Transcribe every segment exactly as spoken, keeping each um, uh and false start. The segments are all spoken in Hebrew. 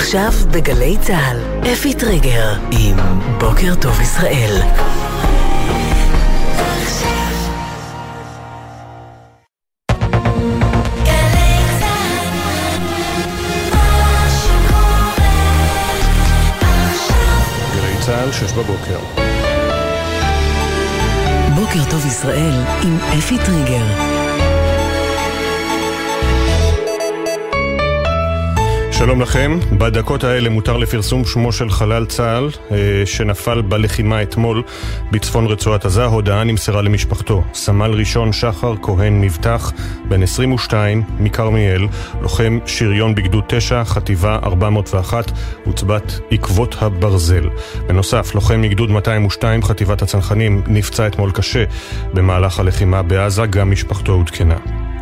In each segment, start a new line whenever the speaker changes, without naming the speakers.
עכשיו בגלי צהל, אפי טריגר עם בוקר טוב ישראל.
גלי צהל, שש בבוקר.
בוקר טוב ישראל עם אפי טריגר.
שלום לכם, בדקות האלה מותר לפרסום שמו של חלל צה"ל שנפל בלחימה אתמול בצפון רצועת עזה. הודעה נמסרה למשפחתו. סמל ראשון שחר כהן מבטח, בן עשרים ושתיים, מכרמיאל, לוחם שריון בגדוד תשע, חטיבה ארבע מאות ואחת, עוצבת עקבות הברזל. בנוסף, לוחם מגדוד מאתיים ושתיים, חטיבת הצנחנים, נפצע אתמול קשה במהלך הלחימה בעזה, גם משפחתו עודכנה.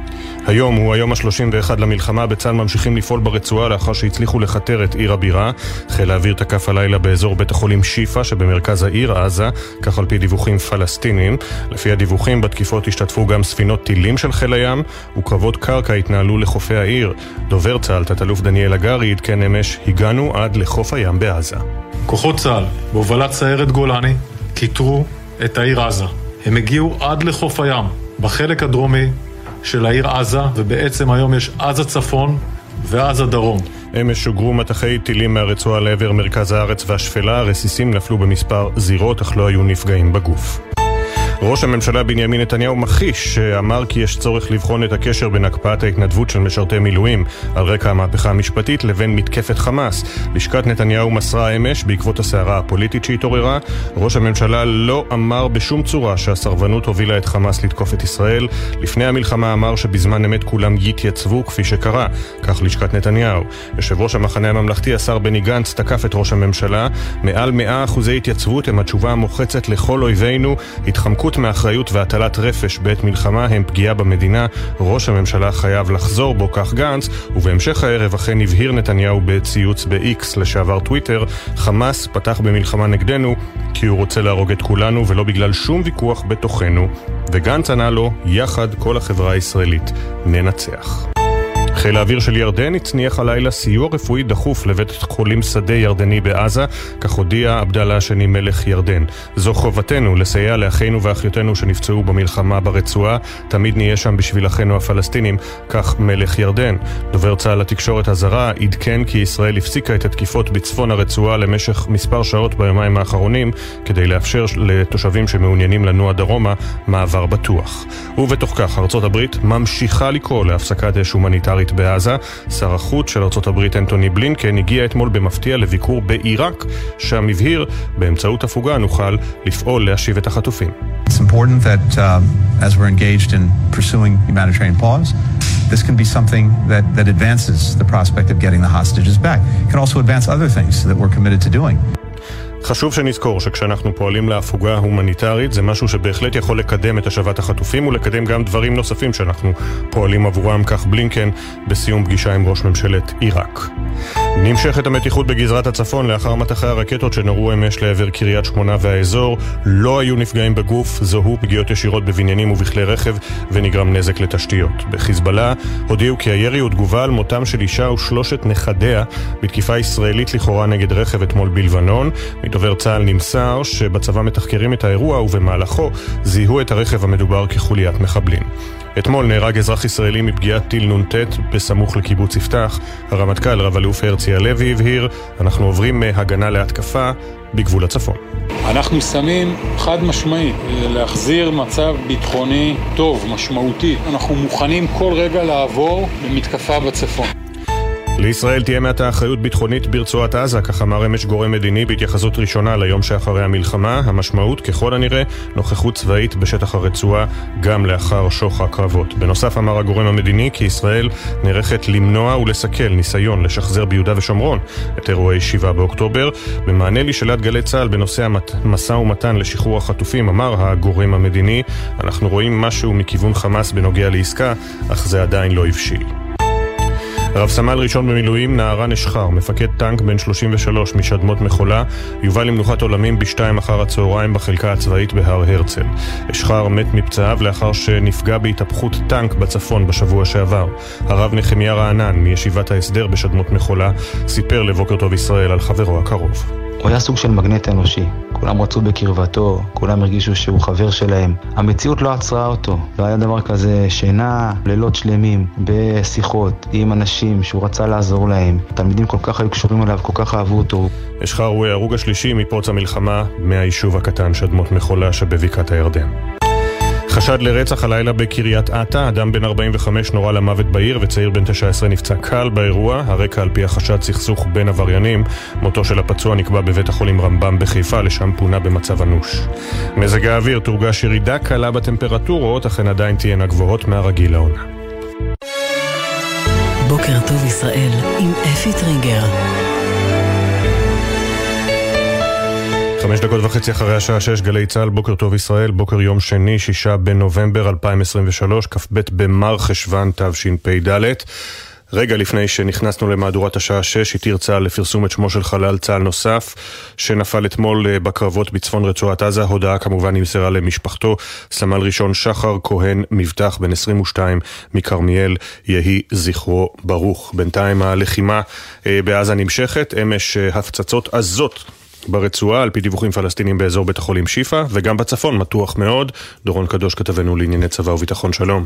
היום הוא היום ה-שלושים ואחד למלחמה. בצה"ל ממשיכים לפעול ברצועה לאחר שהצליחו לחתר את עיר הבירה. חיל האוויר תקף הלילה באזור בית החולים שיפה שבמרכז העיר עזה, כך על פי דיווחים פלסטינים. לפי הדיווחים בתקיפות השתתפו גם ספינות טילים של חיל הים, וקרבות קרקע התנהלו לחופי העיר. דובר צה"ל תת-אלוף דניאל הגרי עדכן אמש, הגענו עד לחוף הים בעזה.
כוחות צה"ל בהובלת סיירת גולני כיתרו את העיר עזה. הם הגיעו עד לחוף הים בחלק הדרומי של העיר עזה, ובעצם היום יש עזה צפון ועזה דרום.
אמש שוגרו מטחי טילים מהרצועה לעבר מרכז הארץ והשפלה. הרסיסים נפלו במספר זירות, אך לא היו נפגעים בגוף. ראש הממשלה בנימין נתניהו מכחיש שאמר כי יש צורך לבחון את הקשר בין הקפאת ההתנדבות של משרתי מילואים על רקע המהפכה המשפטית לבין מתקפת חמאס. לשכת נתניהו מסרה אמש בעקבות הסערה הפוליטית שהתעוררה, ראש הממשלה לא אמר בשום צורה שהסרבנות הובילה את חמאס לתקוף את ישראל. לפני המלחמה אמר שבזמן אמת כולם יתייצבו כפי שקרה, כך לשכת נתניהו. יושב ראש המחנה הממלכתי השר בני גנץ תקף את ראש הממשלה. מעל מאה אחוזי התייצבות הם התשובה המוחצת לכל אויבינו. התחמקות מאחריות והטלת רפש בעת מלחמה הם פגיעה במדינה. ראש הממשלה חייב לחזור בו, כך גנץ. ובהמשך הערב אכן הבהיר נתניהו בציוץ ב-X לשעבר טוויטר, חמאס פתח במלחמה נגדנו כי הוא רוצה להרוג את כולנו ולא בגלל שום ויכוח בתוכנו. וגנץ ענה לו, יחד כל החברה הישראלית ננצח. חיל האוויר של ירדן הצניח הלילה סיוע רפואי דחוף לבית חולים שדה ירדני בעזה, כך הודיע עבדאללה השני מלך ירדן. זו חובתנו לסייע לאחינו ואחיותינו שנפצעו במלחמה ברצועה, תמיד נהיה שם בשביל אחינו הפלסטינים, כך מלך ירדן. דובר צה"ל לתקשורת הזרה עדכן כי ישראל הפסיקה את התקיפות בצפון הרצועה למשך מספר שעות ביומיים האחרונים, כדי לאפשר לתושבים שמעוניינים לנוע דרומה מעבר בטוח. ובתוך כך ארצות הברית ממשיכה לקרוא להפסקת אש הומניטרית בעזה. שר החוץ של ארצות הברית אנטוני בלינקן הגיע אתמול במפתיע לביקור בעיראק, שם הבהיר באמצעות הפוגה נוכל לפעול להשיב את החטופים.
It's important that uh, as we're engaged in pursuing humanitarian pause, this can be something that that advances the prospect of getting the hostages back. It can also advance other things that we're committed to doing.
חשוב שנזכור שכשאנחנו פועלים להפוגה הומניטרית זה משהו שבהחלט יכול לקדם את השבת החטופים ולקדם גם דברים נוספים שאנחנו פועלים עבורם, כך בלינקן בסיום פגישה עם ראש ממשלת עיראק. נמשכת המתיחות בגזרת הצפון לאחר מטחי הרקטות שנורו אמש לעבר קריית שמונה והאזור. לא היו נפגעים בגוף, זוהו פגיעות ישירות בבניינים ובכלי רכב ונגרם נזק לתשתיות. בחיזבאללה הודיעו כי הירי הוא תגובה על מותם של אישה ושלושת נכדיה בתקיפה ישראלית לכאורה נגד רכב אתמול בלבנון. מדובר צה"ל נמסר שבצבא מתחקרים את האירוע ובמהלכו זיהו את הרכב המדובר כחוליית מחבלים. אתמול נהרג אזרח ישראלי מפגיעת טיל נונטט בסמוך לקיבוץ יפתח. הרמטכ"ל רב אלוף הרצי הלוי הבהיר, אנחנו עוברים מהגנה להתקפה בגבול הצפון.
אנחנו שמים חד משמעית להחזיר מצב ביטחוני טוב, משמעותי. אנחנו מוכנים כל רגע לעבור במתקפה בצפון.
לישראל תהיה מעתה אחריות ביטחונית ברצועת עזה, כך אמר אמש גורם מדיני בהתייחסות ראשונה ליום שאחרי המלחמה. המשמעות ככל הנראה נוכחות צבאית בשטח הרצועה גם לאחר שוך הקרבות. בנוסף אמר הגורם המדיני כי ישראל נערכת למנוע ולסכל ניסיון לשחזר ביהודה ושומרון את אירועי שבעה באוקטובר. במענה לשאלת גלי צה"ל בנושא המשא ומתן לשחרור החטופים אמר הגורם המדיני, אנחנו רואים משהו מכיוון חמאס בנוגע לעסקה, אך זה עדיין לא הבשיל. רב סמל ראשון במילואים נערן אשחר, מפקד טנק בן שלושים ושלוש משדמות מחולה, יובא למנוחת עולמים בשתיים אחר הצהריים בחלקה הצבאית בהר הרצל. אשחר מת מפצעיו לאחר שנפגע בהתהפכות טנק בצפון בשבוע שעבר. הרב נחמיה רענן מישיבת ההסדר בשדמות מחולה סיפר לבוקר טוב ישראל על חברו הקרוב.
הוא היה סוג של מגנט אנושי. כולם רצו בקרבתו, כולם הרגישו שהוא חבר שלהם. המציאות לא עצרה אותו. לא היה דבר כזה שינה, לילות שלמים, בשיחות עם אנשים שהוא רצה לעזור להם. תלמידים כל כך היו קשורים אליו, כל כך אהבו אותו.
אשחר הוא ההרוג השלישי מפרוץ המלחמה מהיישוב הקטן שדמות מחולה שבבקעת הירדן. חשד לרצח הלילה בקריית אתא, אדם בן ארבעים וחמש נורה למוות בעיר וצעיר בן תשע עשרה נפצע קל באירוע. הרקע על פי החשד סכסוך בין עבריינים. מותו של הפצוע נקבע בבית החולים רמב"ם בחיפה, לשם פונה במצב אנוש. מזג האוויר, תורגש ירידה קלה בטמפרטורות, אכן עדיין תהיינה גבוהות מהרגיל לעונה.
בוקר טוב ישראל עם אפי טריגר.
חמש דקות וחצי אחרי השעה שש, גלי צהל, בוקר טוב ישראל, בוקר יום שני, שישה בנובמבר אלפיים עשרים ושלוש, כ"ב במר חשוון תשפ"ד. רגע לפני שנכנסנו למהדורת השעה שש, התיר צה"ל לפרסום את שמו של חלל צה"ל נוסף שנפל אתמול בקרבות בצפון רצועת עזה. הודעה כמובן נמסרה למשפחתו. סמל ראשון שחר כהן מבטח בן עשרים ושתיים מכרמיאל, יהי זכרו ברוך. בינתיים הלחימה בעזה נמשכת, אמש הפצצות עזות ברצועה על פי דיווחים פלסטינים באזור בית החולים שיפה, וגם בצפון מתוח מאוד. דורון קדוש כתבנו לענייני צבא וביטחון, שלום.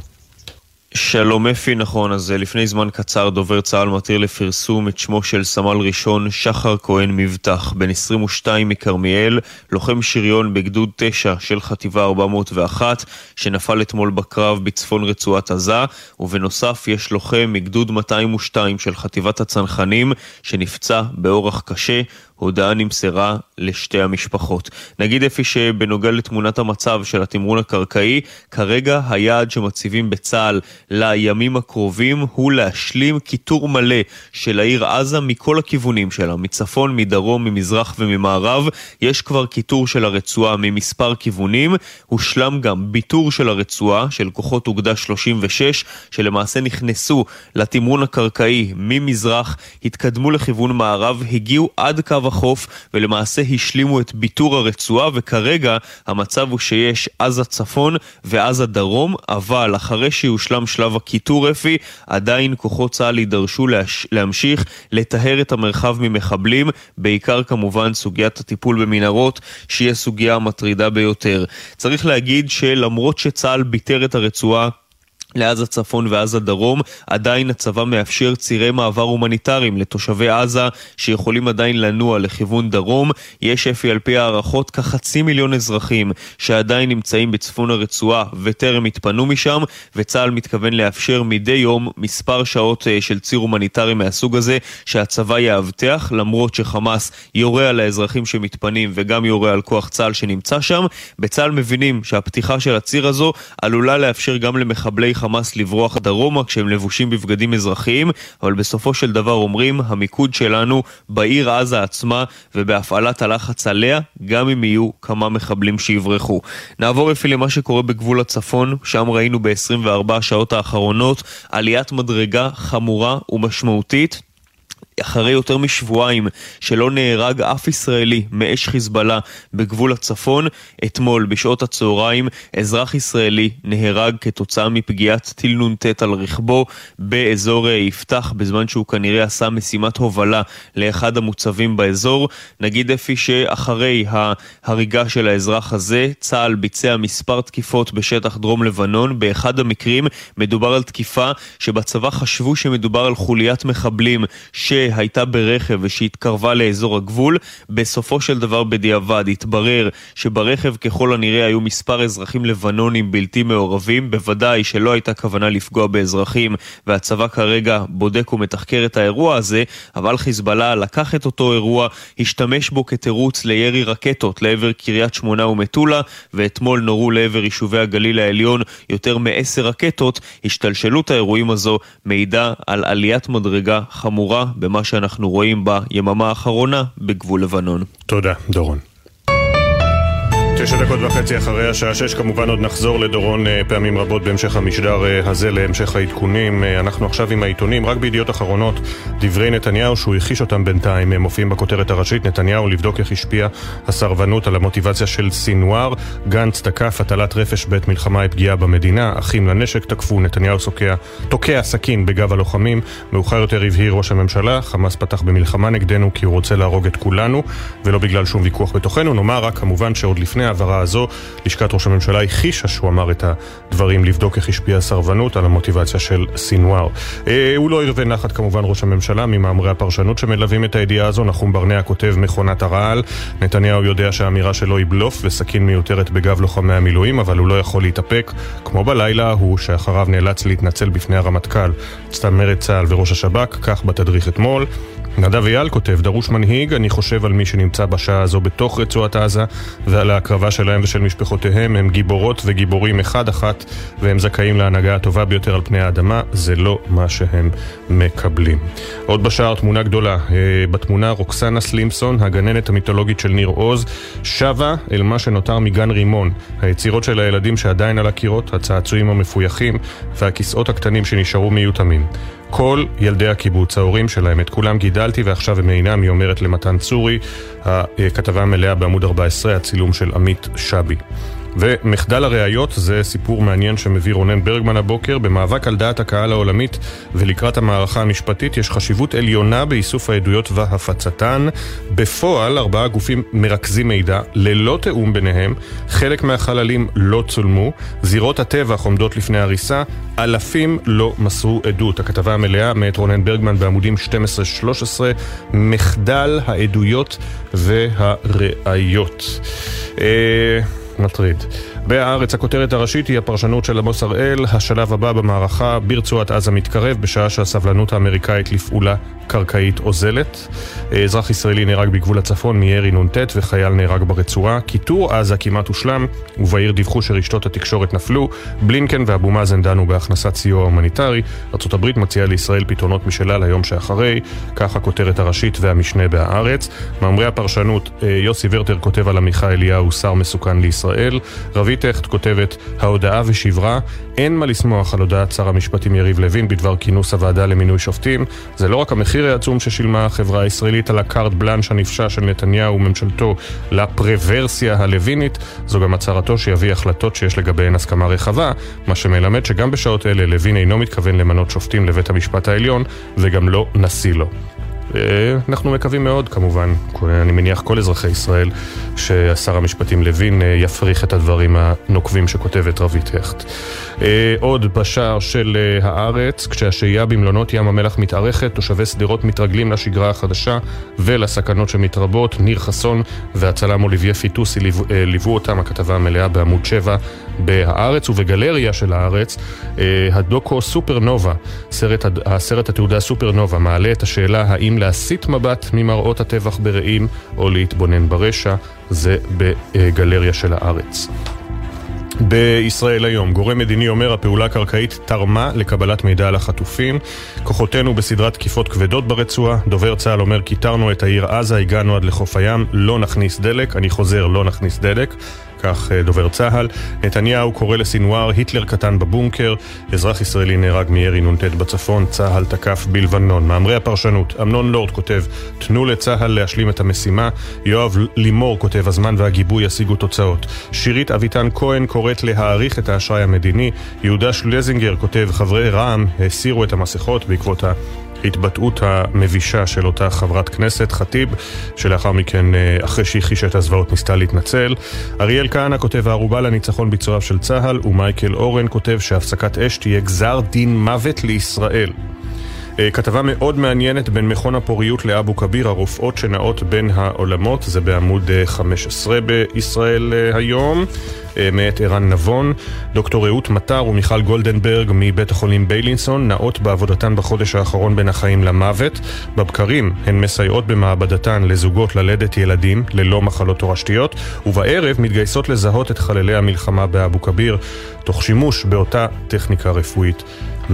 שלום אפי, נכון, אז לפני זמן קצר דובר צה"ל מתיר לפרסום את שמו של סמל ראשון שחר כהן מבטח בן עשרים ושתיים מכרמיאל, לוחם שריון בגדוד תשע של חטיבה ארבע מאות ואחת שנפל אתמול בקרב בצפון רצועת עזה, ובנוסף יש לוחם מגדוד מאתיים ושתיים של חטיבת הצנחנים שנפצע באורח קשה. הודעה נמסרה לשתי המשפחות. נגיד אפי שבנוגע לתמונת המצב של התמרון הקרקעי, כרגע היעד שמציבים בצה"ל לימים הקרובים הוא להשלים כיתור מלא של העיר עזה מכל הכיוונים שלה, מצפון, מדרום, ממזרח וממערב. יש כבר כיתור של הרצועה ממספר כיוונים, הושלם גם ביטור של הרצועה של כוחות אוגדה שלושים ושש שלמעשה נכנסו לתמרון הקרקעי ממזרח, התקדמו לכיוון מערב, הגיעו עד קו החוף ולמעשה השלימו את ביטור הרצועה, וכרגע המצב הוא שיש עזה צפון ועזה דרום, אבל אחרי שיושלם שלב הכיתור אפי, עדיין כוחות צה"ל יידרשו להש... להמשיך לטהר את המרחב ממחבלים, בעיקר כמובן סוגיית הטיפול במנהרות שהיא סוגיה מטרידה ביותר. צריך להגיד שלמרות שצה"ל ביטר את הרצועה לעזה צפון ועזה דרום, עדיין הצבא מאפשר צירי מעבר הומניטריים לתושבי עזה שיכולים עדיין לנוע לכיוון דרום. יש אפי על פי הערכות כחצי מיליון אזרחים שעדיין נמצאים בצפון הרצועה וטרם התפנו משם, וצה"ל מתכוון לאפשר מדי יום מספר שעות של ציר הומניטרי מהסוג הזה שהצבא יאבטח, למרות שחמאס יורה על האזרחים שמתפנים וגם יורה על כוח צה"ל שנמצא שם. בצה"ל מבינים שהפתיחה של הציר הזו עלולה לאפשר גם למחבלי חמאס לברוח דרומה כשהם לבושים בבגדים אזרחיים, אבל בסופו של דבר אומרים המיקוד שלנו בעיר עזה עצמה ובהפעלת הלחץ עליה, גם אם יהיו כמה מחבלים שיברחו. נעבור אפילו למה שקורה בגבול הצפון, שם ראינו ב-עשרים וארבע השעות האחרונות עליית מדרגה חמורה ומשמעותית. אחרי יותר משבועיים שלא נהרג אף ישראלי מאש חיזבאללה בגבול הצפון, אתמול בשעות הצהריים אזרח ישראלי נהרג כתוצאה מפגיעת טיל נ"ט על רכבו באזור יפתח, בזמן שהוא כנראה עשה משימת הובלה לאחד המוצבים באזור. נגיד אפי שאחרי ההריגה של האזרח הזה, צה"ל ביצע מספר תקיפות בשטח דרום לבנון. באחד המקרים מדובר על תקיפה שבצבא חשבו שמדובר על חוליית מחבלים ש שהייתה ברכב ושהתקרבה לאזור הגבול. בסופו של דבר בדיעבד התברר שברכב ככל הנראה היו מספר אזרחים לבנונים בלתי מעורבים, בוודאי שלא הייתה כוונה לפגוע באזרחים, והצבא כרגע בודק ומתחקר את האירוע הזה, אבל חיזבאללה לקח את אותו אירוע, השתמש בו כתירוץ לירי רקטות לעבר קריית שמונה ומטולה, ואתמול נורו לעבר יישובי הגליל העליון יותר מעשר רקטות. השתלשלות האירועים הזו מעידה על עליית מדרגה חמורה במה שאנחנו רואים ביממה האחרונה בגבול לבנון.
תודה, דורון. תשע דקות וחצי אחרי השעה שש, כמובן עוד נחזור לדורון פעמים רבות בהמשך המשדר הזה, להמשך העדכונים. אנחנו עכשיו עם העיתונים, רק בידיעות אחרונות, דברי נתניהו שהוא הכיש אותם בינתיים, הם מופיעים בכותרת הראשית. נתניהו לבדוק איך השפיע הסרבנות על המוטיבציה של סינואר. גנץ תקף, הטלת רפש בעת מלחמה היא פגיעה במדינה. אחים לנשק תקפו, נתניהו סוקע, תוקע סכין בגב הלוחמים. מאוחר יותר הבהיר ראש הממשלה, חמאס פתח במלחמה נגדנו כי הוא רוצה להרוג את כולנו ולא בגלל שום ויכוח בתוכנו. נאמר רק כמובן שעוד לפני העברה הזו, לשכת ראש הממשלה הכישה שהוא אמר את הדברים לבדוק איך השפיעה הסרבנות על המוטיבציה של סינואר. אה, הוא לא ירווה נחת כמובן ראש הממשלה ממאמרי הפרשנות שמלווים את הידיעה הזו. נחום ברנע כותב מכונת הרעל, נתניהו יודע שהאמירה שלו היא בלוף וסכין מיותרת בגב לוחמי המילואים, אבל הוא לא יכול להתאפק, כמו בלילה ההוא שאחריו נאלץ להתנצל בפני הרמטכ"ל, צמרת צה"ל וראש השב"כ, כך בתדריך אתמול. נדב אייל כותב, דרוש מנהיג, אני חושב על מי שנמצא בשעה הזו בתוך רצועת עזה ועל ההקרבה שלהם ושל משפחותיהם. הם גיבורות וגיבורים אחד אחת והם זכאים להנהגה הטובה ביותר על פני האדמה. זה לא מה שהם מקבלים. עוד בשער תמונה גדולה, בתמונה רוקסנה סלימפסון, הגננת המיתולוגית של ניר עוז, שווה אל מה שנותר מגן רימון. היצירות של הילדים שעדיין על הקירות, הצעצועים המפויחים והכיסאות הקטנים שנשארו מיותמים. כל ילדי הקיבוץ, ההורים שלהם, את כולם גידלתי ועכשיו הם אינם, היא אומרת למתן צורי. הכתבה מלאה בעמוד ארבע עשרה, הצילום של עמית שבי. ומחדל הראיות זה סיפור מעניין שמביא רונן ברגמן הבוקר. במאבק על דעת הקהל העולמית ולקראת המערכה המשפטית יש חשיבות עליונה באיסוף העדויות והפצתן. בפועל ארבעה גופים מרכזים מידע ללא תאום ביניהם, חלק מהחללים לא צולמו, זירות הטבח עומדות לפני הריסה, אלפים לא מסרו עדות. הכתבה המלאה מאת רונן ברגמן בעמודים שתים עשרה שלוש עשרה, מחדל העדויות והראיות. אה... מטריד. בהארץ הכותרת הראשית היא הפרשנות של עמוס הראל, השלב הבא במערכה ברצועת עזה מתקרב בשעה שהסבלנות האמריקאית לפעולה קרקעית אוזלת. אזרח ישראלי נהרג בגבול הצפון מירי נונטט וחייל נהרג ברצועה. כיתור עזה כמעט הושלם ובעיר דיווחו שרשתות התקשורת נפלו. בלינקן ואבו מאזן דנו בהכנסת סיוע הומניטרי. ארצות הברית מציעה לישראל פתרונות משלה ליום שאחרי, כך הכותרת הראשית והמשנה בהארץ. מאמרי הפרשנות, יוסי ורטר כותב על עמיחי אליהו, שר מסוכן לישראל. רבי טכט כותבת, ההודעה ושברה, אין מה לשמוח על הודעת שר המשפטים יריב לוין בדבר כינוס הוועדה למינוי שופטים. זה לא רק המחיר העצום ששילמה החברה הישראלית על הקארט בלנש הנפשע של נתניהו וממשלתו לפרוורסיה הלווינית, זו גם הצהרתו שיביא החלטות שיש לגביהן הסכמה רחבה, מה שמלמד שגם בשעות אלה לוין אינו מתכוון למנות שופטים לבית המשפט העליון וגם לא נשיא לו. אנחנו מקווים מאוד כמובן, אני מניח כל אזרחי ישראל, ששר המשפטים לוין יפריך את הדברים הנוקבים שכותבת רבי טכט. עוד בשער של הארץ, כשהשהייה במלונות ים המלח מתארכת, תושבי סדרות מתרגלים לשגרה החדשה ולסכנות שמתרבות. ניר חסון והצלם אוליביה פיטוסי ליוו אותם. הכתבה המלאה בעמוד שבע בהארץ. ובגלריה של הארץ הדוקו סופרנובה, סרט, הסרט התעודה סופרנובה, מעלה את השאלה האם להסיט מבט ממראות הטבח ברעים או להתבונן ברשע. זה בגלריה של הארץ. בישראל היום, גורם מדיני אומר הפעולה הקרקעית תרמה לקבלת מידע על החטופים. כוחותינו בסדרת תקיפות כבדות ברצועה. דובר צה"ל אומר כיתרנו את העיר עזה, הגענו עד לחוף הים, לא נכניס דלק. אני חוזר, לא נכניס דלק, כך דובר צה"ל. נתניהו קורא לסינואר היטלר קטן בבונקר. אזרח ישראלי נהרג מירי נונטט בצפון. צה"ל תקף בלבנון. מאמרי הפרשנות, אמנון לורד כותב תנו לצה"ל להשלים את המשימה. יואב לימור כותב הזמן והגיבוי ישיגו תוצאות. שירית אביטן כהן קוראת להאריך את האשראי המדיני. יהודה שלזינגר כותב חברי רע"מ הסירו את המסכות בעקבות ה התבטאות המבישה של אותה חברת כנסת חטיב, שלאחר מכן אחרי שהכחישה את הזוועות ניסתה להתנצל. אריאל כהנא כותב הערובה לניצחון ביצועיו של צה"ל, ומייקל אורן כותב שהפסקת אש תהיה גזר דין מוות לישראל. כתבה מאוד מעניינת בין מכון הפוריות לאבו כביר, הרופאות שנעות בין העולמות, זה בעמוד חמש עשרה בישראל היום, מאת ערן נבון. דוקטור רעות מטר ומיכל גולדנברג מבית החולים ביילינסון נעות בעבודתן בחודש האחרון בין החיים למוות. בבקרים הן מסייעות במעבדתן לזוגות ללדת ילדים ללא מחלות תורשתיות, ובערב מתגייסות לזהות את חללי המלחמה באבו כביר תוך שימוש באותה טכניקה רפואית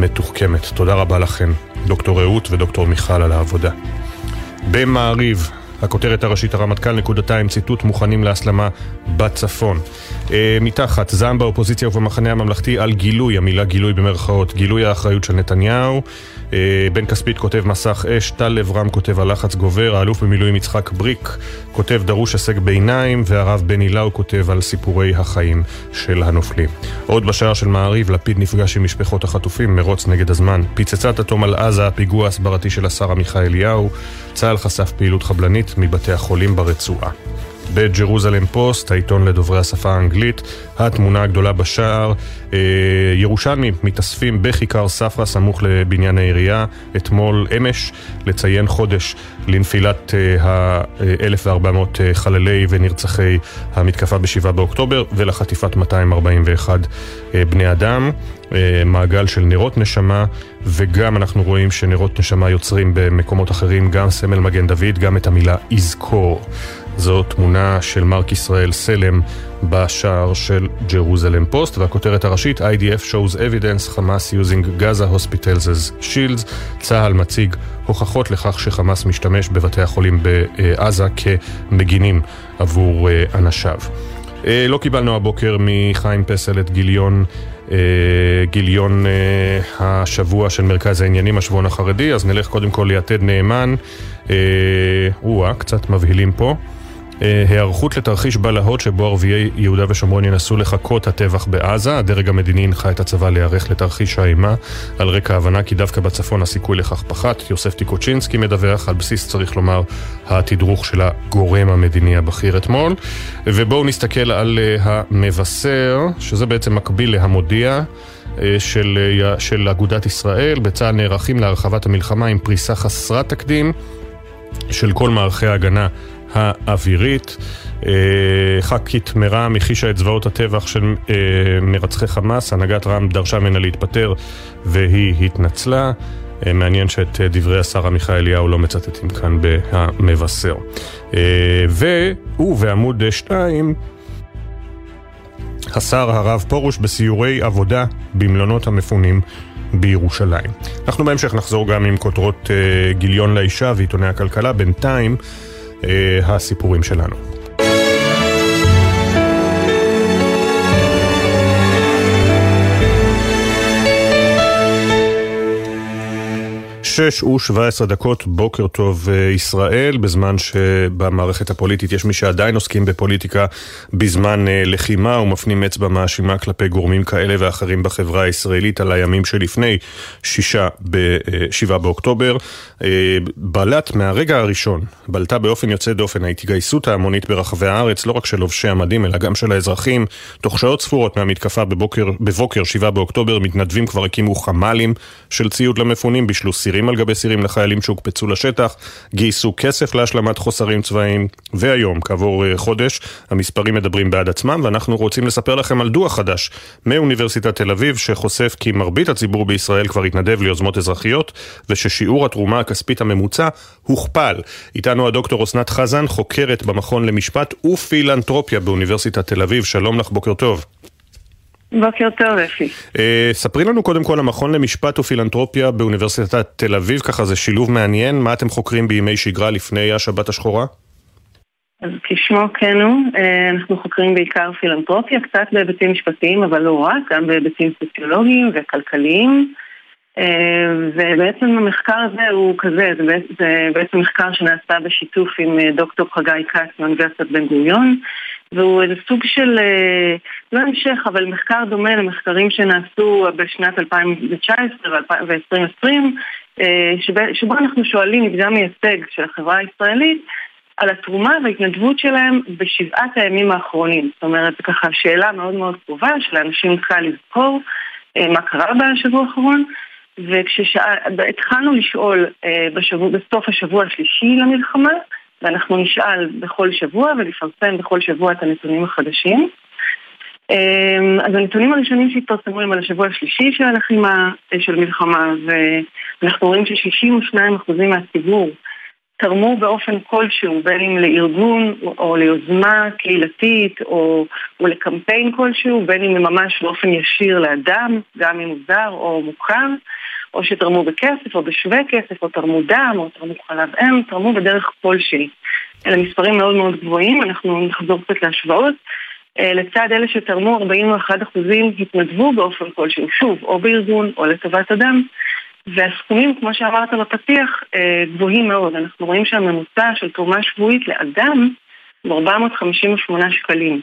מתוחכמת. תודה רבה לכם דוקטור רעות ודוקטור מיכל על העבודה. במעריב הכותרת הראשית, הרמטכ"ל נקודתה עם ציטוט מוכנים להסלמה בצפון. מתחת, זעם באופוזיציה ובמחנה הממלכתי על גילוי, המילה גילוי במרכאות, גילוי האחריות של נתניהו. בן כספית כותב מסך אש, טל לברם כותב הלחץ גובר, האלוף במילואים יצחק בריק כותב דרוש הישג ביניים, והרב בן אילאו כותב על סיפורי החיים של הנופלים. עוד בשער של מעריב, לפיד נפגש עם משפחות החטופים, מרוץ נגד הזמן. פיצצת אטום על עזה, פיגוע הסברתי של השר עמיחי אליהו. צה"ל חשף פעילות חבלנית מבתי החולים ברצועה. בג'רוזלם פוסט, העיתון לדוברי השפה האנגלית, התמונה הגדולה בשער, אה, ירושלמים מתאספים בכיכר ספרא סמוך לבניין העירייה אתמול אמש לציין חודש לנפילת ה-אלף וארבע מאות חללי ונרצחי המתקפה בשבעה באוקטובר ולחטיפת מאתיים ארבעים ואחד אה, בני אדם. אה, מעגל של נרות נשמה, וגם אנחנו רואים שנרות נשמה יוצרים במקומות אחרים גם סמל מגן דוד, גם את המילה יזכור. זו תמונה של מרק ישראל סלם בשער של ג'רוזלם פוסט, והכותרת הראשית, איי די אף shows evidence חמאס using Gaza hospitals as shields. צה"ל מציג הוכחות לכך שחמאס משתמש בבתי החולים בעזה כמגינים עבור אנשיו. לא קיבלנו הבוקר מחיים פסל את גיליון גיליון השבוע של מרכז העניינים, השבועון החרדי, אז נלך קודם כל ליתד נאמן. וואה, קצת מבהילים פה. הערכות לתרחיש בלהות שבו ערביי יהודה ושומרון ינסו לחכות הטבח בעזה. הדרג המדיני הנחה את הצבא להיערך לתרחיש האימה על רקע ההבנה כי דווקא בצפון הסיכוי לכך פחת. יוסף טיקוצ'ינסקי מדווח על בסיס, צריך לומר, התדרוך של הגורם המדיני הבכיר אתמול. ובואו נסתכל על המבשר, שזה בעצם מקביל להמודיע של, של אגודת ישראל. בצה"ל נערכים להרחבת המלחמה עם פריסה חסרת תקדים של כל מערכי ההגנה האווירית. ח"כית מרע"מ הכחישה את זוועות הטבח של מרצחי חמאס. הנהגת רע"מ דרשה ממנה להתפטר והיא התנצלה. מעניין שאת דברי השר עמיחי אליהו לא מצטטים כאן במבשר. והוא בעמוד שתיים, השר הרב פרוש בסיורי עבודה במלונות המפונים בירושלים. אנחנו בהמשך נחזור גם עם כותרות גיליון לאישה ועיתוני הכלכלה. בינתיים הסיפורים שלנו. שש ושבע עשרה דקות, בוקר טוב ישראל, בזמן שבמערכת הפוליטית יש מי שעדיין עוסקים בפוליטיקה בזמן לחימה ומפנים אצבע מאשימה כלפי גורמים כאלה ואחרים בחברה הישראלית על הימים שלפני שישה בשבעה באוקטובר. בלט מהרגע הראשון, בלטה באופן יוצא דופן ההתגייסות ההמונית ברחבי הארץ, לא רק של לובשי המדים אלא גם של האזרחים. תוך שעות ספורות מהמתקפה בבוקר, בבוקר שבעה באוקטובר, מתנדבים כבר הקימו חמ"לים של ציוד למפונים, בשלו סירים על גבי סירים לחיילים שהוקפצו לשטח, גייסו כסף להשלמת חוסרים צבאיים, והיום, כעבור חודש, המספרים מדברים בעד עצמם, ואנחנו רוצים לספר לכם על דוח חדש מאוניברסיטת תל אביב, שחושף כי מרבית הציבור בישראל כבר התנדב ליוזמות אזרחיות, וששיעור התרומה הכספית הממוצע הוכפל. איתנו הדוקטור אסנת חזן, חוקרת במכון למשפט ופילנתרופיה באוניברסיטת תל אביב. שלום לך, בוקר טוב.
בוקר טוב, אפי.
ספרי לנו קודם כל, המכון למשפט ופילנתרופיה באוניברסיטת תל אביב, ככה זה שילוב מעניין. מה אתם חוקרים בימי שגרה לפני השבת השחורה?
אז כשמו כן הוא, אנחנו חוקרים בעיקר פילנתרופיה, קצת בהיבטים משפטיים, אבל לא רק, גם בהיבטים סוציולוגיים וכלכליים. ובעצם המחקר הזה הוא כזה, זה בעצם מחקר שנעשה בשיתוף עם דוקטור חגי כץ מאוניברסיטת בן גוריון, והוא איזה סוג של, לא המשך, אבל מחקר דומה למחקרים שנעשו בשנת אלפיים תשע עשרה ו-עשרים עשרים, שבו אנחנו שואלים מדגם מייצג של החברה הישראלית על התרומה וההתנדבות שלהם בשבעת הימים האחרונים. זאת אומרת, זה ככה שאלה מאוד מאוד קרובה, שלאנשים קל לזכור מה קרה בשבוע האחרון, וכשהתחלנו לשאול בשבוע, בסוף השבוע השלישי למלחמה, ואנחנו נשאל בכל שבוע ולפרסם בכל שבוע את הנתונים החדשים. אז הנתונים הראשונים שהתפרסמו הם על השבוע השלישי של הלחימה של מלחמה, ואנחנו רואים ש-שישים ושניים אחוז מהציבור תרמו באופן כלשהו, בין אם לארגון או ליוזמה קהילתית או, או לקמפיין כלשהו, בין אם ממש באופן ישיר לאדם, גם אם הוא זר או מוכר, או שתרמו בכסף או בשווה כסף, או תרמו דם, או תרמו חלב אם, תרמו בדרך כלשהי. אלה מספרים מאוד מאוד גבוהים, אנחנו נחזור קצת להשוואות. לצד אלה שתרמו ארבעים ואחד אחוזים התנדבו באופן כלשהו, שוב, או בארגון או לטובת אדם, והסכומים, כמו שאמרת בפתיח, גבוהים מאוד. אנחנו רואים שהממוצע של תרומה שבועית לאדם הוא ארבע מאות חמישים ושמונה שקלים.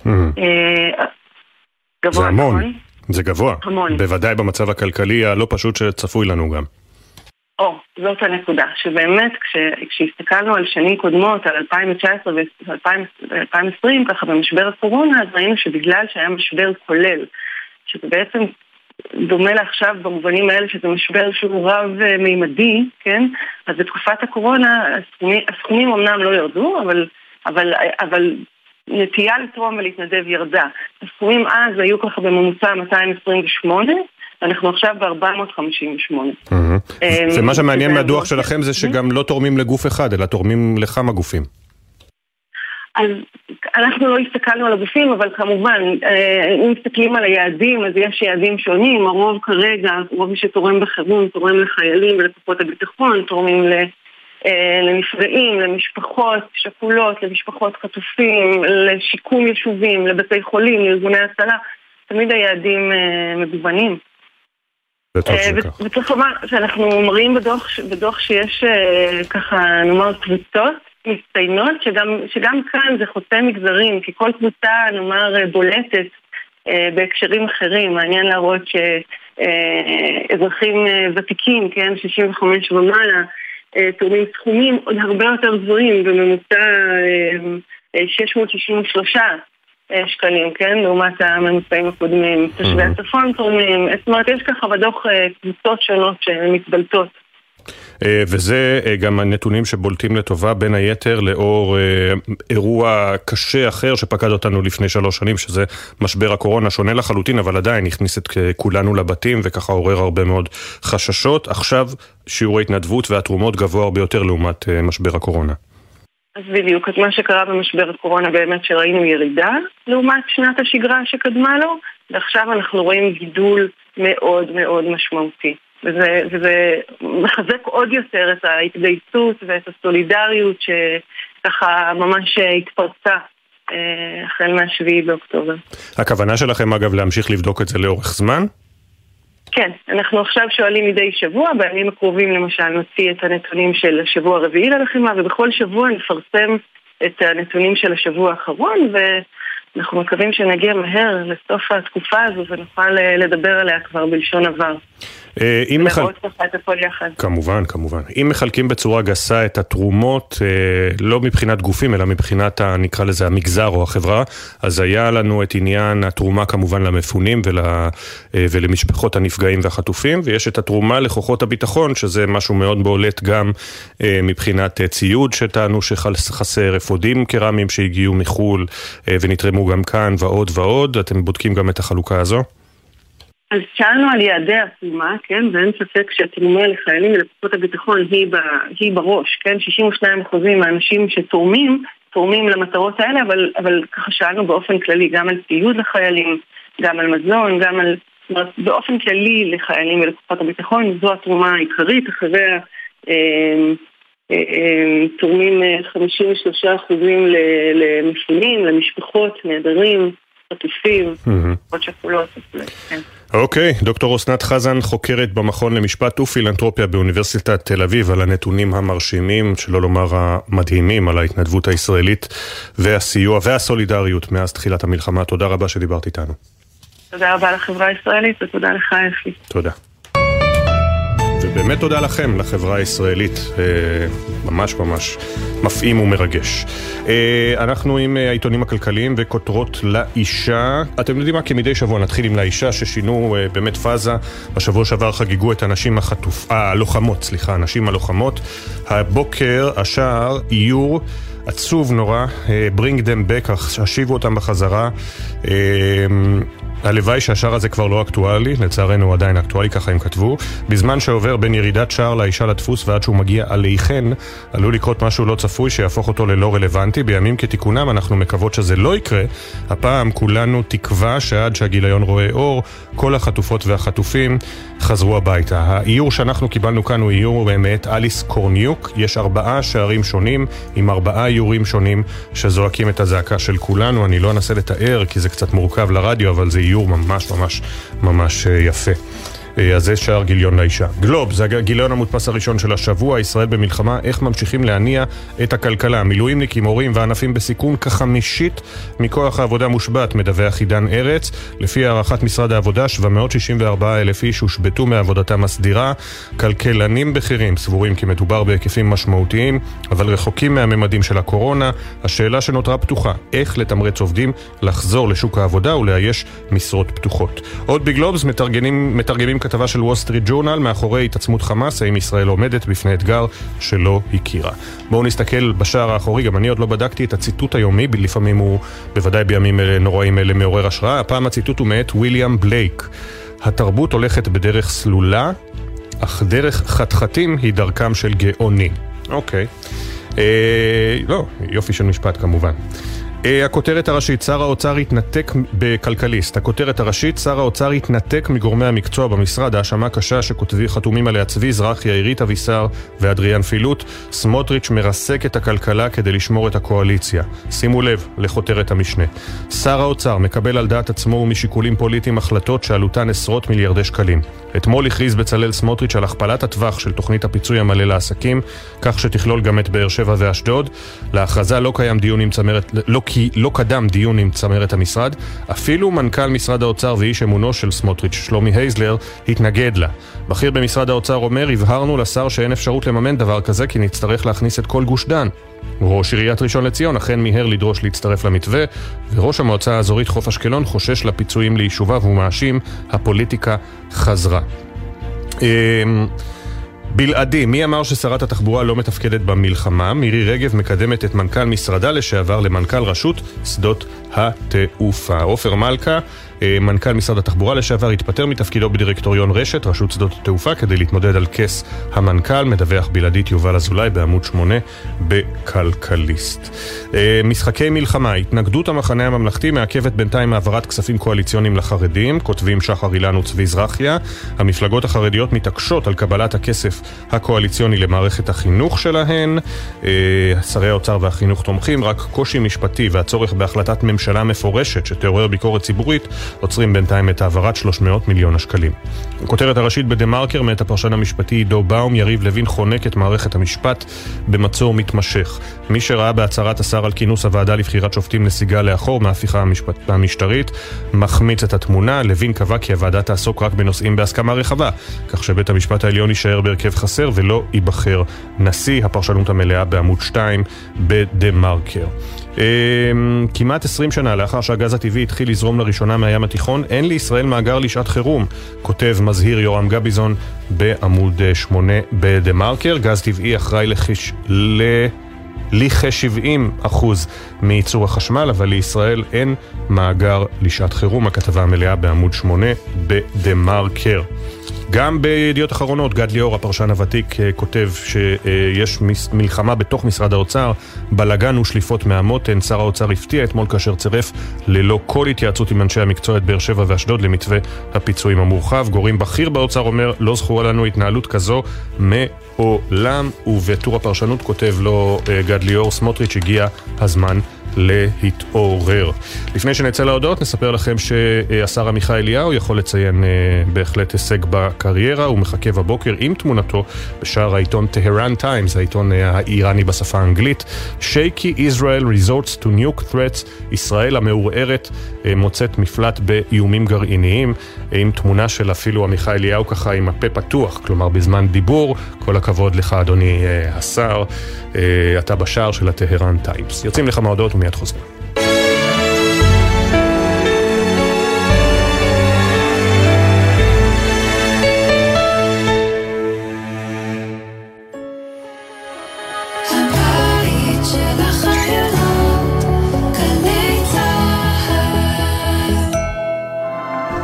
זה המון, זה גבוה. בוודאי במצב הכלכלי הלא פשוט שצפוי לנו גם.
או, זאת הנקודה, שבאמת כשהסתכלנו על שנים קודמות, על אלפיים תשע עשרה ו-אלפיים עשרים, ככה במשבר הקורונה, אז ראינו שבגלל שהיה משבר כולל, שזה בעצם דומה לעכשיו במובנים האלה שזה משבר שהוא רב מימדי, כן? אז בתקופת הקורונה הסכומים, הסכומים אמנם לא ירדו, אבל, אבל, אבל נטייה לתרום ולהתנדב ירדה. הסכומים אז היו ככה בממוצע מאתיים עשרים ושמונה, אנחנו עכשיו ב-ארבע מאות חמישים ושמונה.
ומה שמעניין מהדוח שלכם זה שגם לא תורמים לגוף אחד, אלא תורמים לכמה גופים.
אז אנחנו לא הסתכלנו על הגופים, אבל כמובן, אם מסתכלים על היעדים, אז יש יעדים שונים. הרוב כרגע, רוב מי שתורם בחירום, תורם לחיילים ולכוחות הביטחון, תורמים לנפגעים, למשפחות שכולות, למשפחות חטופים, לשיקום יישובים, לבתי חולים, לארגוני הצלה. תמיד היעדים מגוונים. וצריך לומר שאנחנו מראים בדוח, בדוח שיש ככה נאמר קבוצות מצטיינות, שגם, שגם כאן זה חוצה מגזרים, כי כל קבוצה נאמר בולטת בהקשרים אחרים. מעניין להראות שאזרחים ותיקים, כן, שישים וחמש ומעלה, תורמים סכומים עוד הרבה יותר גבוהים, בממוצע שש מאות שישים ושלושה שקלים, כן? לעומת הממוצעים הקודמים. תושבי הצפון תורמים, זאת אומרת, יש ככה בדוח קבוצות שונות שמתבלטות.
וזה גם הנתונים שבולטים לטובה בין היתר לאור אירוע קשה אחר שפקד אותנו לפני שלוש שנים, שזה משבר הקורונה, שונה לחלוטין, אבל עדיין הכניס את כולנו לבתים וככה עורר הרבה מאוד חששות. עכשיו שיעור ההתנדבות והתרומות גבוה הרבה יותר לעומת משבר הקורונה.
אז בדיוק, את מה שקרה במשבר הקורונה באמת שראינו ירידה לעומת שנת השגרה שקדמה לו, ועכשיו אנחנו רואים גידול מאוד מאוד משמעותי. וזה, וזה מחזק עוד יותר את ההתגייסות ואת הסולידריות שככה ממש התפרצה החל מהשביעי באוקטובר.
הכוונה שלכם אגב להמשיך לבדוק את זה לאורך זמן?
כן, אנחנו עכשיו שואלים מדי שבוע, בימים הקרובים למשל נוציא את הנתונים של השבוע הרביעי ללחימה, ובכל שבוע נפרסם את הנתונים של השבוע האחרון, ואנחנו מקווים שנגיע מהר לסוף התקופה הזו ונוכל לדבר עליה כבר בלשון עבר.
אם מחל...
יחד.
כמובן, כמובן. אם מחלקים בצורה גסה את התרומות, לא מבחינת גופים, אלא מבחינת, נקרא לזה, המגזר או החברה, אז היה לנו את עניין התרומה כמובן למפונים ול... ולמשפחות הנפגעים והחטופים, ויש את התרומה לכוחות הביטחון, שזה משהו מאוד בולט גם מבחינת ציוד שטענו שחסר, אפודים קרמיים שהגיעו מחול ונתרמו גם כאן ועוד ועוד. אתם בודקים גם את החלוקה הזו?
אז שאלנו על יעדי התרומה, כן, ואין ספק שהתרומה לחיילים ולכוחות הביטחון היא, ב, היא בראש, כן, שישים ושניים אחוזים מהאנשים שתורמים, תורמים למטרות האלה, אבל, אבל ככה שאלנו באופן כללי, גם על ציוד לחיילים, גם על מזון, גם על, באופן כללי לחיילים ולכוחות הביטחון, זו התרומה העיקרית, אחריה אה, אה, אה, תורמים חמישים ושלושה אחוזים למפונים, למשפחות, נעדרים, חטופים, עוד שכולות, כן.
אוקיי, דוקטור אסנת חזן, חוקרת במכון למשפט ופילנתרופיה באוניברסיטת תל אביב, על הנתונים המרשימים, שלא לומר המדהימים, על ההתנדבות הישראלית והסיוע והסולידריות מאז תחילת המלחמה. תודה רבה שדיברת איתנו.
תודה רבה לחברה הישראלית ותודה לך אפי.
תודה. ובאמת תודה לכם, לחברה הישראלית, ממש ממש מפעים ומרגש. אנחנו עם העיתונים הכלכליים וכותרות לאישה. אתם יודעים מה? כמדי שבוע נתחיל עם לאישה ששינו באמת פאזה. בשבוע שעבר חגיגו את הנשים החטוף, הלוחמות, סליחה, הנשים הלוחמות. הבוקר השער איור עצוב נורא, bring them back, השיבו אותם בחזרה. הלוואי שהשער הזה כבר לא אקטואלי, לצערנו הוא עדיין אקטואלי, ככה הם כתבו. בזמן שעובר בין ירידת שער לאישה לדפוס ועד שהוא מגיע עליכן, עלול לקרות משהו לא צפוי שיהפוך אותו ללא רלוונטי. בימים כתיקונם אנחנו מקוות שזה לא יקרה. הפעם כולנו תקווה שעד שהגיליון רואה אור, כל החטופות והחטופים חזרו הביתה. האיור שאנחנו קיבלנו כאן הוא איור באמת אליס קורניוק. יש ארבעה שערים שונים עם ארבעה איורים שונים שזועקים את הזעקה של כולנו. אני לא אנסה לתאר כי זה קצת מורכב לרדיו, אבל זה איור ממש ממש ממש יפה. אז זה שער גיליון לאישה. גלוב, זה הגיליון המודפס הראשון של השבוע. ישראל במלחמה, איך ממשיכים להניע את הכלכלה. מילואימניקים, הורים וענפים בסיכון, כחמישית מכוח העבודה מושבת, מדווח עידן ארץ. לפי הערכת משרד העבודה, שבע מאות שישים וארבעה אלף איש הושבתו מעבודתם הסדירה. כלכלנים בכירים סבורים כי מדובר בהיקפים משמעותיים, אבל רחוקים מהממדים של הקורונה. השאלה שנותרה פתוחה, איך לתמרץ עובדים לחזור לשוק העבודה ולאייש משרות פתוחות. עוד בגלובס מתרגמים, מתרגמים כתבה של וול סטריט ג'ורנל מאחורי התעצמות חמאס, האם ישראל עומדת בפני אתגר שלא הכירה. בואו נסתכל בשער האחורי, גם אני עוד לא בדקתי את הציטוט היומי, לפעמים הוא בוודאי בימים אלה, נוראים אלה מעורר השראה. הפעם הציטוט הוא מאת וויליאם בלייק. התרבות הולכת בדרך סלולה, אך דרך חתחתים היא דרכם של גאונים. אוקיי. אה, לא, יופי של משפט כמובן. הכותרת הראשית, שר האוצר התנתק בכלכליסט. הכותרת הראשית, שר האוצר התנתק מגורמי המקצוע במשרד. האשמה קשה שכותבי חתומים עליה צבי זרחיה, עירית אבישר ואדריאן פילוט. סמוטריץ' מרסק את הכלכלה כדי לשמור את הקואליציה. שימו לב לכותרת המשנה. שר האוצר מקבל על דעת עצמו ומשיקולים פוליטיים החלטות שעלותן עשרות מיליארדי שקלים. אתמול הכריז בצלאל סמוטריץ' על הכפלת הטווח של תוכנית הפיצוי המלא לעסקים, כך שתכלול גם את באר שבע ואשדוד. להכרזה לא קיים דיון עם צמרת, לא כי לא קדם דיון עם צמרת המשרד. אפילו מנכ"ל משרד האוצר ואיש אמונו של סמוטריץ', שלומי הייזלר, התנגד לה. בכיר במשרד האוצר אומר, הבהרנו לשר שאין אפשרות לממן דבר כזה כי נצטרך להכניס את כל גוש דן. ראש עיריית ראשון לציון אכן מיהר לדרוש להצטרף למתווה, וראש המועצה האזורית חוף אשקלון חושש לפיצויים ליישוביו ומאשים הפוליטיקה חזרה. בלעדי, מי אמר ששרת התחבורה לא מתפקדת במלחמה? מירי רגב מקדמת את מנכ"ל משרדה לשעבר למנכ"ל רשות שדות התעופה. עופר מלכה, מנכ"ל משרד התחבורה לשעבר, התפטר מתפקידו בדירקטוריון רשת, רשות שדות התעופה, כדי להתמודד על כס המנכ"ל. מדווח בלעדית יובל אזולאי בעמוד שמונה בכלכליסט. משחקי מלחמה, התנגדות המחנה הממלכתי מעכבת בינתיים העברת כספים קואליציונים לחרדים, כותבים שחר אילן וצבי זרחיה. המפלגות החרדיות מתעקשות על קבלת הכסף הקואליציוני למערכת החינוך שלהן. שרי האוצר והחינוך תומכים, רק קושי משפטי והצורך בהחלטת ממשלה מפורשת שתעורר ביקורת ציבורית עוצרים בינתיים את העברת שלוש מאות מיליון השקלים. הכותרת הראשית בדה-מרקר מאת הפרשן המשפטי עידו באום, יריב לוין חונק את מערכת המשפט במצור מתמשך. מי שראה בהצהרת השר על כינוס הוועדה לבחירת שופטים נסיגה לאחור מההפיכה המשפט, המשטרית מחמיץ את התמונה. לוין קבע כי הוועדה תעסוק רק בנושאים בהסכמה רחבה, כך שבית המשפט העליון יישאר בהרכב חסר ולא ייבחר נשיא. הפרשנות המלאה בעמוד שתיים בדה-מרקר. כמעט עשרים שנה לאחר שהגז הטבעי התחיל לזרום לראשונה מהים התיכון, אין לישראל מאגר לשעת חירום, כותב מזהיר יורם גביזון בעמוד שמונה בדה-מרקר. גז טבעי אחראי לחיש... ל... לכ-שבעים אחוז מייצור החשמל, אבל לישראל אין מאגר לשעת חירום. הכתבה המלאה בעמוד שמונה בדה-מרקר. גם בידיעות אחרונות, גד ליאור, הפרשן הוותיק, כותב שיש מלחמה בתוך משרד האוצר, בלגן ושליפות מהמותן. שר האוצר הפתיע אתמול כאשר צירף ללא כל התייעצות עם אנשי המקצוע את באר שבע ואשדוד למתווה הפיצויים המורחב. גורם בכיר באוצר אומר, לא זכורה לנו התנהלות כזו מעולם. ובטור הפרשנות כותב לו גד ליאור, סמוטריץ' הגיע הזמן להתעורר. לפני שנצא להודעות, נספר לכם שהשר עמיחי אליהו יכול לציין בהחלט הישג בקריירה. הוא מחכה בבוקר עם תמונתו בשער העיתון טהרן טיימס, העיתון האיראני בשפה האנגלית. Shaky Israel resorts to nuke threats. ישראל המעורערת מוצאת מפלט באיומים גרעיניים, עם תמונה של אפילו עמיחי אליהו ככה עם הפה פתוח, כלומר בזמן דיבור. כל הכבוד לך אדוני השר, אתה בשער של הטהרן טיימס. יוצאים לך מהודעות ומיד חוזרים.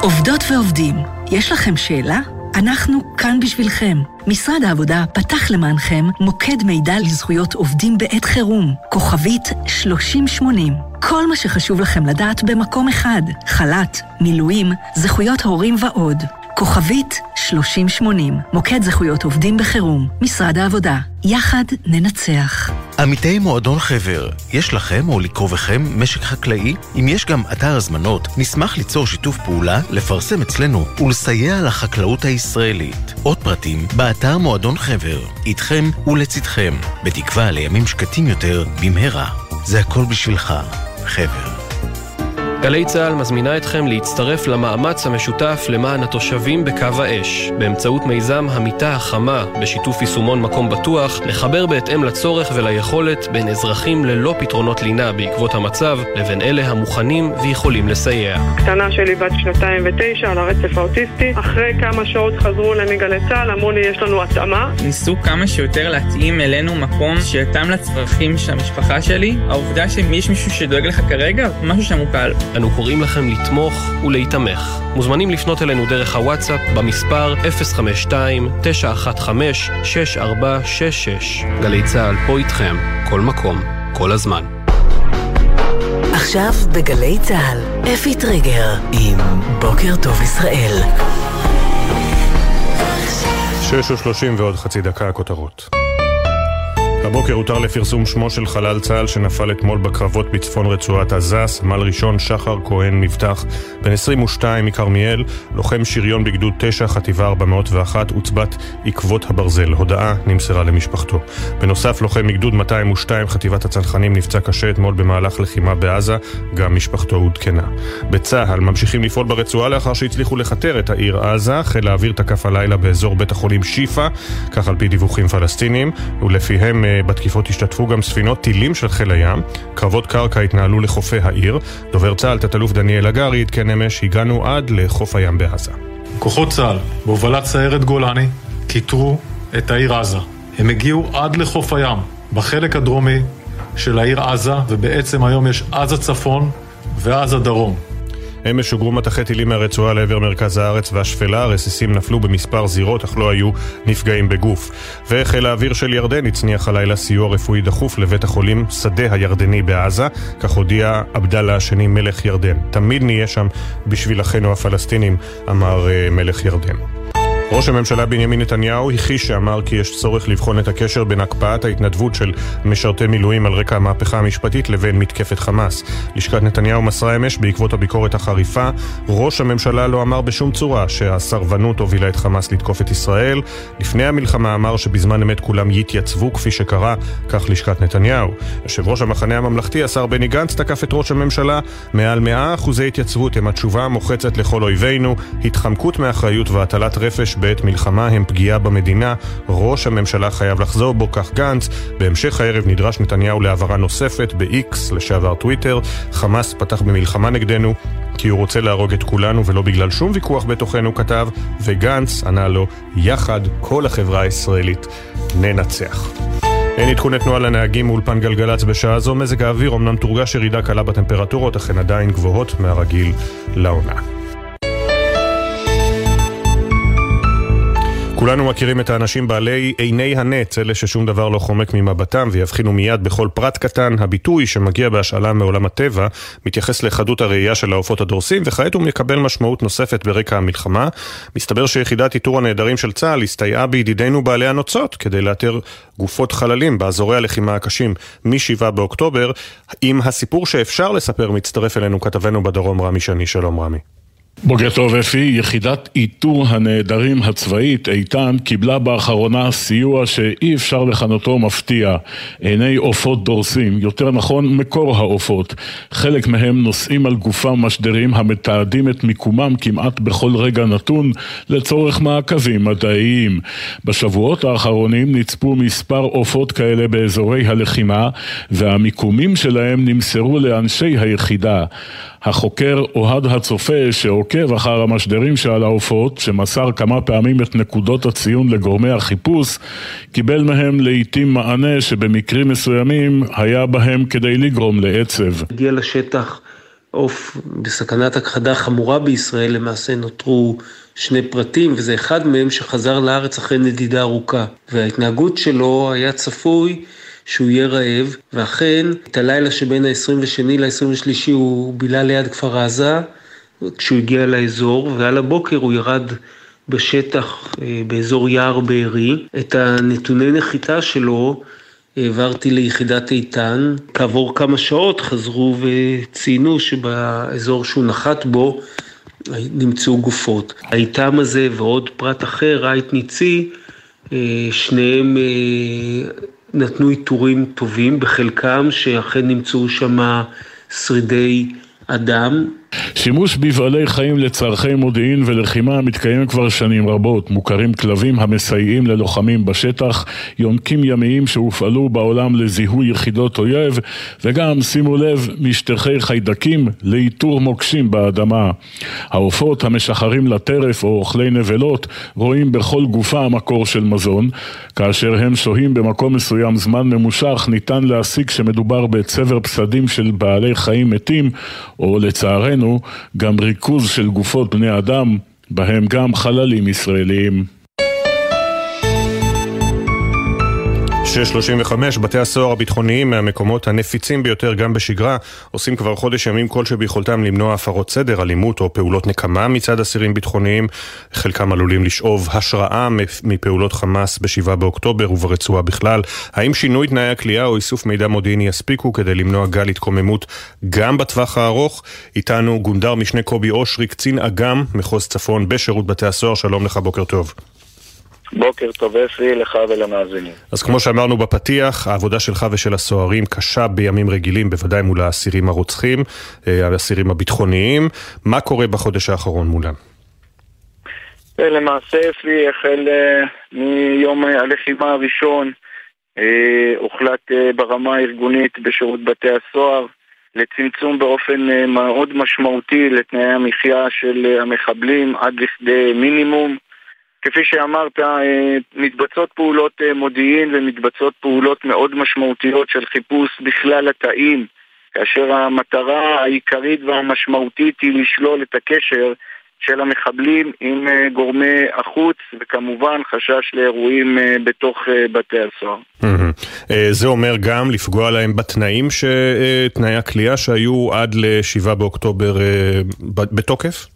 עובדות ועובדים, יש לכם שאלה? אנחנו כאן בשבילכם. משרד העבודה פתח למענכם מוקד מידע לזכויות עובדים בעת חירום, כוכבית שלושים שמונים. כל מה שחשוב לכם לדעת במקום אחד, חל"ת, מילואים, זכויות הורים ועוד. כוכבית שלושים שמונים, מוקד זכויות עובדים בחירום, משרד העבודה. יחד ננצח.
עמיתי מועדון חבר, יש לכם או לקרובכם משק חקלאי? אם יש גם אתר הזמנות, נשמח ליצור שיתוף פעולה, לפרסם אצלנו ולסייע לחקלאות הישראלית. עוד פרטים באתר מועדון חבר, איתכם ולצדכם, בתקווה לימים שקטים יותר במהרה. זה הכל בשבילך, חבר.
גלי צהל מזמינה אתכם להצטרף למאמץ המשותף למען התושבים בקו האש, באמצעות מיזם המיטה החמה, בשיתוף יישומון מקום בטוח, לחבר בהתאם לצורך וליכולת בין אזרחים ללא פתרונות לינה בעקבות המצב, לבין אלה המוכנים ויכולים לסייע.
קטנה שלי בת שנתיים ותשע על הרצף האוטיסטי, אחרי כמה שעות חזרו למגלי צהל, אמרו לי יש לנו התאמה.
ניסו כמה שיותר להתאים אלינו מקום שיתאם לצרכים של המשפחה שלי. העובדה שיש מישהו שדואג לך כרגע, משהו שמוקל.
אנו קוראים לכם לתמוך ולהתמך. מוזמנים לפנות אלינו דרך הוואטסאפ במספר אפס חמש שתיים תשע אחת חמש שש ארבע שש שש. גלי צהל פה איתכם, כל מקום, כל הזמן.
עכשיו בגלי צהל, אפי טריגר עם בוקר טוב ישראל.
שש ושלושים ועוד חצי דקה הכותרות. הבוקר הותר לפרסום שמו של חלל צה"ל שנפל אתמול בקרבות בצפון רצועת עזה, סמל ראשון שחר כהן מבטח, בן עשרים ושתיים מכרמיאל, לוחם שריון בגדוד תשע, חטיבה ארבע מאות ואחת, עוצבת עקבות הברזל. הודעה נמסרה למשפחתו. בנוסף, לוחם מגדוד מאתיים ושתיים, חטיבת הצנחנים, נפצע קשה אתמול במהלך לחימה בעזה, גם משפחתו עודכנה. בצה"ל ממשיכים לפעול ברצועה לאחר שהצליחו לחתר את העיר עזה. חיל האוויר תקף הלילה באזור בית החולים שיפה, כך על פי דיווחים פלסטינים, ולפיהם בתקיפות השתתפו גם ספינות טילים של חיל הים. קרבות קרקע התנהלו לחופי העיר. דובר צה"ל תת-אלוף דניאל הגרי עדכן אמש, הגענו עד לחוף הים בעזה.
כוחות צה"ל בהובלת סיירת גולני כיתרו את העיר עזה. הם הגיעו עד לחוף הים בחלק הדרומי של העיר עזה, ובעצם היום יש עזה צפון ועזה דרום.
אמש שוגרו מטחי טילים מהרצועה לעבר מרכז הארץ והשפלה. רסיסים נפלו במספר זירות, אך לא היו נפגעים בגוף. וחיל האוויר של ירדן הצניח הלילה סיוע רפואי דחוף לבית החולים שדה הירדני בעזה, כך הודיע עבדאללה השני מלך ירדן. תמיד נהיה שם בשביל אחינו הפלסטינים, אמר מלך ירדן. ראש הממשלה בנימין נתניהו הכחיש שאמר כי יש צורך לבחון את הקשר בין הקפאת ההתנדבות של משרתי מילואים על רקע המהפכה המשפטית לבין מתקפת חמאס. לשכת נתניהו מסרה אמש בעקבות הביקורת החריפה, ראש הממשלה לא אמר בשום צורה שהסרבנות הובילה את חמאס לתקוף את ישראל. לפני המלחמה אמר שבזמן אמת כולם יתייצבו כפי שקרה, כך לשכת נתניהו. יושב ראש המחנה הממלכתי השר בני גנץ תקף את ראש הממשלה, מעל מאה אחוזי התייצבות הם התשובה המוחצת לכל אויבינו, התחמקות מאחריות והטלת רפש בעת מלחמה הם פגיעה במדינה. ראש הממשלה חייב לחזור בו, כך גנץ. בהמשך הערב נדרש נתניהו להעברה נוספת ב-X, לשעבר טוויטר. חמאס פתח במלחמה נגדנו כי הוא רוצה להרוג את כולנו ולא בגלל שום ויכוח בתוכנו, כתב, וגנץ ענה לו, יחד כל החברה הישראלית ננצח. אין עדכוני תנועה לנהגים מאולפן גלגלץ בשעה זו. מזג האוויר אומנם תורגש ירידה קלה בטמפרטורות, אך הן עדיין גבוהות מהרגיל לעונה. כולנו מכירים את האנשים בעלי עיני הנץ, אלה ששום דבר לא חומק ממבטם ויבחינו מיד בכל פרט קטן. הביטוי שמגיע בהשאלה מעולם הטבע מתייחס לחדות הראייה של העופות הדורסים, וכעת הוא מקבל משמעות נוספת ברקע המלחמה. מסתבר שיחידת איתור הנעדרים של צה"ל הסתייעה בידידינו בעלי הנוצות כדי לאתר גופות חללים באזורי הלחימה הקשים משבעה באוקטובר. עם הסיפור שאפשר לספר מצטרף אלינו כתבנו בדרום רמי שני. שלום רמי.
בוקר טוב אפי. יחידת איתור הנעדרים הצבאית איתן קיבלה באחרונה סיוע שאי אפשר לכנותו מפתיע. עיני עופות דורסים, יותר נכון מקור העופות. חלק מהם נושאים על גופם משדרים המתעדים את מיקומם כמעט בכל רגע נתון לצורך מעקבים מדעיים. בשבועות האחרונים נצפו מספר עופות כאלה באזורי הלחימה, והמיקומים שלהם נמסרו לאנשי היחידה. החוקר אוהד הצופה שעוקב אחר המשדרים שעל העופות, שמסר כמה פעמים את נקודות הציון לגורמי החיפוש, קיבל מהם לעתים מענה שבמקרים מסוימים היה בהם כדי לגרום לעצב.
הגיע לשטח עוף בסכנת הכחדה חמורה בישראל, למעשה נותרו שני פרטים, וזה אחד מהם שחזר לארץ אחרי נדידה ארוכה. וההתנהגות שלו היה צפוי שהוא יהיה רעב, ואכן את הלילה שבין ה-עשרים ושני ל-עשרים ושלישי הוא בילה ליד כפר עזה, כשהוא הגיע לאזור, ועל הבוקר הוא ירד בשטח באזור יער בארי. את הנתוני נחיתה שלו העברתי ליחידת איתן. כעבור כמה שעות חזרו וציינו שבאזור שהוא נחת בו נמצאו גופות. האיתם הזה ועוד פרט אחר, רייט ניצי, שניהם נתנו איתורים טובים, בחלקם שאכן נמצאו שם שרידי אדם.
שימוש בבעלי חיים לצרכי מודיעין ולחימה מתקיים כבר שנים רבות. מוכרים כלבים המסייעים ללוחמים בשטח, יונקים ימיים שהופעלו בעולם לזיהוי יחידות אויב, וגם, שימו לב, משטחי חיידקים לאיתור מוקשים באדמה. העופות המשחרים לטרף או אוכלי נבלות רואים בכל גופה מקור של מזון. כאשר הם שוהים במקום מסוים זמן ממושך, ניתן להסיק שמדובר בצבר פסדים של בעלי חיים מתים, או לצערנו גם ריכוז של גופות בני אדם, בהם גם חללים ישראליים.
שש שלושים וחמש, בתי הסוהר הביטחוניים מהמקומות הנפיצים ביותר גם בשגרה עושים כבר חודש ימים כל שביכולתם למנוע הפרות סדר, אלימות או פעולות נקמה מצד אסירים ביטחוניים. חלקם עלולים לשאוב השראה מפעולות חמאס בשבעה באוקטובר וברצועה בכלל. האם שינוי תנאי הכליאה או איסוף מידע מודיעיני יספיקו כדי למנוע גל התקוממות גם בטווח הארוך? איתנו גונדר משנה קובי אושרי, קצין אג"ם מחוז צפון בשירות בתי הסוהר. שלום לך, בוקר טוב.
בוקר טוב אפי, לך ולמאזינים.
אז כמו שאמרנו בפתיח, העבודה שלך ושל הסוהרים קשה בימים רגילים, בוודאי מול האסירים הרוצחים, האסירים הביטחוניים. מה קורה בחודש האחרון מולם?
למעשה אפי, החל מיום הלחימה הראשון, הוחלט ברמה הארגונית בשירות בתי הסוהר לצמצום באופן מאוד משמעותי לתנאי המחיה של המחבלים עד לכדי מינימום. כפי שאמרת, מתבצעות פעולות מודיעין ומתבצעות פעולות מאוד משמעותיות של חיפוש בכלל התאים, כאשר המטרה העיקרית והמשמעותית היא לשלול את הקשר של המחבלים עם גורמי החוץ, וכמובן חשש לאירועים בתוך בתי הסוהר.
זה אומר גם לפגוע להם בתנאים, תנאי הכליאה שהיו עד לשבעה באוקטובר בתוקף?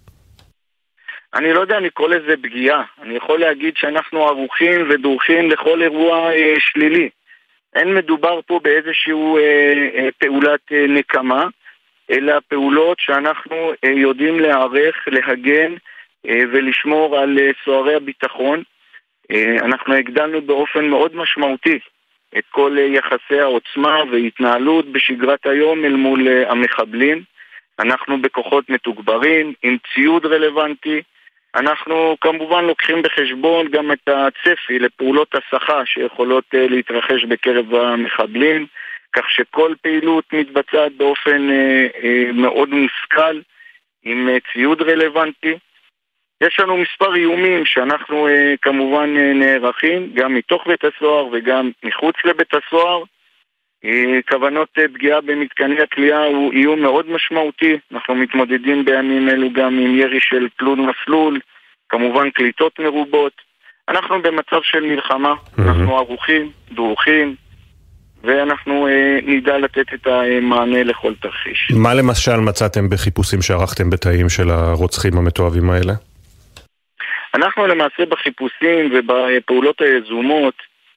אני לא יודע, אני קורא לזה פגיעה. אני יכול להגיד שאנחנו ערוכים ודורכים לכל אירוע אה, שלילי. אין מדובר פה באיזשהו אה, אה, פעולת אה, נקמה, אלא פעולות שאנחנו אה, יודעים להערך, להגן אה, ולשמור על אה, סוהרי הביטחון. אה, אנחנו הגדלנו באופן מאוד משמעותי את כל אה, יחסי העוצמה והתנהלות בשגרת היום אל מול אה, המחבלים. אנחנו בכוחות מתוגברים, עם ציוד רלוונטי. אנחנו כמובן לוקחים בחשבון גם את הצפי לפעולות הסחה שיכולות להתרחש בקרב המחבלים, כך שכל פעילות מתבצעת באופן מאוד מושכל עם ציוד רלוונטי. יש לנו מספר איומים שאנחנו כמובן נערכים גם מתוך בית הסוהר וגם מחוץ לבית הסוהר. כוונות פגיעה במתקני הכליאה הוא איום מאוד משמעותי. אנחנו מתמודדים בימים אלו גם עם ירי של תלול מסלול, כמובן קליטות מרובות. אנחנו במצב של מלחמה, אנחנו ערוכים, דרוכים, ואנחנו נדע לתת את המענה לכל תרחיש.
מה למשל מצאתם בחיפושים שערכתם בתאים של הרוצחים המתועבים האלה?
אנחנו למעשה בחיפושים ובפעולות היזומות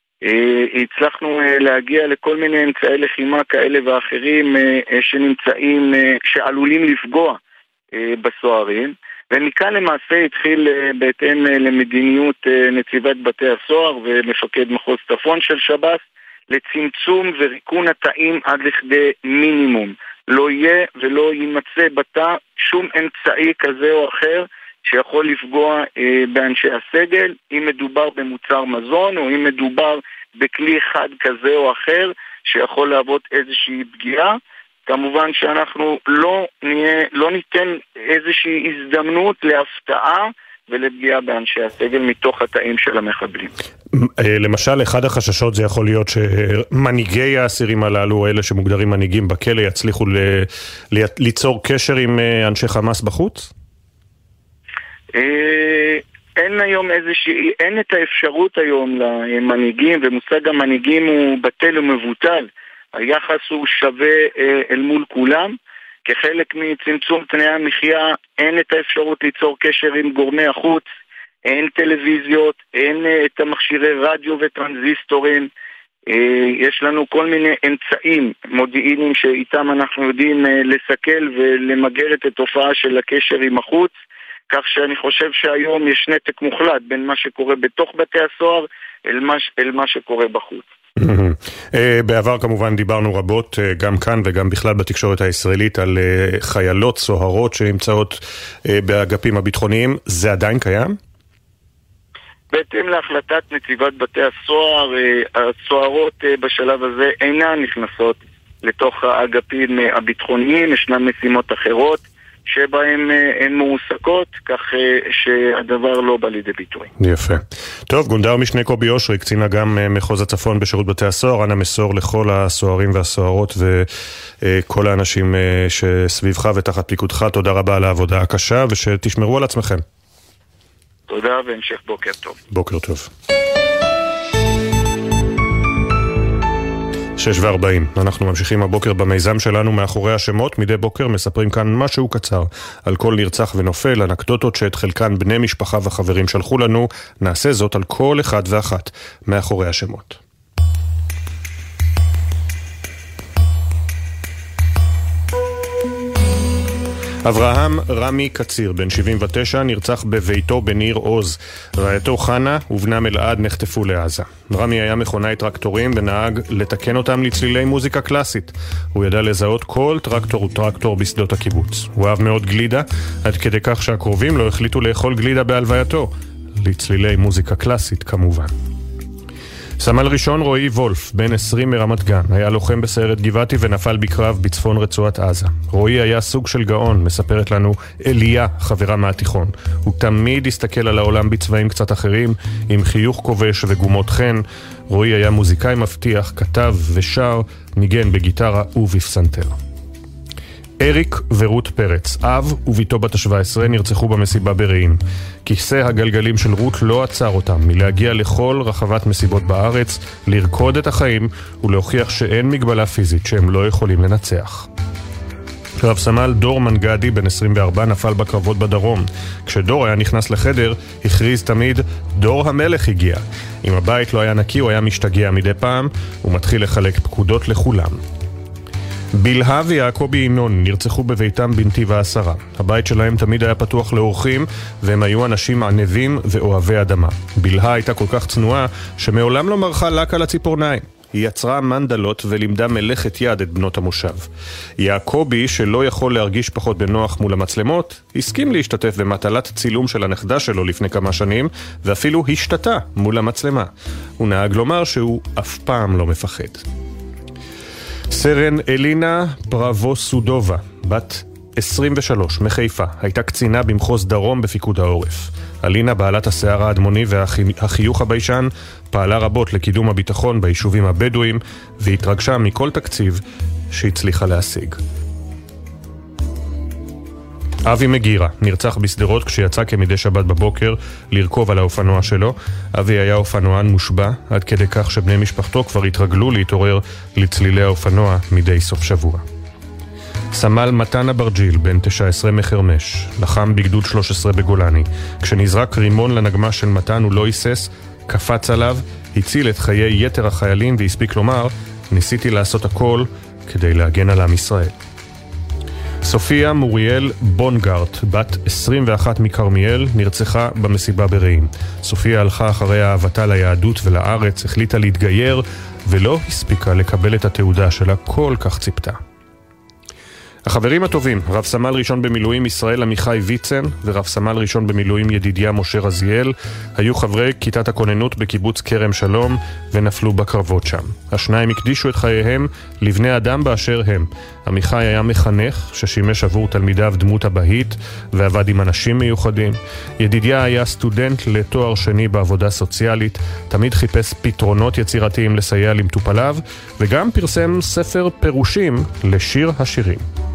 הצלחנו להגיע לכל מיני אמצעי לחימה כאלה ואחרים שנמצאים, שעלולים לפגוע בסוהרים, ומכאן למעשה התחיל בהתאם למדיניות נציבת בתי הסוהר ומפקד מחוז צפון של שב"ס לצמצום וריקון התאים עד לכדי מינימום. לא יהיה ולא יימצא בתא שום אמצעי כזה או אחר שיכול לפגוע אה, באנשי הסגל, אם מדובר במוצר מזון או אם מדובר בכלי חד כזה או אחר שיכול להוות איזושהי פגיעה. כמובן שאנחנו לא, נהיה, לא ניתן איזושהי הזדמנות להפתעה ולפגיעה באנשי הסגל מתוך התאים של המחבלים.
למשל, אחד החששות זה יכול להיות שמנהיגי האסירים הללו, אלה שמוגדרים מנהיגים בכלא, יצליחו ל... ליצור קשר עם אנשי חמאס בחוץ?
אין היום איזושהי, אין את האפשרות היום למנהיגים, ומושג המנהיגים הוא בטל ומבוטל. היחס הוא שווה אל מול כולם. כחלק מצמצום תנאי המחיה אין את האפשרות ליצור קשר עם גורמי החוץ, אין טלוויזיות, אין את המכשירי רדיו וטרנזיסטורים. יש לנו כל מיני אמצעים מודיעיניים שאיתם אנחנו יודעים לסכל ולמגר את התופעה של הקשר עם החוץ, כך שאני חושב שהיום יש נתק מוחלט בין מה שקורה בתוך בתי הסוהר אל מה, אל מה שקורה בחוץ.
בעבר כמובן דיברנו רבות גם כאן וגם בכלל בתקשורת הישראלית על חיילות סוהרות שנמצאות באגפים הביטחוניים. זה עדיין קיים?
בהתאם להחלטת נציבת בתי הסוהר, הסוהרות בשלב הזה אינן נכנסות לתוך האגפים הביטחוניים. ישנן משימות אחרות שבהם הן מועסקות, כך שהדבר לא בא לידי ביטוי.
יפה. טוב, גונדר משנה קובי אושרי, קצין אג"ם מחוז הצפון בשירות בתי הסוהר, אנא מסור לכל הסוהרים והסוהרות וכל האנשים שסביבך ותחת פיקודך, תודה רבה על העבודה הקשה, ושתשמרו על עצמכם.
תודה והמשך בוקר טוב.
בוקר טוב. שש וארבעים. אנחנו ממשיכים הבוקר במיזם שלנו מאחורי השמות. מדי בוקר מספרים כאן משהו קצר על כל נרצח ונופל, אנקדוטות שאת חלקן בני משפחה וחברים שלחו לנו. נעשה זאת על כל אחד ואחת מאחורי השמות. אברהם רמי קציר, בן שבעים ותשע, נרצח בביתו בניר עוז. רעייתו חנה ובנם אלעד נחטפו לעזה. רמי היה מכונאי טרקטורים ונהג לתקן אותם לצלילי מוזיקה קלאסית. הוא ידע לזהות כל טרקטור וטרקטור בשדות הקיבוץ. הוא אהב מאוד גלידה, עד כדי כך שהקרובים לא החליטו לאכול גלידה בהלווייתו. לצלילי מוזיקה קלאסית כמובן. סמל ראשון רועי וולף, בן עשרים מרמת גן, היה לוחם בסיירת גבעתי ונפל בקרב בצפון רצועת עזה. רועי היה סוג של גאון, מספרת לנו אליה, חברה מהתיכון. הוא תמיד הסתכל על העולם בצבעים קצת אחרים, עם חיוך כובש וגומות חן. רועי היה מוזיקאי מבטיח, כתב ושר, ניגן בגיטרה ובפסנתר. אריק ורות פרץ, אב וביתו בת ה-שבע עשרה, נרצחו במסיבה ברעים. כיסא הגלגלים של רות לא עצר אותם מלהגיע לכל רחבת מסיבות בארץ, לרקוד את החיים ולהוכיח שאין מגבלה פיזית שהם לא יכולים לנצח. רב סמל דור מנגדי בן עשרים וארבע נפל בקרבות בדרום. כשדור היה נכנס לחדר, הכריז תמיד, דור המלך הגיע. אם הבית לא היה נקי, הוא היה משתגע מדי פעם, ומתחיל לחלק פקודות לכולם. בלהה ויעקבי ינון נרצחו בביתם בנתיב העשרה. הבית שלהם תמיד היה פתוח לאורחים, והם היו אנשים ענבים ואוהבי אדמה. בלהה הייתה כל כך צנועה שמעולם לא מרחה לק על הציפורניים. היא יצרה מנדלות ולימדה מלאכת יד את בנות המושב. יעקבי, שלא יכול להרגיש פחות בנוח מול המצלמות, הסכים להשתתף במטלת צילום של הנכדה שלו לפני כמה שנים, ואפילו השתתה מול המצלמה. הוא נהג לומר שהוא אף פעם לא מפחד. סרן אלינה פרבוסודובה, בת עשרים ושלוש, מחיפה, הייתה קצינה במחוז דרום בפיקוד העורף. אלינה, בעלת השיער האדמוני והחיוך הביישן, פעלה רבות לקידום הביטחון ביישובים הבדואים, והתרגשה מכל תקציב שהצליחה להשיג. אבי מגירה נרצח בסדרות כשיצא כמדי שבת בבוקר לרכוב על האופנוע שלו. אבי היה אופנוען מושבע, עד כדי כך שבני משפחתו כבר התרגלו להתעורר לצלילי האופנוע מדי סוף שבוע. סמל מתן אברג'יל, בן תשע עשרה מחרמש, לחם בגדוד שלוש עשרה בגולני. כשנזרק רימון לנגמה של מתן הוא לא היסס, קפץ עליו, הציל את חיי יתר החיילים והספיק לומר, ניסיתי לעשות הכל כדי להגן על עם ישראל. סופיה מוריאל בונגרט, בת עשרים ואחת מקרמיאל, נרצחה במסיבה ברעים. סופיה הלכה אחרי אהבתה ליהדות ולארץ, החליטה להתגייר ולא הספיקה לקבל את התעודה שלה כל כך ציפתה. החברים הטובים, רב סמל ראשון במילואים ישראל עמיחי ויצן ורב סמל ראשון במילואים ידידיה משה רזיאל היו חברי כיתת הכוננות בקיבוץ כרם שלום ונפלו בקרבות שם. השניים הקדישו את חייהם לבני אדם באשר הם. עמיחי היה מחנך ששימש עבור תלמידיו דמות הבהית ועבד עם אנשים מיוחדים. ידידיה היה סטודנט לתואר שני בעבודה סוציאלית, תמיד חיפש פתרונות יצירתיים לסייע למטופליו וגם פרסם ספר פירושים לשיר השירים.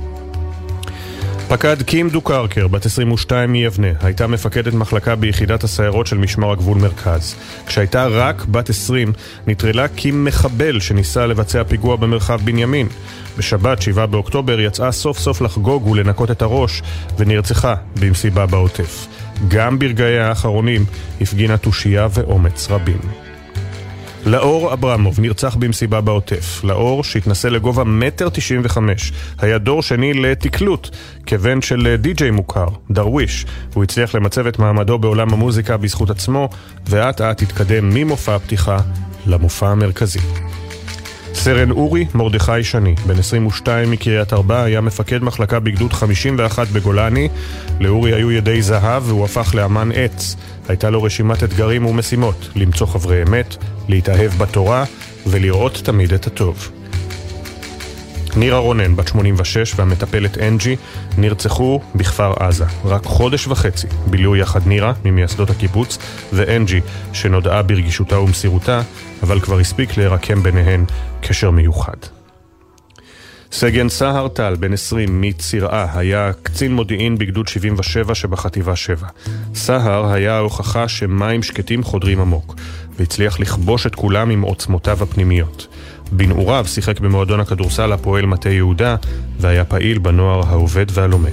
פקד קים דוקרקר, בת עשרים ושתיים מיבנה, הייתה מפקדת מחלקה ביחידת הסיירות של משמר הגבול מרכז. כשהייתה רק בת עשרים, נטרלה קים מחבל שניסה לבצע פיגוע במרחב בנימין. בשבת, שבעה באוקטובר, יצאה סוף סוף לחגוג ולנקות את הראש, ונרצחה במסיבה בעוטף. גם ברגעי האחרונים הפגינה תושייה ואומץ רבים. לאור אברמוב נרצח במסיבה בעוטף. לאור, שהתנסה לגובה מטר תשעים וחמש, היה דור שני לתקלות, כבן של די-ג'יי מוכר, דרוויש. הוא הצליח למצב את מעמדו בעולם המוזיקה בזכות עצמו, ואת את התקדם ממופע הפתיחה למופע המרכזי. סרן אורי מרדכי שני, בן עשרים ושתיים מקריית ארבע, היה מפקד מחלקה בגדוד חמישים ואחת בגולני. לאורי היו ידי זהב והוא הפך לאמן עץ. הייתה לו רשימת אתגרים ומשימות, למצוא חברי אמת, להתאהב בתורה ולראות תמיד את הטוב. נירה רונן, בת שמונים ושש, והמטפלת אנג'י נרצחו בכפר עזה. רק חודש וחצי בילו יחד נירה, ממייסדות הקיבוץ, ואנג'י, שנודעה ברגישותה ומסירותה, אבל כבר הספיק להירקם ביניהן קשר מיוחד. סגן סהר טל, בן עשרים, מצירעה, היה קצין מודיעין בגדוד שבעים ושבע שבחטיבה שבע. סהר היה ההוכחה שמים שקטים חודרים עמוק, והצליח לכבוש את כולם עם עוצמותיו הפנימיות. בנעוריו שיחק במועדון הכדורסל הפועל מטה יהודה, והיה פעיל בנוער העובד והלומד.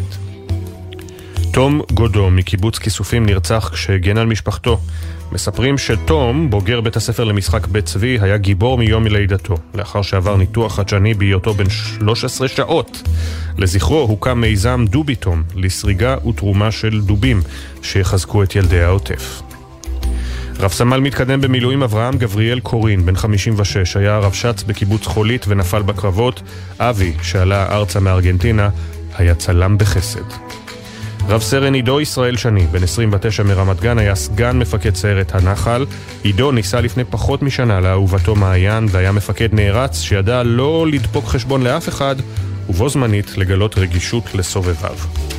תום גודו מקיבוץ כיסופים נרצח כשהגן על משפחתו. מספרים שתום, בוגר בית הספר למשחק בית צבי, היה גיבור מיום מלידתו, לאחר שעבר ניתוח חדשני בהיותו בן שלוש עשרה שעות. לזכרו הוקם מיזם דוביתום, לסריגה ותרומה של דובים, שיחזקו את ילדי העוטף. רב סמל מתקדם במילואים אברהם גבריאל קורין, בן חמישים ושש, היה רב שץ בקיבוץ חולית ונפל בקרבות. אבי, שעלה ארצה מארגנטינה, היה צלם בחסד. רב סרן עידו ישראל שני, בן עשרים ותשע מרמת גן, היה סגן מפקד סיירת הנחל. עידו ניסה לפני פחות משנה לאהובתו מעיין, והיה מפקד נערץ שידע לא לדפוק חשבון לאף אחד, ובו זמנית לגלות רגישות לסובביו.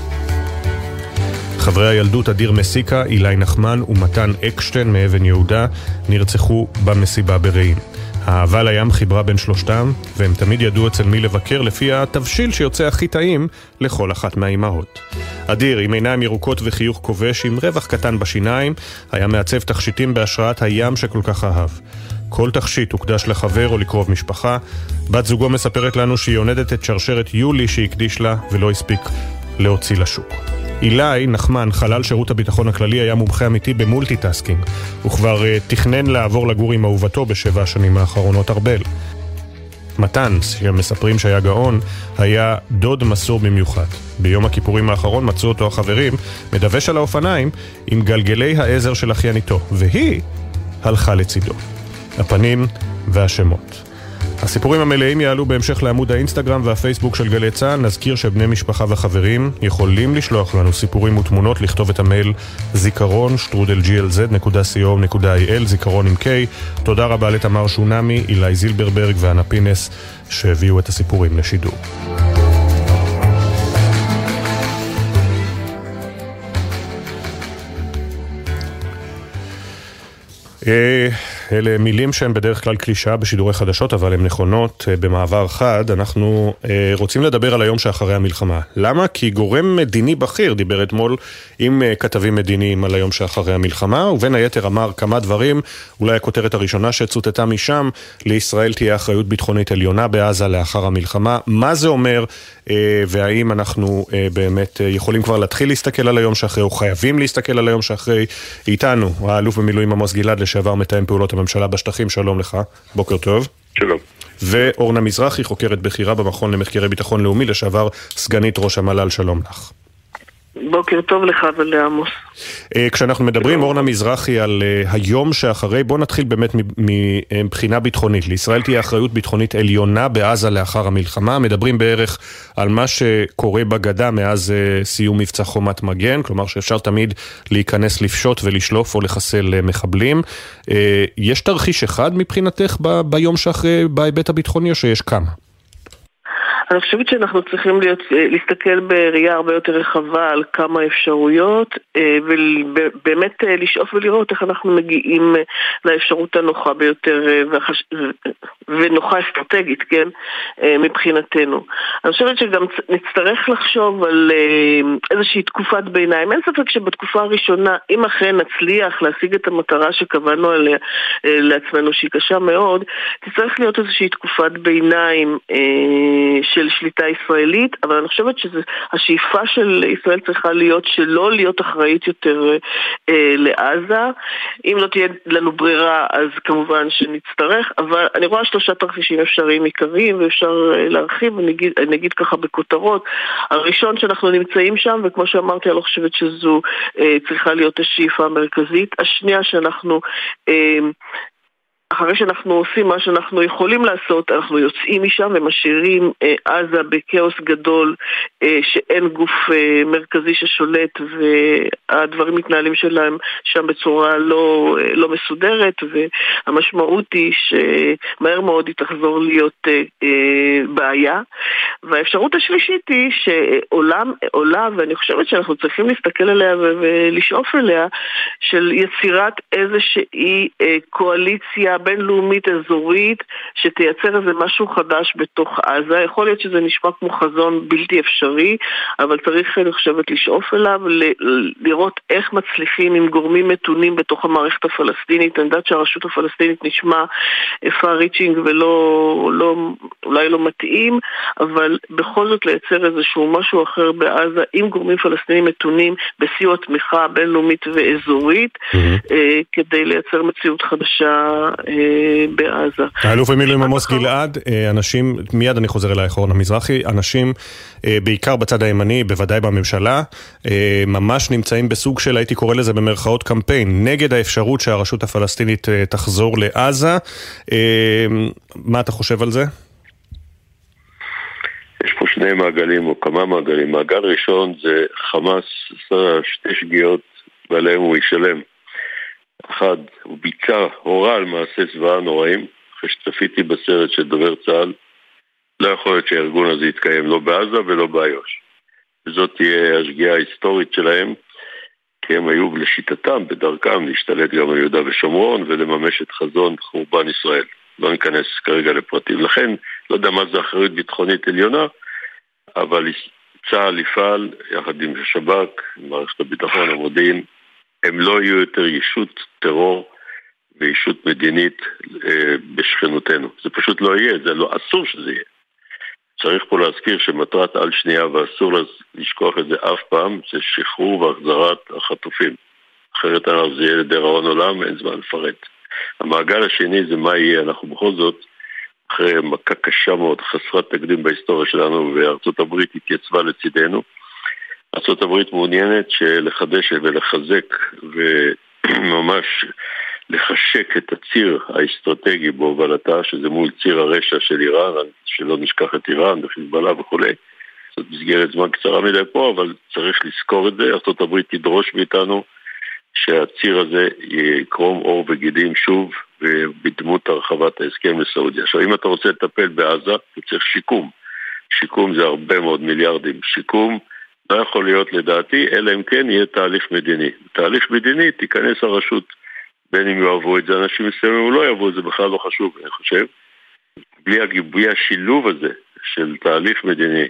חברי הילדות אדיר מסיקה, אילי נחמן ומתן אקשטיין מאבן יהודה נרצחו במסיבה ברעים. האהבה לים חיברה בין שלושתם, והם תמיד ידעו אצל מי לבקר לפי התבשיל שיוצא הכי טעים לכל אחת מהאימהות. אדיר, עם עיניים ירוקות וחיוך כובש עם רווח קטן בשיניים, היה מעצב תכשיטים בהשראת הים שכל כך אהב. כל תכשיט הוקדש לחבר או לקרוב משפחה. בת זוגו מספרת לנו שהיא עונדת את שרשרת יולי שהקדיש לה ולא הספיק להוציא לשוק. אילי נחמן, חלל שירות הביטחון הכללי, היה מומחה אמיתי במולטיטאסקינג. הוא כבר uh, תכנן לעבור לגור עם אהובתו בשבע השנים האחרונות ארבל. מתן, שמספרים שהיה גאון, היה דוד מסור במיוחד. ביום הכיפורים האחרון מצאו אותו החברים מדווש על האופניים עם גלגלי העזר של אחייניתו, והיא הלכה לצידו. הפנים והשמות. הסיפורים המלאים יעלו בהמשך לעמוד האינסטגרם והפייסבוק של גלי צה"ל. נזכיר שבני משפחה וחברים יכולים לשלוח לנו סיפורים ותמונות, לכתוב את המייל זיכרון שטרודל ג'י אל זד נקודה סי או נקודה איי אל, זיכרון עם K. תודה רבה לתמר שונמי, אילי זילברברג ואנה פינס שהביאו את הסיפורים לשידור. אלה מילים שהן בדרך כלל קלישה בשידורי חדשות, אבל הן נכונות במעבר חד. אנחנו רוצים לדבר על היום שאחרי המלחמה. למה? כי גורם מדיני בכיר דיבר אתמול עם כתבים מדיניים על היום שאחרי המלחמה, ובין היתר אמר כמה דברים. אולי הכותרת הראשונה שצוטטה משם: לישראל תהיה אחריות ביטחונית עליונה בעזה לאחר המלחמה. מה זה אומר, והאם אנחנו באמת יכולים כבר להתחיל להסתכל על היום שאחרי, או חייבים להסתכל על היום שאחרי? איתנו האלוף במילואים עמוס גלעד, לשעבר מתאם פעולות הממשלה בשטחים. שלום לך, בוקר טוב.
שלום.
ואורנה מזרחי, חוקרת בכירה במכון למחקרי ביטחון לאומי, לשעבר סגנית ראש המל"ל. שלום לך.
בוקר טוב לך ולעמוס.
כשאנחנו מדברים, אורנה מזרחי, על היום שאחרי, בוא נתחיל באמת מבחינה ביטחונית. לישראל תהיה אחריות ביטחונית עליונה בעזה לאחר המלחמה. מדברים בערך על מה שקורה בגדה מאז סיום מבצע חומת מגן, כלומר שאפשר תמיד להיכנס לפשוט ולשלוף או לחסל מחבלים. יש תרחיש אחד מבחינתך ביום שאחרי בהיבט הביטחוני או שיש כמה?
אני חושבת שאנחנו צריכים להיות, להסתכל בראייה הרבה יותר רחבה על כמה אפשרויות ובאמת לשאוף ולראות איך אנחנו מגיעים לאפשרות הנוחה ביותר ונוחה אסטרטגית, כן, מבחינתנו. אני חושבת שגם נצטרך לחשוב על איזושהי תקופת ביניים. אין ספק שבתקופה הראשונה, אם אכן נצליח להשיג את המטרה שקבענו עליה לעצמנו שהיא קשה מאוד, תצטרך להיות איזושהי תקופת ביניים של שליטה ישראלית, אבל אני חושבת שהשאיפה של ישראל צריכה להיות שלא להיות אחראית יותר אה, לעזה. אם לא תהיה לנו ברירה, אז כמובן שנצטרך, אבל אני רואה שלושה תרחישים אפשריים עיקריים, ואפשר אה, להרחיב, אני אגיד, אני אגיד ככה בכותרות. הראשון שאנחנו נמצאים שם, וכמו שאמרתי, אני לא חושבת שזו אה, צריכה להיות השאיפה המרכזית. השנייה שאנחנו... אה, אחרי שאנחנו עושים מה שאנחנו יכולים לעשות, אנחנו יוצאים משם ומשאירים אה, עזה בכאוס גדול, אה, שאין גוף אה, מרכזי ששולט, והדברים מתנהלים שלהם שם בצורה לא, אה, לא מסודרת, והמשמעות היא שמהר מאוד היא תחזור להיות אה, אה, בעיה. והאפשרות השלישית היא שעולם, עולה, ואני חושבת שאנחנו צריכים להסתכל עליה ולשאוף אליה, של יצירת איזושהי אה, קואליציה בינלאומית אזורית שתייצר איזה משהו חדש בתוך עזה. יכול להיות שזה נשמע כמו חזון בלתי אפשרי, אבל צריך, אני חושבת, לשאוף אליו, ל- לראות איך מצליחים עם גורמים מתונים בתוך המערכת הפלסטינית. אני יודעת שהרשות הפלסטינית נשמע far reaching ולא, לא, אולי לא מתאים, אבל בכל זאת לייצר איזשהו משהו אחר בעזה עם גורמים פלסטינים מתונים בסיוע תמיכה בינלאומית ואזורית, mm-hmm. אה, כדי לייצר מציאות חדשה בעזה.
האלוף במילואים עמוס גלעד, אנשים, מיד אני חוזר אלייך אורנה מזרחי, אנשים בעיקר בצד הימני, בוודאי בממשלה, ממש נמצאים בסוג של, הייתי קורא לזה במרכאות קמפיין, נגד האפשרות שהרשות הפלסטינית תחזור לעזה. מה אתה חושב על זה?
יש פה שני מעגלים או כמה מעגלים. מעגל ראשון זה חמאס עשה שתי שגיאות ועליהם הוא ישלם. אחד, הוא ביצע, הורה על מעשה זוועה נוראים, אחרי שצפיתי בסרט של דובר צה"ל, לא יכול להיות שהארגון הזה יתקיים לא בעזה ולא באיו"ש. וזאת תהיה השגיאה ההיסטורית שלהם, כי הם היו לשיטתם, בדרכם, להשתלט גם על יהודה ושומרון ולממש את חזון חורבן ישראל. לא ניכנס כרגע לפרטים. לכן, לא יודע מה זה אחריות ביטחונית עליונה, אבל צה"ל יפעל יחד עם השב"כ, מערכת הביטחון, המודיעין, הם לא יהיו יותר ישות טרור וישות מדינית אה, בשכנותנו. זה פשוט לא יהיה, זה לא, אסור שזה יהיה. צריך פה להזכיר שמטרת על שנייה, ואסור לשכוח את זה אף פעם, זה שחרור והחזרת החטופים. אחרת אנחנו זה יהיה לדיראון עולם, אין זמן לפרט. המעגל השני זה מה יהיה, אנחנו בכל זאת, אחרי מכה קשה מאוד, חסרת תקדים בהיסטוריה שלנו, וארצות הברית התייצבה לצידנו, ארצות הברית מעוניינת לחדש ולחזק וממש לחשק את הציר האסטרטגי בהובלתה, שזה מול ציר הרשע של איראן, שלא נשכח את איראן וחיזבאללה וכו'. זאת מסגרת זמן קצרה מדי פה, אבל צריך לזכור את זה. ארצות הברית תדרוש מאיתנו שהציר הזה יקרום אור וגידים שוב בדמות הרחבת ההסכם לסעודיה. עכשיו, אם אתה רוצה לטפל בעזה, אתה צריך שיקום. שיקום זה הרבה מאוד מיליארדים. שיקום לא יכול להיות לדעתי, אלא אם כן יהיה תהליך מדיני. תהליך מדיני תיכנס הרשות, בין אם יאהבו את זה אנשים מסוימים או לא יאהבו את זה, בכלל לא חשוב, אני חושב. בלי הגיבוי השילוב הזה של תהליך מדיני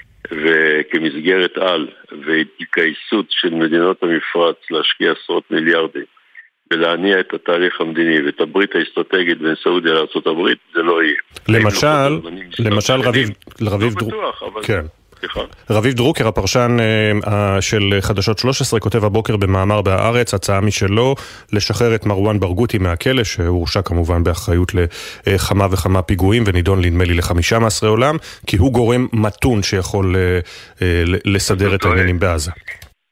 וכמסגרת על והתגייסות של מדינות המפרץ להשקיע עשרות מיליארדים ולהניע את התהליך המדיני ואת הברית האסטרטגית בין סעודיה לארצות הברית, זה לא יהיה.
למשל, למשל רביב, רביב דרוק, כן. רביב דרוקר, הפרשן של חדשות שלוש עשרה, כותב הבוקר במאמר בהארץ, הצעה משלו לשחרר את מרואן ברגותי מהכלא, שהורשע כמובן באחריות לכמה וכמה פיגועים, ונידון נדמה לי לחמישה מאסרי עולם, כי הוא גורם מתון שיכול לסדר את העניינים בעזה.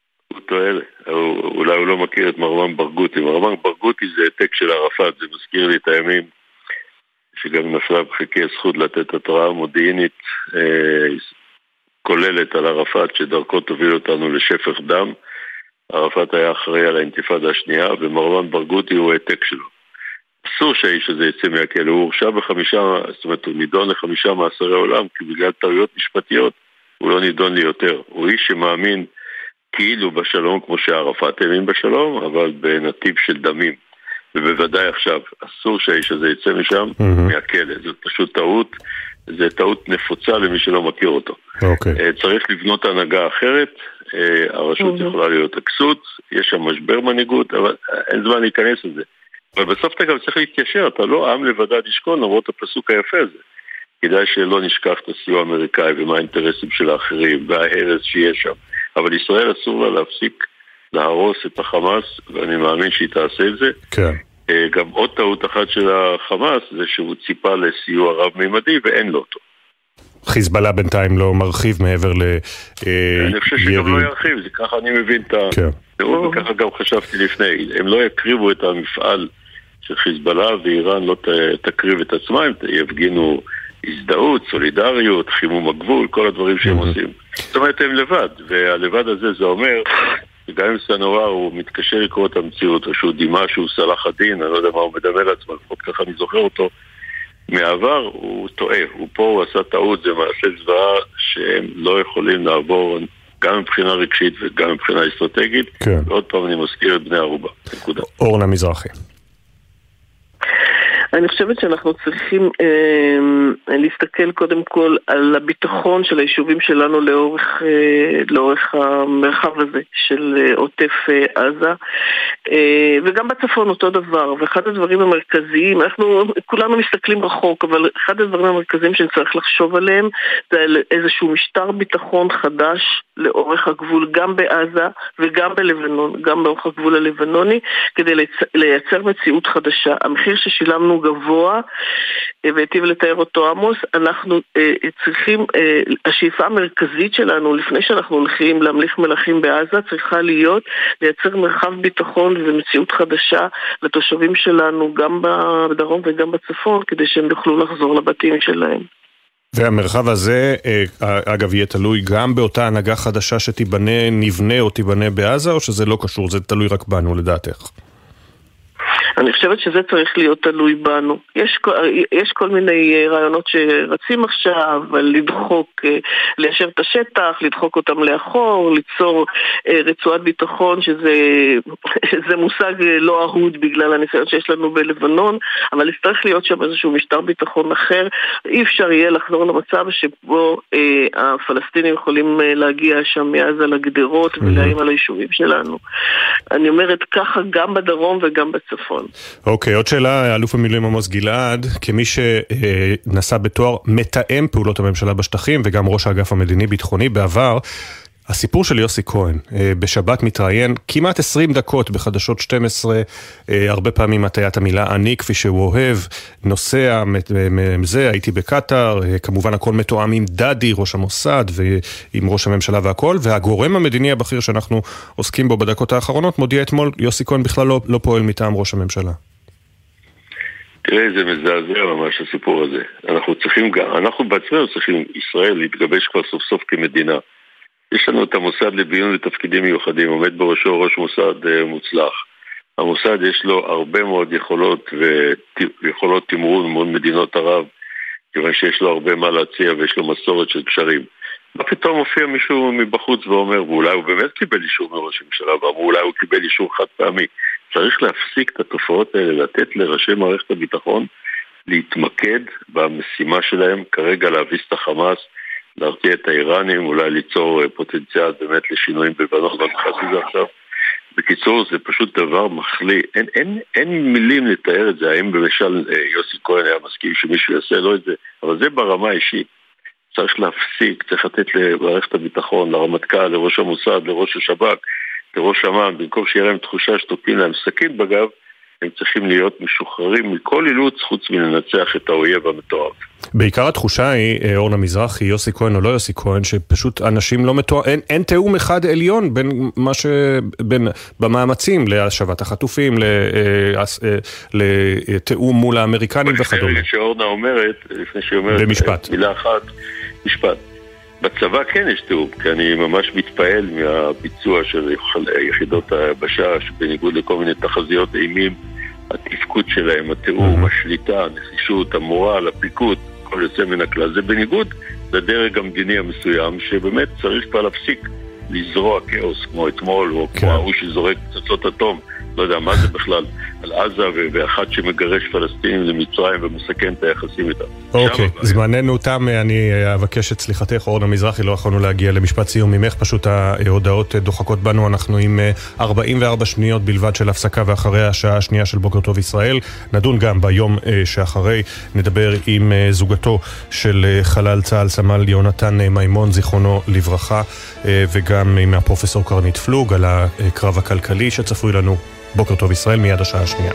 טועה, אולי הוא לא מכיר את מרואן ברגותי. מרואן ברגותי זה העתק של ערפאת, זה מזכיר לי את הימים שגם נפלה בחיקי הזכות לתת התראה מודיעינית אה, כוללת על ערפאת, שדרכו תוביל אותנו לשפך דם. ערפאת היה אחראי על האינתיפאדה השנייה, ומרואן ברגותי הוא העתק שלו. אסור שהאיש הזה יצא מהכלא, הוא הורשע בחמישה, זאת אומרת, הוא נידון לחמישה מאסרי עולם, כי בגלל טעויות משפטיות הוא לא נידון לי יותר. הוא איש שמאמין כאילו בשלום, כמו שערפאת האמין בשלום, אבל בנתיב של דמים. ובוודאי עכשיו, אסור שהאיש הזה יצא משם, mm-hmm. מהכלא. זאת פשוט טעות, זו טעות נפוצה למי שלא מכיר אותו. Okay. צריך לבנות הנהגה אחרת, הרשות mm-hmm. יכולה להיות הכסות, יש שם משבר מנהיגות, אבל אין זמן להיכנס לזה. אבל בסוף אתה גם צריך להתיישר, אתה לא עם לבדד ישכון, למרות הפסוק היפה הזה. כדאי שלא נשכח את הסיוע האמריקאי ומה האינטרסים של האחרים וההרס שיש שם. אבל ישראל אסור לה להפסיק להרוס את החמאס, ואני מאמין שהיא תעשה את זה. כן. גם עוד טעות אחת של החמאס זה שהוא ציפה לסיוע רב-מימדי ואין לו אותו.
חיזבאללה בינתיים לא מרחיב מעבר ל...
אני חושב שגם לא ירחיב, זה ככה אני מבין את ה... וככה גם חשבתי לפני. הם לא יקריבו את המפעל של חיזבאללה, ואיראן לא תקריב את עצמה, הם יפגינו הזדהות, סולידריות, חימום הגבול, כל הדברים שהם עושים. זאת אומרת, הם לבד, והלבד הזה זה אומר, שגם אם סנואר הוא מתקשה לקרוא את המציאות, או שהוא דימה שהוא סלח הדין, אני לא יודע מה הוא מדמה לעצמו, לפחות ככה אני זוכר אותו, מעבר הוא טועה, הוא פה הוא עשה טעות, זה מעשה זוועה שהם לא יכולים לעבור גם מבחינה רגשית וגם מבחינה אסטרטגית. כן. ועוד פעם אני מזכיר את בני ערובה. נקודה.
אורנה מזרחי.
אני חושבת שאנחנו צריכים אה, להסתכל קודם כל על הביטחון של היישובים שלנו לאורך, אה, לאורך המרחב הזה של אה, עוטף אה, עזה, אה, וגם בצפון אותו דבר. ואחד הדברים המרכזיים, אנחנו כולנו מסתכלים רחוק, אבל אחד הדברים המרכזיים שצריך לחשוב עליהם זה על איזשהו משטר ביטחון חדש לאורך הגבול, גם בעזה וגם בלבנון, גם באורך הגבול הלבנוני, כדי לייצר מציאות חדשה. המחיר ששילמנו גבוה, והיטיב לתאר אותו עמוס, אנחנו אה, צריכים, אה, השאיפה המרכזית שלנו, לפני שאנחנו הולכים להמליך מלכים בעזה, צריכה להיות לייצר מרחב ביטחון ומציאות חדשה לתושבים שלנו, גם בדרום וגם בצפון, כדי שהם יוכלו לחזור לבתים שלהם.
והמרחב הזה, אגב, יהיה תלוי גם באותה הנהגה חדשה שתיבנה, נבנה או תיבנה בעזה, או שזה לא קשור, זה תלוי רק בנו לדעתך?
אני חושבת שזה צריך להיות תלוי בנו. יש, יש כל מיני רעיונות שרצים עכשיו, אבל לדחוק, ליישר את השטח, לדחוק אותם לאחור, ליצור רצועת ביטחון, שזה זה מושג לא אהוד בגלל הניסיון שיש לנו בלבנון, אבל צריך להיות שם איזשהו משטר ביטחון אחר. אי אפשר יהיה לחזור למצב שבו אה, הפלסטינים יכולים להגיע שם מעזה לגדרות ולהיים על היישובים שלנו. אני אומרת ככה גם בדרום וגם בצפון.
אוקיי, עוד שאלה, אלוף המילואים עמוס גלעד, כמי שנסע בתואר מתאם פעולות הממשלה בשטחים, וגם ראש האגף המדיני-ביטחוני בעבר, הסיפור של יוסי כהן, בשבת מתראיין כמעט עשרים דקות בחדשות שתים עשרה, הרבה פעמים מטעיית המילה אני, כפי שהוא אוהב, נוסע מזה, הייתי בקטר, כמובן הכל מתואם עם דדי, ראש המוסד, ועם ראש הממשלה והכל, והגורם המדיני הבכיר שאנחנו עוסקים בו בדקות האחרונות, מודיע אתמול, יוסי כהן בכלל לא, לא פועל מטעם ראש הממשלה.
תראה, זה מזעזע ממש הסיפור הזה. אנחנו צריכים גם, אנחנו בעצמנו צריכים ישראל להתגבש כבר סוף סוף כמדינה. יש לנו את המוסד לביון לתפקידים מיוחדים, עומד בראשו ראש מוסד uh, מוצלח. המוסד יש לו הרבה מאוד יכולות ויכולות תמרון מול מדינות ערב, כיוון שיש לו הרבה מה להציע ויש לו מסורת של קשרים. מה פתאום מופיע מישהו מבחוץ ואומר, ואולי הוא באמת קיבל אישור מראש הממשלה, ואולי הוא קיבל אישור חד פעמי. צריך להפסיק את התופעות האלה, לתת לראשי מערכת הביטחון להתמקד במשימה שלהם, כרגע להביס את החמאס, להרתיע את האיראנים, אולי ליצור פוטנציאל באמת לשינויים בבנות, אבל נכנס לזה עכשיו. בקיצור, זה פשוט דבר מחליא. אין, אין, אין מילים לתאר את זה, האם במשל יוסי כהן היה מסכים שמישהו יעשה לו את זה, אבל זה ברמה האישית. צריך להפסיק, צריך לתת למערכת הביטחון, לרמטכ"ל, לראש המוסד, לראש השב"כ, לראש אמ"ן, במקום שיהיה להם תחושה שתוקעים להם סכין בגב, הם צריכים להיות משוחררים מכל אילוץ חוץ מלנצח את האויב המתועב.
בעיקר התחושה היא, אורנה מזרחי, יוסי כהן או לא יוסי כהן, שפשוט אנשים לא מתואר, אין, אין תאום אחד עליון בין מה ש... בין, במאמצים להשבת החטופים, לתאום מול האמריקנים וכדומה.
שאורנה אומרת, לפני שהיא אומרת,
במשפט.
מילה אחת, משפט. בצבא כן יש תאום, כי אני ממש מתפעל מהביצוע של יחידות היבשה, שבניגוד לכל מיני תחזיות אימים, התפקוד שלהם, התיאום, mm-hmm. השליטה, הנחישות, המורל, הפיקוד, כל יוצא מן הכלל. זה בניגוד לדרג המדיני המסוים, שבאמת צריך כבר להפסיק לזרוע כאוס, כמו אתמול, או כן. כמו ההוא שזורק פצצות אטום. לא יודע מה זה בכלל, על עזה ואחד שמגרש פלסטינים למצרים ומסכן את היחסים איתם.
אוקיי, זמננו תם, אני אבקש את סליחתך, אורנה מזרחי, לא יכולנו להגיע למשפט סיום ממך, פשוט ההודעות דוחקות בנו, אנחנו עם ארבעים וארבע שניות בלבד של הפסקה ואחרי השעה השנייה של בוקר טוב ישראל, נדון גם ביום שאחרי, נדבר עם זוגתו של חלל צה"ל סמל יונתן מימון, זיכרונו לברכה, וגם עם הפרופסור קרנית פלוג על הקרב הכלכלי שצפוי לנו. בוקר טוב ישראל, מיד השעה השנייה.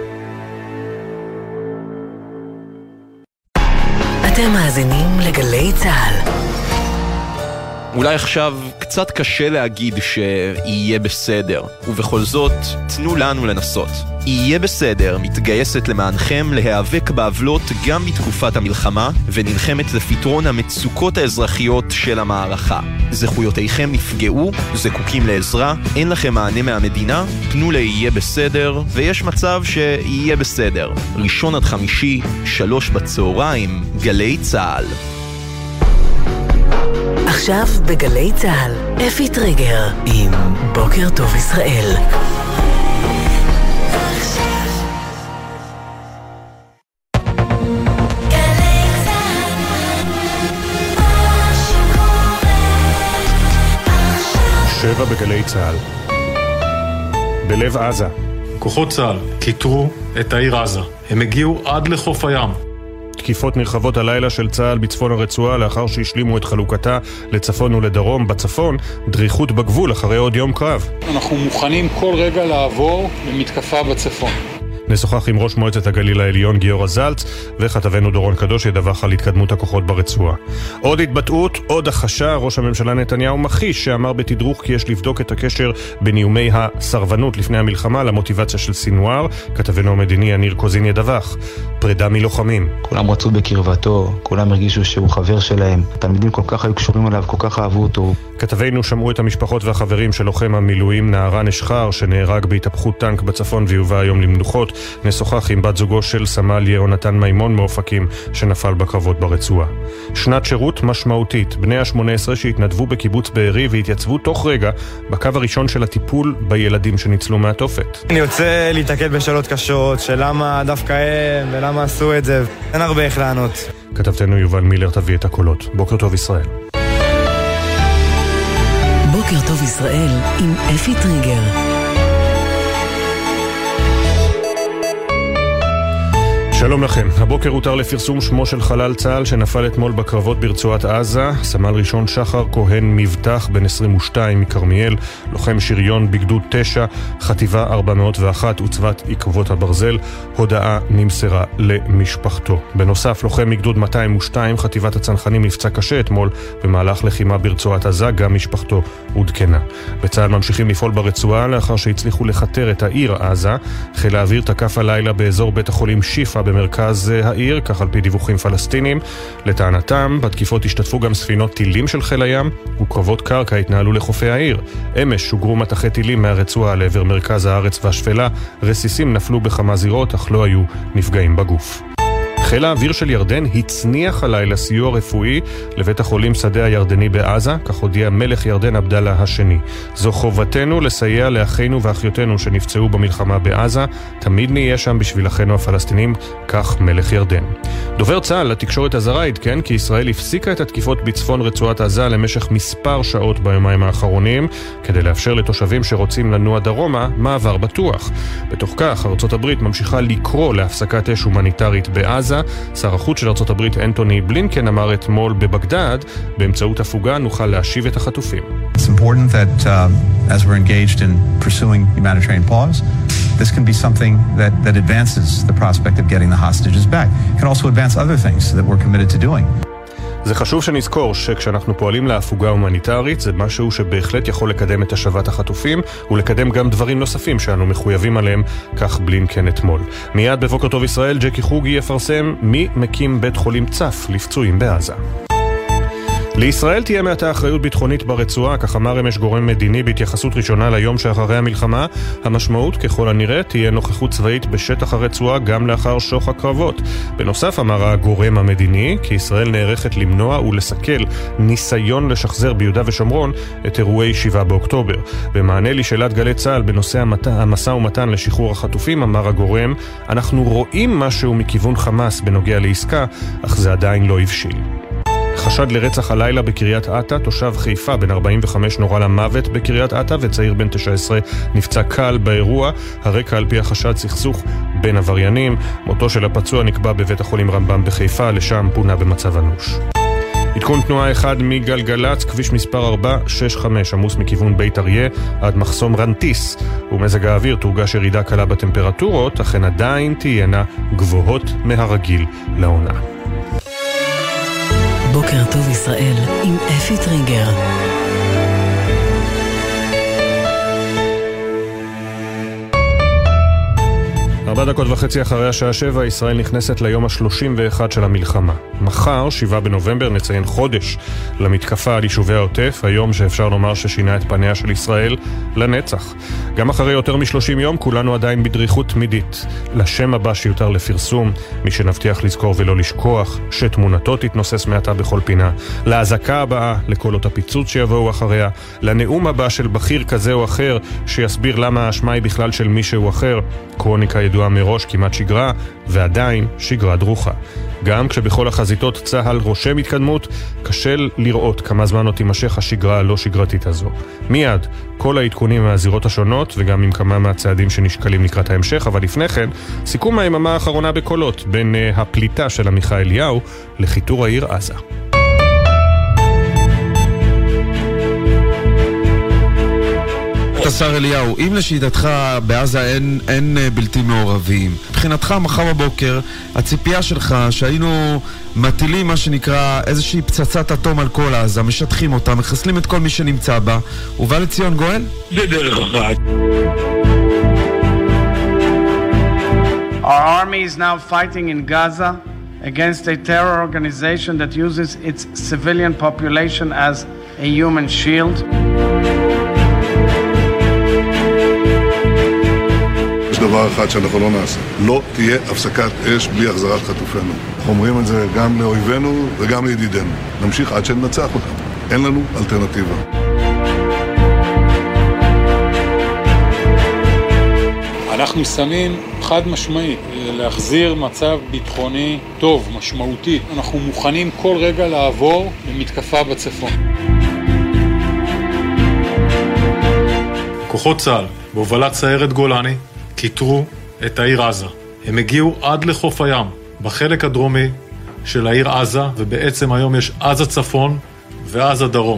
אתם מאזינים לגלי צה"ל.
אולי עכשיו קצת קשה להגיד שיהיה בסדר, ובכל זאת תנו לנו לנסות. יהיה בסדר מתגייסת למענכם להיאבק בעוולות גם בתקופת המלחמה, ונלחמת לפתרון המצוקות האזרחיות של המערכה. זכויותיכם נפגעו, זקוקים לעזרה, אין לכם מענה מהמדינה, פנו ליהיה בסדר, ויש מצב שיהיה בסדר. ראשון עד חמישי, שלוש בצהריים, גלי צה"ל.
עכשיו בגלי צה"ל, אפי טריגר עם בוקר טוב ישראל.
שבע בגלי צה"ל. בלב עזה.
כוחות צה"ל כיתרו את העיר עזה. הם הגיעו עד לחוף הים.
תקיפות נרחבות הלילה של צה"ל בצפון הרצועה לאחר שהשלימו את חלוקתה לצפון ולדרום. בצפון, דריכות בגבול אחרי עוד יום קרב.
אנחנו מוכנים כל רגע לעבור למתקפה בצפון.
נשוחח עם ראש מועצת הגליל העליון גיורא זלץ, וכתבנו דורון קדוש ידווח על התקדמות הכוחות ברצועה. עוד התבטאות, עוד החשה, ראש הממשלה נתניהו מכחיש שאמר בתדרוך כי יש לבדוק את הקשר בין איומי הסרבנות לפני המלחמה למוטיבציה של סינואר. כתבנו המדיני יניר קוזין ידווח. פרידה מלוחמים.
כולם רצו בקרבתו, כולם הרגישו שהוא חבר שלהם. התלמידים כל כך היו קשורים אליו, כל כך אהבו אותו.
כתבנו שמעו את המשפחות והחברים של לוחם המילואים נערן אשחר שנהרג בהתהפכות טנק בצפון ויובא היום למנוחות. נשוחח עם בת זוגו של סמל יונתן מימון מאופקים שנפל בקרבות ברצועה. שנת שירות משמעותית. בני ה-שמונה עשרה שהתנדבו בקיבוץ בארי והתייצבו תוך רגע בקו הראשון של הטיפול בילדים שניצלו מהתופת.
אני רוצה להתעכב בשאלות קשות של למה דווקא הם ולמה עשו את זה. אין הרבה איך לענות.
כתבתנו יובל מילר תביא את הקולות. בוקר טוב ישראל.
בוקר טוב ישראל עם אפי טריגר.
שלום לכם. הבוקר הותר לפרסום שמו של חלל צה"ל שנפל אתמול בקרבות ברצועת עזה, סמל ראשון שחר כהן מבטח בן עשרים ושתיים מכרמיאל, לוחם שריון בגדוד תשע, חטיבה ארבע מאות ואחת וצוות עקבות הברזל. הודעה נמסרה למשפחתו. בנוסף, לוחם מגדוד מאתיים ושתיים, חטיבת הצנחנים, נפצע קשה אתמול במהלך לחימה ברצועת עזה, גם משפחתו עודכנה. בצה"ל ממשיכים לפעול ברצועה לאחר שהצליחו לחתר את העיר עזה. חיל האוויר תקף הלילה באזור בית החולים שיפה במרכז העיר, כך על פי דיווחים פלסטינים. לטענתם, בתקיפות השתתפו גם ספינות טילים של חיל הים, וקרבות קרקע התנהלו לחופי העיר. אמש שוגרו מטחי טילים מהרצועה לעבר מרכז הארץ והשפלה, רסיסים נפלו בכמה זירות, אך לא היו נפגעים בגוף. חיל האוויר של ירדן הצניח הלילה סיוע רפואי לבית החולים שדה הירדני בעזה, כך הודיע מלך ירדן עבדאללה השני. זו חובתנו לסייע לאחינו ואחיותינו שנפצעו במלחמה בעזה, תמיד נהיה שם בשביל אחינו הפלסטינים, כך מלך ירדן. דובר צה"ל לתקשורת הזרה עדכן כי ישראל הפסיקה את התקיפות בצפון רצועת עזה למשך מספר שעות ביומיים האחרונים, כדי לאפשר לתושבים שרוצים לנוע דרומה מעבר בטוח. בתוך כך, ארצות הברית ממשיכה לקרוא להפסקת אש הומניטרית בעזה. שר החוץ של ארצות הברית אנטוני בלינקן אמר אתמול בבגדד, באמצעות הפוגה נוכל להשיב את החטופים.
It's important that uh, as we're engaged in pursuing humanitarian pause, this can be something that, that advances the prospect of getting the hostages back. It can also advance other things that we're committed to doing.
זה חשוב שנזכור שכשאנחנו פועלים להפוגה הומניטרית זה משהו שבהחלט יכול לקדם את השבת החטופים ולקדם גם דברים נוספים שאנו מחויבים עליהם, כך בלינקן אתמול. מיד בבוקר טוב ישראל, ג'קי חוגי יפרסם מי מקים בית חולים צף לפצועים בעזה. לישראל תהיה מעתה אחריות ביטחונית ברצועה, כך אמר אמש גורם מדיני בהתייחסות ראשונה ליום שאחרי המלחמה. המשמעות ככל הנראה תהיה נוכחות צבאית בשטח הרצועה גם לאחר שוך הקרבות. בנוסף אמר הגורם המדיני כי ישראל נערכת למנוע ולסכל ניסיון לשחזר ביהודה ושומרון את אירועי שבעה באוקטובר. במענה לשאלת גלי צה"ל בנושא המשא ומתן לשחרור החטופים אמר הגורם, אנחנו רואים משהו מכיוון חמאס בנוגע לעסקה, אך זה עדיין לא הבשיל. חשד לרצח הלילה בקריית אתא, תושב חיפה בן ארבעים וחמש נורה למוות בקריית אתא וצעיר בן תשע עשרה נפצע קל באירוע. הרקע על פי החשד סכסוך בין עבריינים. מותו של הפצוע נקבע בבית החולים רמב"ם בחיפה, לשם פונה במצב אנוש. עדכון תנועה אחד מגלגלץ, כביש מספר ארבע שש חמש עמוס מכיוון בית אריה עד מחסום רנטיס, ומזג האוויר תורגש ירידה קלה בטמפרטורות, אכן עדיין תהיינה גבוהות מהרגיל לעונה.
בוקר טוב ישראל עם אפי טריגר.
ארבע דקות וחצי אחרי השעה שבע, ישראל נכנסת ליום השלושים ואחת של המלחמה. מחר, שבעה בנובמבר, נציין חודש למתקפה על יישובי העוטף, היום שאפשר לומר ששינה את פניה של ישראל לנצח. גם אחרי יותר משלושים יום, כולנו עדיין בדריכות תמידית. לשם הבא שיותר לפרסום, מי שנבטיח לזכור ולא לשכוח, שתמונתו תתנוסס מעתה בכל פינה. להזקה הבאה, לקולות הפיצוץ שיבואו אחריה, לנאום הבא של בכיר כזה או אחר, שיסביר למה האשמה היא בכלל של מישהו אחר. קרוניקה ידועה מראש, כמעט שגרה, ועדיין שגרה דרוכה. גם כשבכל החזיתות צהל רושם התקדמות, קשה לראות כמה זמן עוד תימשך השגרה הלא שגרתית הזו. מיד, כל העדכונים מהזירות השונות, וגם עם כמה מהצעדים שנשקלים לקראת ההמשך, אבל לפני כן, סיכום היממה האחרונה בקולות, בין uh, הפליטה של עמיחי אליהו לחיתור העיר עזה.
השר אליהו, אם לשיטתך בעזה אין, אין בלתי מעורבים, מבחינתך מחר בבוקר הציפייה שלך שהיינו מטילים מה שנקרא איזושהי פצצת אטום על כל עזה, משטחים אותה, מחסלים את כל מי שנמצא בה, ובא לציון גואל? זה דרך אחת.
Our army is now fighting in Gaza against a terror organization that uses its civilian population as a human shield.
יש דבר אחד שאנחנו לא נעשה, לא תהיה הפסקת אש בלי החזרת חטופינו. אנחנו אומרים את זה גם לאויבינו וגם לידידינו. נמשיך עד שננצח אותם. אין לנו אלטרנטיבה.
אנחנו שמים חד משמעית להחזיר מצב ביטחוני טוב, משמעותי. אנחנו מוכנים כל רגע לעבור למתקפה בצפון.
כוחות צה"ל בהובלת סיירת גולני קיטרו את העיר עזה. הם הגיעו עד לחוף הים, בחלק הדרומי של העיר עזה, ובעצם היום יש עזה צפון ועזה דרום.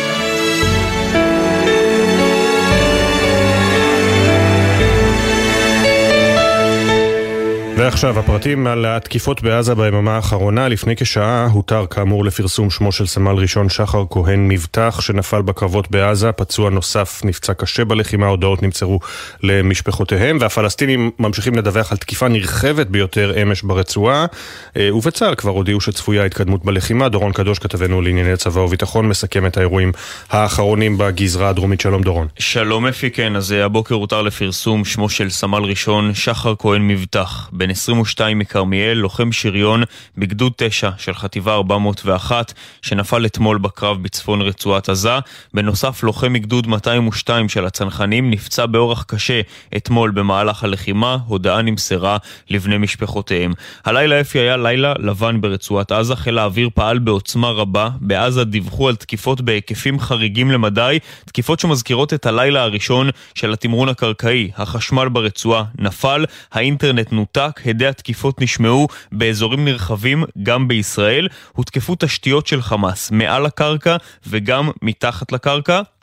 ועכשיו הפרטים על התקיפות בעזה ביממה האחרונה. לפני כשעה הותר כאמור לפרסום שמו של סמל ראשון שחר כהן מבטח שנפל בקרבות בעזה, פצוע נוסף נפצע קשה בלחימה, הודעות נמסרו למשפחותיהם, והפלסטינים ממשיכים לדווח על תקיפה נרחבת ביותר אמש ברצועה, ובצה"ל כבר הודיעו שצפויה התקדמות בלחימה. דורון קדוש כתבנו לענייני צבא וביטחון מסכם את האירועים האחרונים בגזרה הדרומית. שלום דורון.
שלום אפי, כן, אז הבוקר הותר לפרסום שמו של סמל ראשון שחר כהן מבטח, בן עשרים ושתיים מקרמיאל, לוחם שריון בגדוד תשע של חטיבה ארבע מאות ואחת, שנפל אתמול בקרב בצפון רצועת עזה. בנוסף, לוחם מגדוד מאתיים ושתיים של הצנחנים נפצע באורח קשה אתמול במהלך הלחימה, הודעה נמסרה לבני משפחותיהם. הלילה אפי היה לילה לבן ברצועת עזה, חיל האוויר פעל בעוצמה רבה. בעזה דיווחו על תקיפות בהיקפים חריגים למדי, תקיפות שמזכירות את הלילה הראשון של התמרון הקרקעי. החשמל ברצועה נפל, האינטרנט נותק, הדי התקיפות נשמעו באזורים נרחבים גם בישראל. הותקפו תשתיות של חמאס מעל הקרקע וגם מתחת לקרקע.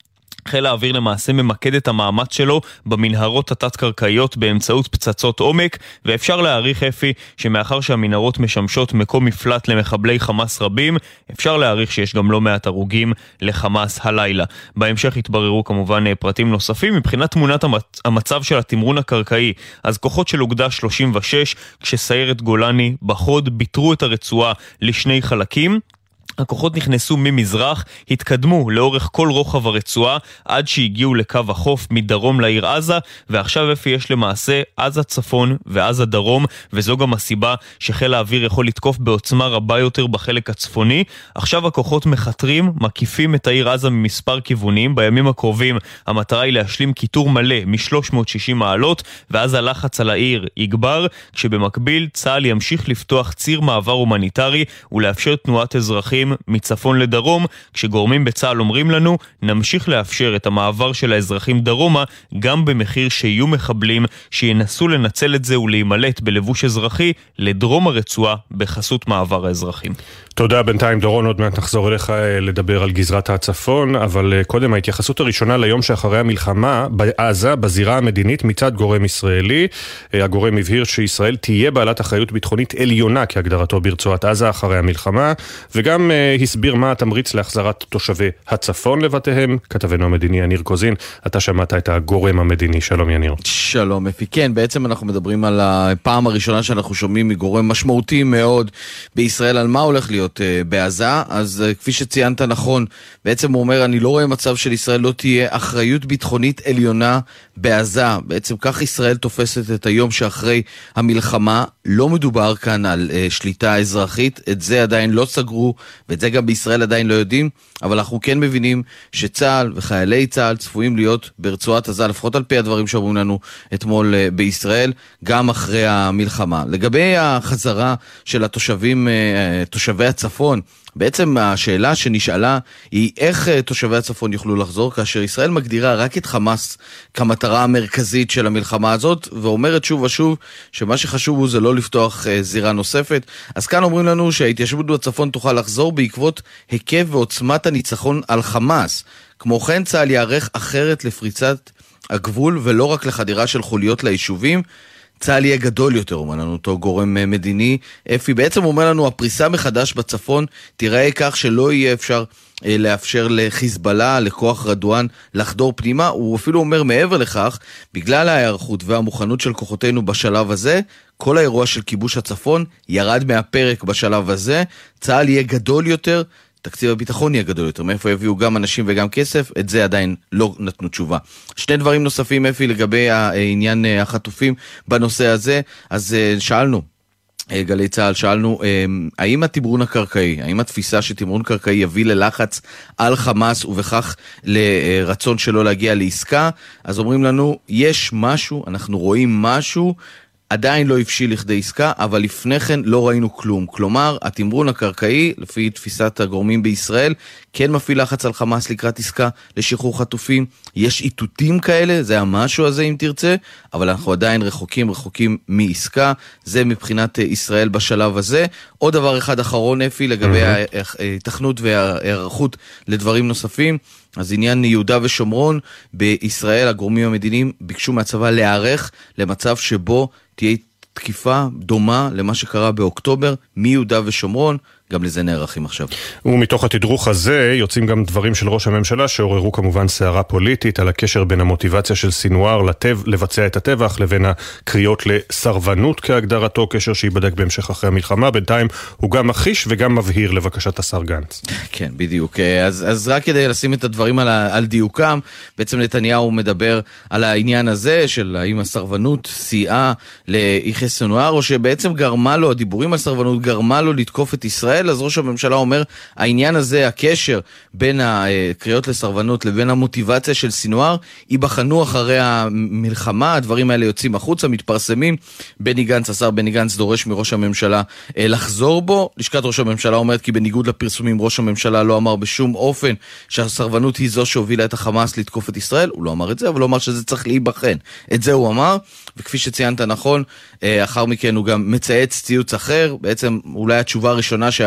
חיל האוויר למעשה ממקד את המאמץ שלו במנהרות התת-קרקעיות באמצעות פצצות עומק, ואפשר להעריך אפי שמאחר שהמנהרות משמשות מקום מפלט למחבלי חמאס רבים, אפשר להעריך שיש גם לא מעט הרוגים לחמאס הלילה. בהמשך התבררו כמובן פרטים נוספים. מבחינת תמונת המצב של התמרון הקרקעי, אז כוחות של אוגדה שלושים ושש, כשסיירת גולני בחוד, ביטרו את הרצועה לשני חלקים. הכוחות נכנסו ממזרח, התקדמו לאורך כל רוחב הרצועה, עד שהגיעו לקו החוף מדרום לעיר עזה, ועכשיו איפה יש למעשה עזה צפון ועזה דרום, וזו גם הסיבה שחיל האוויר יכול לתקוף בעוצמה רבה יותר בחלק הצפוני. עכשיו הכוחות מחתרים, מקיפים את העיר עזה ממספר כיוונים. בימים הקרובים המטרה היא להשלים כיתור מלא מ-שלוש מאות ושישים מעלות, ואז הלחץ על העיר יגבר, כשבמקביל צה"ל ימשיך לפתוח ציר מעבר הומניטרי ולאפשר תנועת אזרחים מצפון לדרום, כשגורמים בצה"ל אומרים לנו, נמשיך לאפשר את המעבר של האזרחים דרומה, גם במחיר שיהיו מחבלים שינסו לנצל את זה ולהימלט בלבוש אזרחי לדרום הרצועה בחסות מעבר האזרחים.
תודה. בינתיים דורון, עוד מעט נחזור אליך לדבר על גזרת הצפון, אבל קודם ההתייחסות הראשונה ליום שאחרי המלחמה בעזה, בזירה המדינית מצד גורם ישראלי. הגורם הבהיר שישראל תהיה בעלת אחריות ביטחונית עליונה כהגדרתו ברצועת עזה אחרי המלחמה, וגם הסביר מה התמריץ להחזרת תושבי הצפון לבתיהם. כתבנו המדיני יניר קוזין, אתה שמעת את הגורם המדיני. שלום יניר.
שלום אפי. כן, בעצם אנחנו מדברים על הפעם הראשונה שאנחנו שומעים מגורם משמעותי מאוד בישראל על מה הולך להיות בעזה. אז כפי שציינת נכון, בעצם הוא אומר, אני לא רואה מצב של ישראל לא תהיה אחריות ביטחונית עליונה בעזה. בעצם כך ישראל תופסת את היום שאחרי המלחמה. לא מדובר כאן על שליטה אזרחית, את זה עדיין לא סגרו, ואת זה גם בישראל עדיין לא יודעים, אבל אנחנו כן מבינים שצה"ל וחיילי צה"ל צפויים להיות ברצועת עזה, לפחות על פי הדברים שאומרים לנו אתמול בישראל, גם אחרי המלחמה. לגבי החזרה של התושבים, תושבי הצפון, בעצם השאלה שנשאלה היא איך תושבי הצפון יוכלו לחזור, כאשר ישראל מגדירה רק את חמאס כמטרה המרכזית של המלחמה הזאת, ואומרת שוב ושוב שמה שחשוב הוא זה לא לפתוח זירה נוספת. אז כאן אומרים לנו שההתיישבות בצפון תוכל לחזור בעקבות היקף ועוצמת הניצחון על חמאס. כמו כן צה"ל יערך אחרת לפריצת הגבול ולא רק לחדירה של חוליות ליישובים. צה"ל יהיה גדול יותר, אומר לנו אותו גורם מדיני. אפי בעצם אומר לנו, הפריסה מחדש בצפון תיראה כך שלא יהיה אפשר אה, לאפשר לחיזבאללה, לכוח רדואן, לחדור פנימה. הוא אפילו אומר מעבר לכך, בגלל ההיערכות והמוכנות של כוחותינו בשלב הזה, כל האירוע של כיבוש הצפון ירד מהפרק בשלב הזה. צה"ל יהיה גדול יותר, תקציב הביטחון יהיה גדול יותר. מאיפה יביאו גם אנשים וגם כסף? את זה עדיין לא נתנו תשובה. שני דברים נוספים אפי לגבי העניין החטופים בנושא הזה. אז שאלנו, גלי צה"ל, שאלנו, האם התמרון הקרקעי, האם התפיסה שתמרון קרקעי יביא ללחץ על חמאס ובכך לרצון שלו להגיע לעסקה? אז אומרים לנו, יש משהו, אנחנו רואים משהו, עדיין לא הבשיל לכדי עסקה, אבל לפני כן לא ראינו כלום. כלומר, התמרון הקרקעי, לפי תפיסת הגורמים בישראל, כן מפעיל לחץ על חמאס לקראת עסקה לשחרור חטופים. יש איתותים כאלה, זה המשהו הזה אם תרצה, אבל אנחנו עדיין רחוקים, רחוקים מעסקה. זה מבחינת ישראל בשלב הזה. עוד דבר אחד אחרון, אפי, לגבי ההתכנות וההיערכות לדברים נוספים. אז עניין יהודה ושומרון, בישראל הגורמים המדיניים ביקשו מהצבא להיערך למצב שבו תהיה תקיפה דומה למה שקרה באוקטובר מיהודה ושומרון. גם לזה נערכים עכשיו.
ומתוך התדרוך הזה יוצאים גם דברים של ראש הממשלה שעוררו כמובן סערה פוליטית על הקשר בין המוטיבציה של סינואר לטב, לבצע את הטבח לבין הקריאות לסרבנות כהגדרתו, קשר שיבדק בהמשך אחרי המלחמה. בינתיים הוא גם מכחיש וגם מבהיר לבקשת השר גנץ.
כן, בדיוק. אז, אז רק כדי לשים את הדברים על, על דיוקם, בעצם נתניהו מדבר על העניין הזה של האם הסרבנות סייעה ליחיא סינואר, או שבעצם גרמה לו, הדיבורים על סרבנות גרמה לו לתקוף את ישראל. אז ראש הממשלה אומר, העניין הזה, הקשר בין הקריאות לסרבנות לבין המוטיבציה של סינואר, ייבחנו אחרי המלחמה, הדברים האלה יוצאים החוצה, מתפרסמים. בני גנץ, השר בני גנץ דורש מראש הממשלה לחזור בו. לשכת ראש הממשלה אומרת כי בניגוד לפרסומים, ראש הממשלה לא אמר בשום אופן שהסרבנות היא זו שהובילה את החמאס לתקוף את ישראל. הוא לא אמר את זה, אבל הוא אמר שזה צריך להיבחן. את זה הוא אמר, וכפי שציינת נכון, אחר מכן הוא גם מצייץ ציוץ אחר, בעצם אולי התשובה הראשונה שה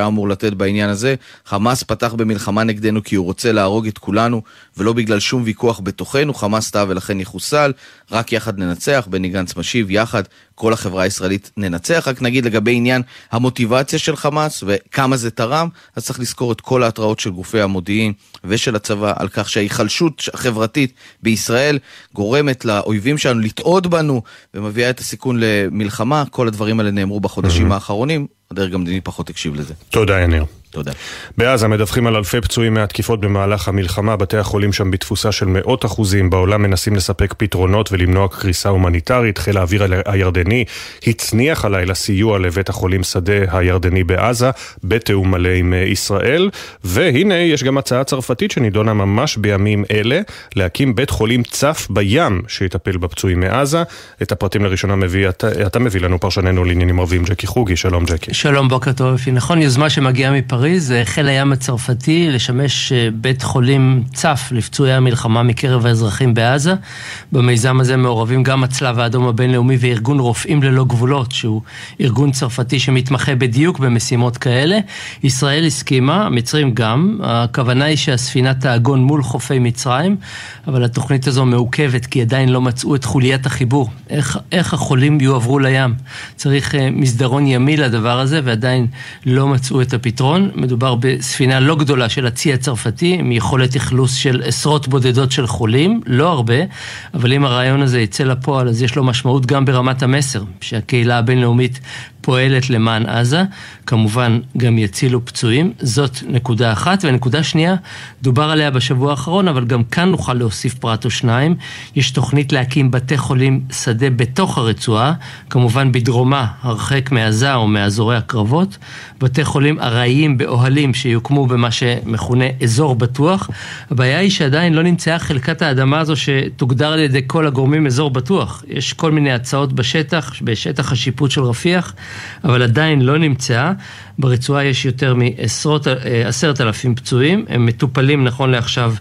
שהיה אמור לתת בעניין הזה. חמאס פתח במלחמה נגדנו כי הוא רוצה להרוג את כולנו, ולא בגלל שום ויכוח בתוכנו. חמאס טעה ולכן יחוסל, רק יחד ננצח. בני גנץ משיב, יחד כל החברה הישראלית ננצח. רק נגיד לגבי עניין המוטיבציה של חמאס וכמה זה תרם, אז צריך לזכור את כל ההתראות של גופי המודיעין ושל הצבא על כך שההיחלשות החברתית בישראל גורמת לאויבים שלנו לטעות בנו ומביאה את הסיכון למלחמה. כל הדברים האלה נאמרו בחודשים mm-hmm. האחרונים, הדרג המדיני פחות הקשיב לזה.
תודה יניר.
תודה.
בעזה מדווחים על אלפי פצועים מהתקיפות במהלך המלחמה. בתי החולים שם בתפוסה של מאות אחוזים. בעולם מנסים לספק פתרונות ולמנוע קריסה הומניטרית. חיל האוויר הירדני הצניח הלילה סיוע לבית החולים שדה הירדני בעזה, בתיאום מלא עם ישראל. והנה יש גם הצעה צרפתית שנידונה ממש בימים אלה, להקים בית חולים צף בים שיטפל בפצועים מעזה. את הפרטים לראשונה מביא, אתה, אתה מביא לנו פרשננו לעניינים ערביים ג'קי חוגי. שלום ג'קי.
שלום, בוקר טוב. נכון, יוזמה שמגיעה מפריז. חיל הים הצרפתי לשמש בית חולים צף לפצועי המלחמה מקרב האזרחים בעזה. במיזם הזה מעורבים גם הצלב האדום הבינלאומי וארגון רופאים ללא גבולות, שהוא ארגון צרפתי שמתמחה בדיוק במשימות כאלה. ישראל הסכימה, המצרים גם. הכוונה היא שהספינה תעגון מול חופי מצרים, אבל התוכנית הזו מעוכבת כי עדיין לא מצאו את חוליית החיבור. איך, איך החולים יועברו לים? צריך מסדרון ימי לדבר הזה ועדיין לא מצאו את הפתרון. מדובר בספינה לא גדולה של הצי הצרפתי, עם יכולת אכלוס של עשרות בודדות של חולים, לא הרבה, אבל אם הרעיון הזה יצא לפועל, אז יש לו משמעות גם ברמת המסר, שהקהילה הבינלאומית פועלת למען עזה, כמובן גם יצילו פצועים. זאת נקודה אחת. ונקודה שנייה, דובר עליה בשבוע האחרון, אבל גם כאן נוכל להוסיף פרט או שניים. יש תוכנית להקים בתי חולים שדה בתוך הרצועה, כמובן בדרומה, הרחק מעזה או מאזורי הקרבות, בתי חולים ארעיים באוהלים שיוקמו במה שמכונה אזור בטוח. הבעיה היא שעדיין לא נמצאה חלקת האדמה הזו שתוגדר על ידי כל הגורמים אזור בטוח. יש כל מיני הצעות בשטח, בשטח השיפוט של רפיח, אבל עדיין לא נמצאה. ברצועה יש יותר מעשרות, עשרת אלפים פצועים, הם מטופלים נכון לעכשיו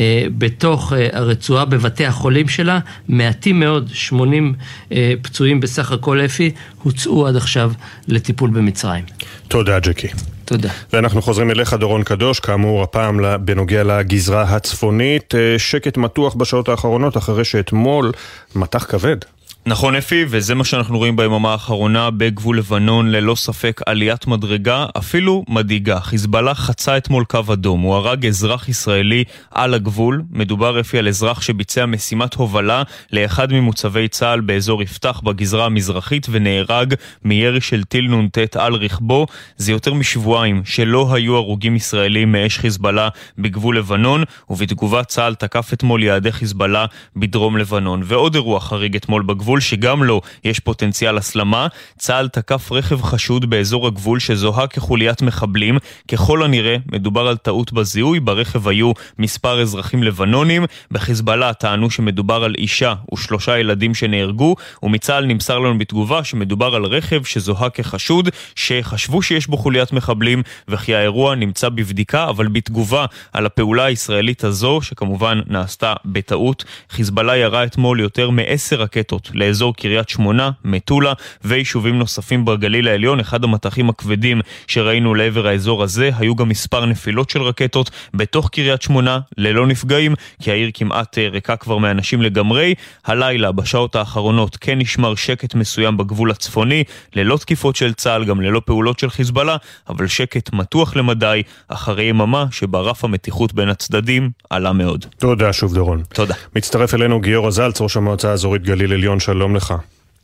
בתוך הרצועה, בבתי החולים שלה, מעטים מאוד, שמונים פצועים בסך הכל אפי, הוצאו עד עכשיו לטיפול במצרים.
תודה ג'קי.
תודה.
ואנחנו חוזרים אליך דורון קדוש, כאמור הפעם בנוגע לגזרה הצפונית, שקט מתוח בשעות האחרונות אחרי שאתמול מתח כבד.
נכון אפי, וזה מה שאנחנו רואים ביממה האחרונה בגבול לבנון, ללא ספק עליית מדרגה, אפילו מדאיגה. חיזבאללה חצה אתמול קו אדום, הוא הרג אזרח ישראלי על הגבול. מדובר אפי על אזרח שביצע משימת הובלה לאחד ממוצבי צה"ל באזור יפתח בגזרה המזרחית, ונהרג מירי של טיל נונטט על רכבו. זה יותר משבועיים שלא היו הרוגים ישראלים מאש חיזבאללה בגבול לבנון, ובתגובה צה"ל תקף אתמול יעדי חיזבאללה בדרום לבנון. ועוד אירוע חריג אתמול בגבול, שגם לו יש פוטנציאל הסלמה. צה"ל תקף רכב חשוד באזור הגבול שזוהה כחוליית מחבלים. ככל הנראה מדובר על טעות בזיהוי, ברכב היו מספר אזרחים לבנונים. בחיזבאללה טענו שמדובר על אישה ושלושה ילדים שנהרגו, ומצה"ל נמסר לנו בתגובה שמדובר על רכב שזוהה כחשוד, שחשבו שיש בו חוליית מחבלים, וכי האירוע נמצא בבדיקה. אבל בתגובה על הפעולה הישראלית הזו, שכמובן נעשתה בטעות, חיזבאללה ירה אתמול יותר מעשר רקטות לאזור קריית שמונה, מטולה ויישובים נוספים בגליל העליון. אחד המטחים הכבדים שראינו לעבר האזור הזה, היו גם מספר נפילות של רקטות בתוך קריית שמונה, ללא נפגעים, כי העיר כמעט ריקה כבר מאנשים לגמרי. הלילה בשעות האחרונות כן נשמר שקט מסוים בגבול הצפוני, ללא תקיפות של צה"ל, גם ללא פעולות של חיזבאללה, אבל שקט מתוח למדי, אחרי יממה שבה רף המתיחות בין הצדדים עלה מאוד.
תודה שוב דורון.
תודה.
מצטרף אלינו גיורא זלץ, ראש המועצה האזורית גליל עליון. שלום לך.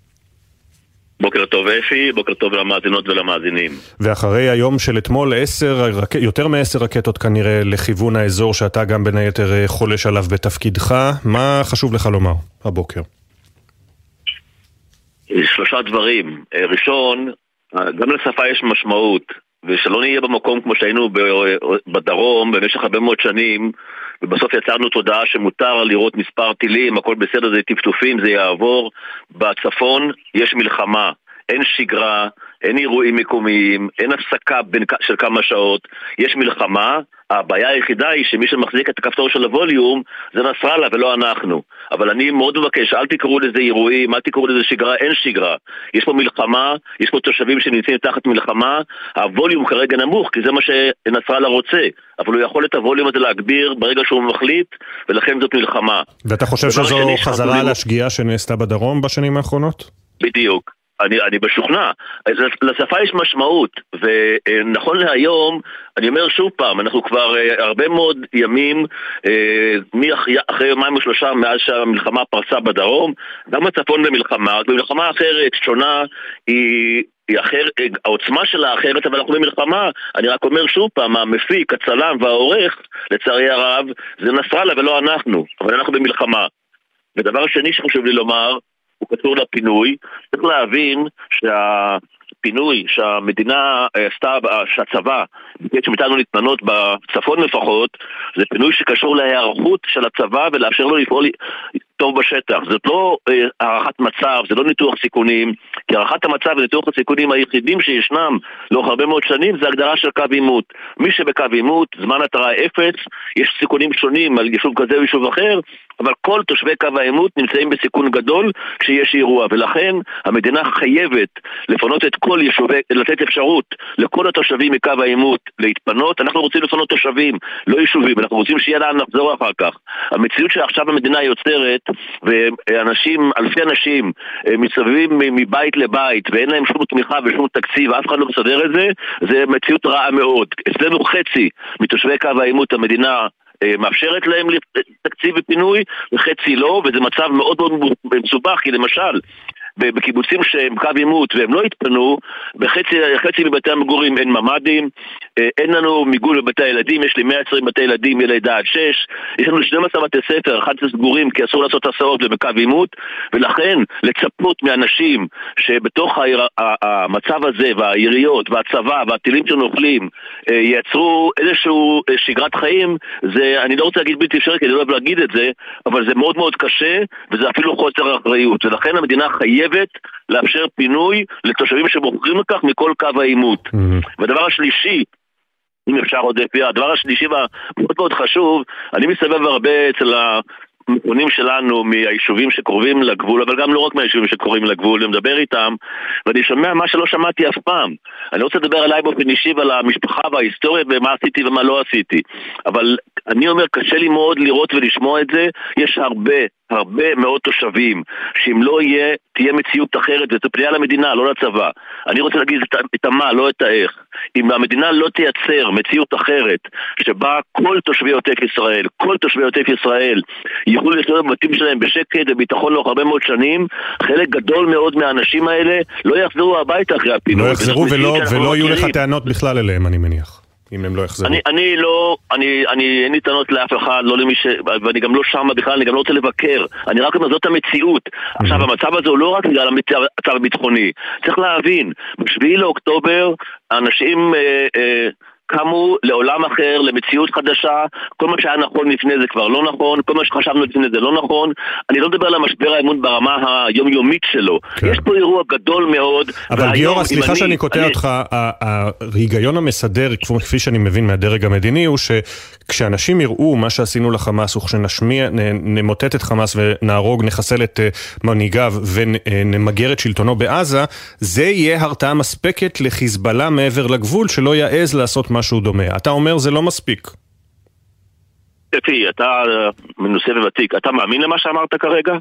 בוקר טוב אפי, בוקר טוב למאזינות ולמאזינים.
ואחרי היום של אתמול, עשר, יותר מעשר רקטות כנראה לכיוון האזור שאתה גם בין היתר חולש עליו בתפקידך, מה חשוב לך לומר הבוקר?
שלושה דברים. ראשון, גם לשפה יש משמעות, ושלא נהיה במקום כמו שהיינו בדרום במשך הרבה מאוד שנים, ובסוף יצרנו תודעה שמותר לראות מספר טילים, הכל בסדר, זה טפטופים, זה יעבור. בצפון יש מלחמה, אין שגרה, אין אירועים מקומיים, אין הפסקה בין, של כמה שעות, יש מלחמה. הבעיה היחידה היא שמי שמחזיק את הכפתור של הווליום זה נסראללה ולא אנחנו. אבל אני מאוד מבקש, אל תקראו לזה אירועים, אל תקראו לזה שגרה, אין שגרה. יש פה מלחמה, יש פה תושבים שנמצאים תחת מלחמה, הווליום כרגע נמוך, כי זה מה שנסראללה רוצה. אבל הוא יכול את הווליום הזה להגביר ברגע שהוא מחליט, ולכן זאת מלחמה.
ואתה חושב שזו חזרה על השגיאה שנעשתה בדרום בשנים האחרונות?
בדיוק. אני, אני בשוכנע. לשפה יש משמעות, ונכון להיום, אני אומר שוב פעם, אנחנו כבר הרבה מאוד ימים, אחרי יומיים ושלושה מאז שהמלחמה פרצה בדרום, גם הצפון במלחמה, במלחמה אחרת, שונה, היא... אחר, העוצמה שלה אחרת, אבל אנחנו במלחמה. אני רק אומר שוב פעם, המפיק, הצלם והעורך, לצערי הרב, זה נסראללה ולא אנחנו, אבל אנחנו במלחמה. ודבר השני שחשוב לי לומר, הוא קשור לפינוי. צריך להבין שהפינוי שהמדינה עשתה, שהצבא, שמתנו להתמנות בצפון לפחות, זה פינוי שקשור להיערכות של הצבא ולאפשר לו לפעול טוב בשטח. זאת לא הערכת מצב, זה לא ניתוח סיכונים, כי הערכת המצב וניתוח הסיכונים היחידים שישנם לאורך הרבה מאוד שנים זה הגדרה של קו עימות. מי שבקו עימות, זמן התראה אפס, יש סיכונים שונים על יישוב כזה או יישוב אחר, אבל כל תושבי קו העימות נמצאים בסיכון גדול כשיש אירוע, ולכן המדינה חייבת לפנות את כל יישובי, לתת אפשרות לכל התושבים מקו העימות להתפנות. אנחנו רוצים לפנות תושבים, לא יישובים, אנחנו רוצים שיהיה לאן לחזור אחר כך. המציאות שעכשיו המדינה יוצרת, ואנשים, אלפי אנשים מסתובבים מבית לבית, ואין להם שום תמיכה ושום תקציב, אף אחד לא מסדר את זה, זה מציאות רעה מאוד. אצלנו חצי מתושבי קו העימות המדינה מאפשרת להם תקציב ופינוי, וחצי לא, וזה מצב מאוד מאוד מסובך, כי למשל, בקיבוצים שהם קו עימות והם לא התפנו, בחצי חצי מבתי המגורים אין ממדים, אין לנו מיגון בבתי הילדים, יש לי מאה ועשרים בתי ילדים מלידה עד שש, יש לנו שנים עשר בתי ספר, אחד עשר סגורים כי אסור לעשות הסעות ובקו עימות, ולכן לצפות מאנשים שבתוך המצב הזה והעיריות והצבא והטילים שנופלים ייצרו איזשהו שגרת חיים, זה, אני לא רוצה להגיד בלתי אפשרי כי אני לא אוהב להגיד את זה, אבל זה מאוד מאוד קשה וזה אפילו חוסר אחריות, ולכן המדינה חייבת לאפשר פינוי לתושבים שבוחרים לכך מכל קו העימות. Mm-hmm. והדבר השלישי, אם אפשר עוד לפי, הדבר השלישי והמאוד מאוד חשוב, אני מסתובב הרבה אצל המקונים שלנו מהיישובים שקרובים לגבול, אבל גם לא רק מהיישובים שקרובים לגבול, אני מדבר איתם, ואני שומע מה שלא שמעתי אף פעם. אני רוצה לדבר עליי באופן אישי ועל המשפחה וההיסטוריה ומה עשיתי ומה לא עשיתי. אבל אני אומר, קשה לי מאוד לראות ולשמוע את זה. יש הרבה, הרבה מאוד תושבים שאם לא יהיה, תהיה מציאות אחרת, וזה פנייה למדינה, לא לצבא. אני רוצה להגיד את המה, לא את האיך. אם המדינה לא תייצר מציאות אחרת, שבה כל תושבי עוטף ישראל, כל תושבי עוטף ישראל יוכלו לחיות בבתים שלהם בשקט וביטחון לאורך הרבה מאוד שנים, חלק גדול מאוד מהאנשים האלה לא יחזרו הביתה אחרי הפינוי.
לא יחזרו ולא, ולא יהיו לך טענות בכלל אליהם, אני מניח. אם הם לא יחזרו.
אני, אני לא, אני, אני, אין לי טענות לאף אחד, לא למי ש... ואני גם לא שם בכלל, אני גם לא רוצה לבקר. אני רק אומר, זאת המציאות. עכשיו, המצב הזה הוא לא רק בגלל המצב הביטחוני. צריך להבין, בשביעי לאוקטובר, האנשים... אה, אה, קמו לעולם אחר, למציאות חדשה, כל מה שהיה נכון לפני זה כבר לא נכון, כל מה שחשבנו לפני זה לא נכון, אני לא מדבר על המשבר האמון ברמה היומיומית שלו. כן. יש פה אירוע גדול מאוד.
אבל גיורא, סליחה שאני קוטע אותך, ההיגיון המסדר, כפי שאני מבין מהדרג המדיני, הוא שכשאנשים יראו מה שעשינו לחמאס, וכשנמוטט את חמאס ונהרוג, נחסל את מנהיגיו ונמגר את שלטונו בעזה, זה יהיה הרתעה מספקת לחיזבאללה מעבר לגבול, שלא יעז לעשות משהו דומה. אתה אומר זה לא מספיק.
אפי, אתה מנוסה וותיק, אתה מאמין למה שאמרת כרגע?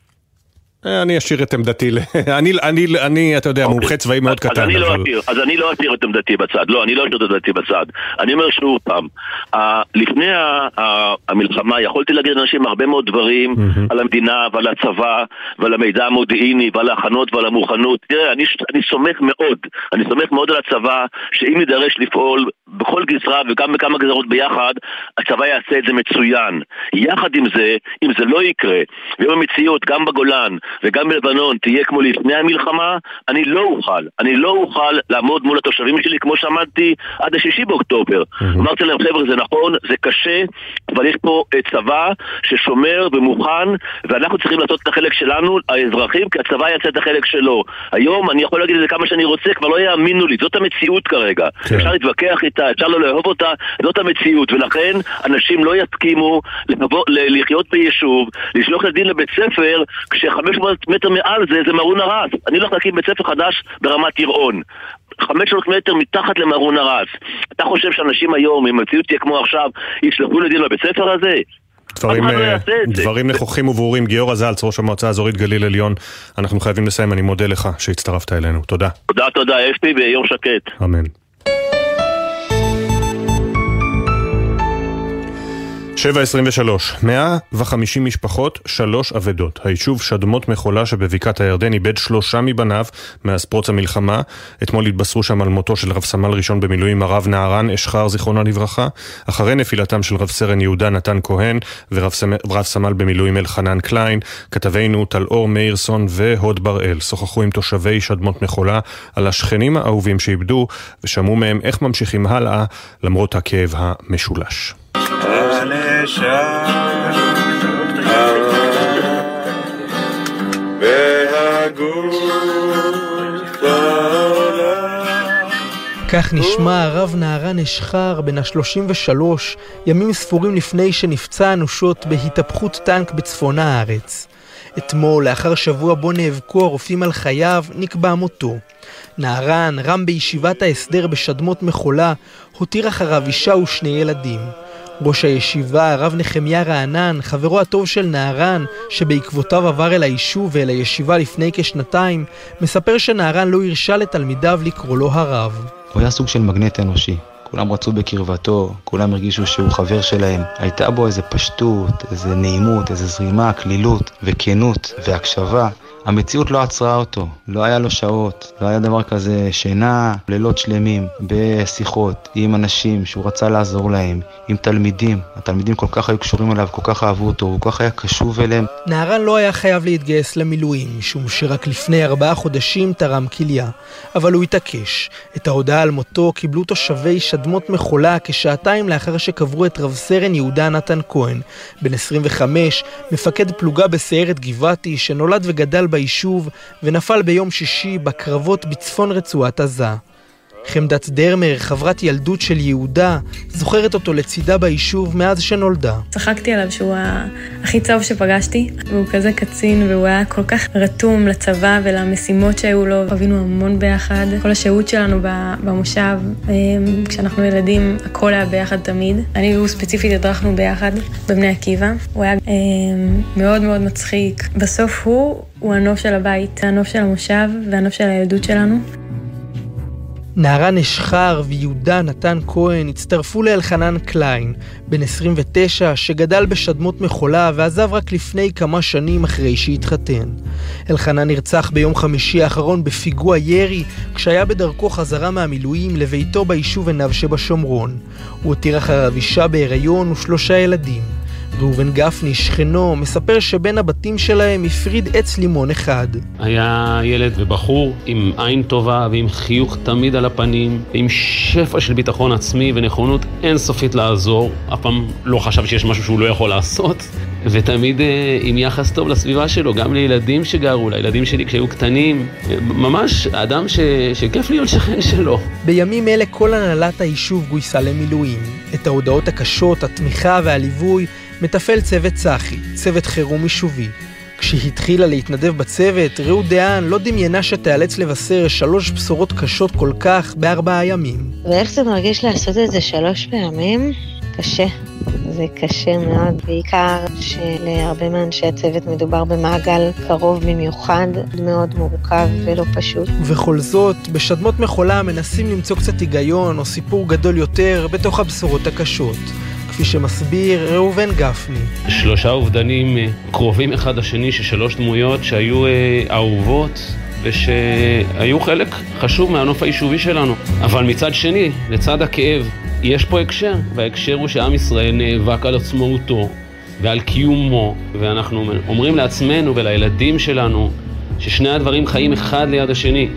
אני אשאיר את עמדתי, אני, אני, אני, אתה יודע, מומחה צבאי מאוד קטן.
אז אני לא אשאיר, אז אני לא אשאיר את עמדתי בצד, לא, אני לא אשאיר את עמדתי בצד. אני אומר שוב פעם, לפני המלחמה יכולתי להגיד לאנשים הרבה מאוד דברים על המדינה ועל הצבא ועל המידע המודיעיני ועל ההכנות ועל המוכנות. תראה, אני, אני סומך מאוד, אני סומך מאוד על הצבא, שאם יידרש לפעול בכל גזרה וגם בכמה גזרות ביחד, הצבא יעשה את זה מצוין. יחד עם זה, אם זה לא יקרה, ויום המציאות גם בגולן, וגם בלבנון תהיה כמו לפני המלחמה, אני לא אוכל, אני לא אוכל לעמוד מול התושבים שלי כמו שעמדתי עד השישי באוקטובר. אמרתי להם, חבר'ה, זה נכון, זה קשה, אבל יש פה צבא ששומר ומוכן, ואנחנו צריכים לעשות את החלק שלנו, האזרחים, כי הצבא יעשה את החלק שלו. היום אני יכול להגיד את זה כמה שאני רוצה, כבר לא יאמינו לי, זאת המציאות כרגע. אפשר להתווכח איתה, אפשר לא לאהוב אותה, זאת המציאות, ולכן אנשים לא יסכימו לבוא, לחיות ביישוב, לשלוח לדין לבית ספר, כש-חמש מאות מטר מעל זה, זה מרון הרס. אני הולך להקים בית ספר חדש ברמת ירעון. חמש מאות מטר מתחת למרון הרס. אתה חושב שאנשים היום, אם המציאות תהיה כמו עכשיו, ישלחו לדין בבית ספר הזה?
דברים, דברים נכוחים וברורים. גיורא זלץ, ראש המועצה האזורית גליל עליון, אנחנו חייבים לסיים, אני מודה לך שהצטרפת אלינו. תודה.
תודה, תודה, אפי, ביום שקט.
אמן. שבע עשרים ושלוש, מאה וחמישים משפחות, שלוש אבדות. היישוב שדמות מחולה שבבקעת הירדן איבד שלושה מבניו מאז פרוץ המלחמה. אתמול התבשרו שם על מותו של רב סמל ראשון במילואים הרב נהרן אשחר זיכרונו לברכה, אחרי נפילתם של רב סרן יהודה נתן כהן ורב סמל, סמל במילואים אלחנן קליין. כתבינו טלאור מאירסון והוד בראל שוחחו עם תושבי שדמות מחולה על השכנים האהובים שאיבדו ושמעו מהם איך ממשיכים הלאה למרות הכאב המשולש.
כך נשמע הרב נהרן אשחר בן ה-שלושים ושלוש, ימים ספורים לפני שנפצע אנושות בהתהפכות טנק בצפון הארץ. אתמול, לאחר שבוע בו נאבקו הרופאים על חייו, נקבע מותו. נהרן רם בישיבת ההסדר בשדמות מחולה, הותיר אחריו אישה ושני ילדים. ראש הישיבה, הרב נחמיה רענן, חברו הטוב של נהרן, שבעקבותיו עבר אל היישוב ואל הישיבה לפני כשנתיים, מספר שנהרן לא הרשה לתלמידיו לקרוא לו הרב.
הוא היה סוג של מגנט אנושי. כולם רצו בקרבתו, כולם הרגישו שהוא חבר שלהם. הייתה בו איזו פשטות, איזו נעימות, איזו זרימה, כלילות וכנות והקשבה. המציאות לא עצרה אותו, לא היה לו שעות, לא היה דבר כזה שינה, לילות שלמים, בשיחות עם אנשים שהוא רצה לעזור להם, עם תלמידים. התלמידים כל כך היו קשורים אליו, כל כך אהבו אותו, הוא כל כך היה קשוב אליהם.
נהרן לא היה חייב להתגייס למילואים, משום שרק לפני ארבעה חודשים תרם כליה. אבל הוא התעקש. את ההודעה על מותו קיבלו תושבי שדמות מחולה כשעתיים לאחר שקברו את רב סרן יהודה נתן כהן, בן עשרים וחמש, מפקד פלוגה בסיירת גבעתי, שנולד וגדל ביישוב ונפל ביום שישי בקרבות בצפון רצועת עזה. חמדת דרמר, חברת ילדות של יהודה, זוכרת אותו לצידה ביישוב מאז שנולדה.
צחקתי עליו שהוא הכי צהוב שפגשתי, והוא כזה קצין, והוא היה כל כך רתום לצבא ולמשימות שהיו לו. חווינו המון ביחד, כל השהות שלנו במושב, כשאנחנו ילדים, הכל היה ביחד תמיד. אני והוא ספציפית הדרכנו ביחד בבני עקיבא. הוא היה מאוד מאוד מצחיק. בסוף הוא, הוא הנוף של הבית, הנוף של המושב והנוף של הילדות שלנו.
נהרן אשחר ויהודה נתן כהן הצטרפו לאלחנן קליין, בן עשרים ותשע, שגדל בשדמות מחולה ועזב רק לפני כמה שנים אחרי שהתחתן. אלחנן נרצח ביום חמישי האחרון בפיגוע ירי, כשהיה בדרכו חזרה מהמילואים לביתו ביישוב עיניו שבשומרון. הוא הותיר אחריו אישה בהיריון ושלושה ילדים. ראובן גפני, שכנו, מספר שבין הבתים שלהם הפריד עץ לימון אחד.
היה ילד ובחור עם עין טובה ועם חיוך תמיד על הפנים, עם שפע של ביטחון עצמי ונכונות אינסופית לעזור. אף פעם לא חשב שיש משהו שהוא לא יכול לעשות, ותמיד עם יחס טוב לסביבה שלו, גם לילדים שגרו, לילדים שלי כשהיו קטנים. ממש אדם ש... שכיף להיות שכן שלו.
בימים אלה כל הנהלת היישוב גויסה למילואים. את ההודעות הקשות, התמיכה והליווי מטפל צוות צחי, צוות חירום יישובי. כשהתחילה להתנדב בצוות, ראו דהן לא דמיינה שתיאלץ לבשר שלוש בשורות קשות כל כך בארבעה ימים.
ואיך זה מרגיש לעשות את זה שלוש פעמים? קשה. זה קשה מאוד, בעיקר שלהרבה מאנשי הצוות מדובר במעגל קרוב במיוחד, מאוד מורכב ולא פשוט.
ובכל זאת, בשדמות מחולה מנסים למצוא קצת היגיון או סיפור גדול יותר בתוך הבשורות הקשות. כפי שמסביר ראובן גפני.
שלושה אובדנים קרובים אחד לשני, ששלוש דמויות שהיו אהובות ושהיו חלק חשוב מהנוף היישובי שלנו. אבל מצד שני, לצד הכאב, יש פה הקשר, וההקשר הוא שעם ישראל נאבק על עצמאותו ועל קיומו, ואנחנו אומרים לעצמנו ולילדים שלנו ששני הדברים חיים אחד ליד השני.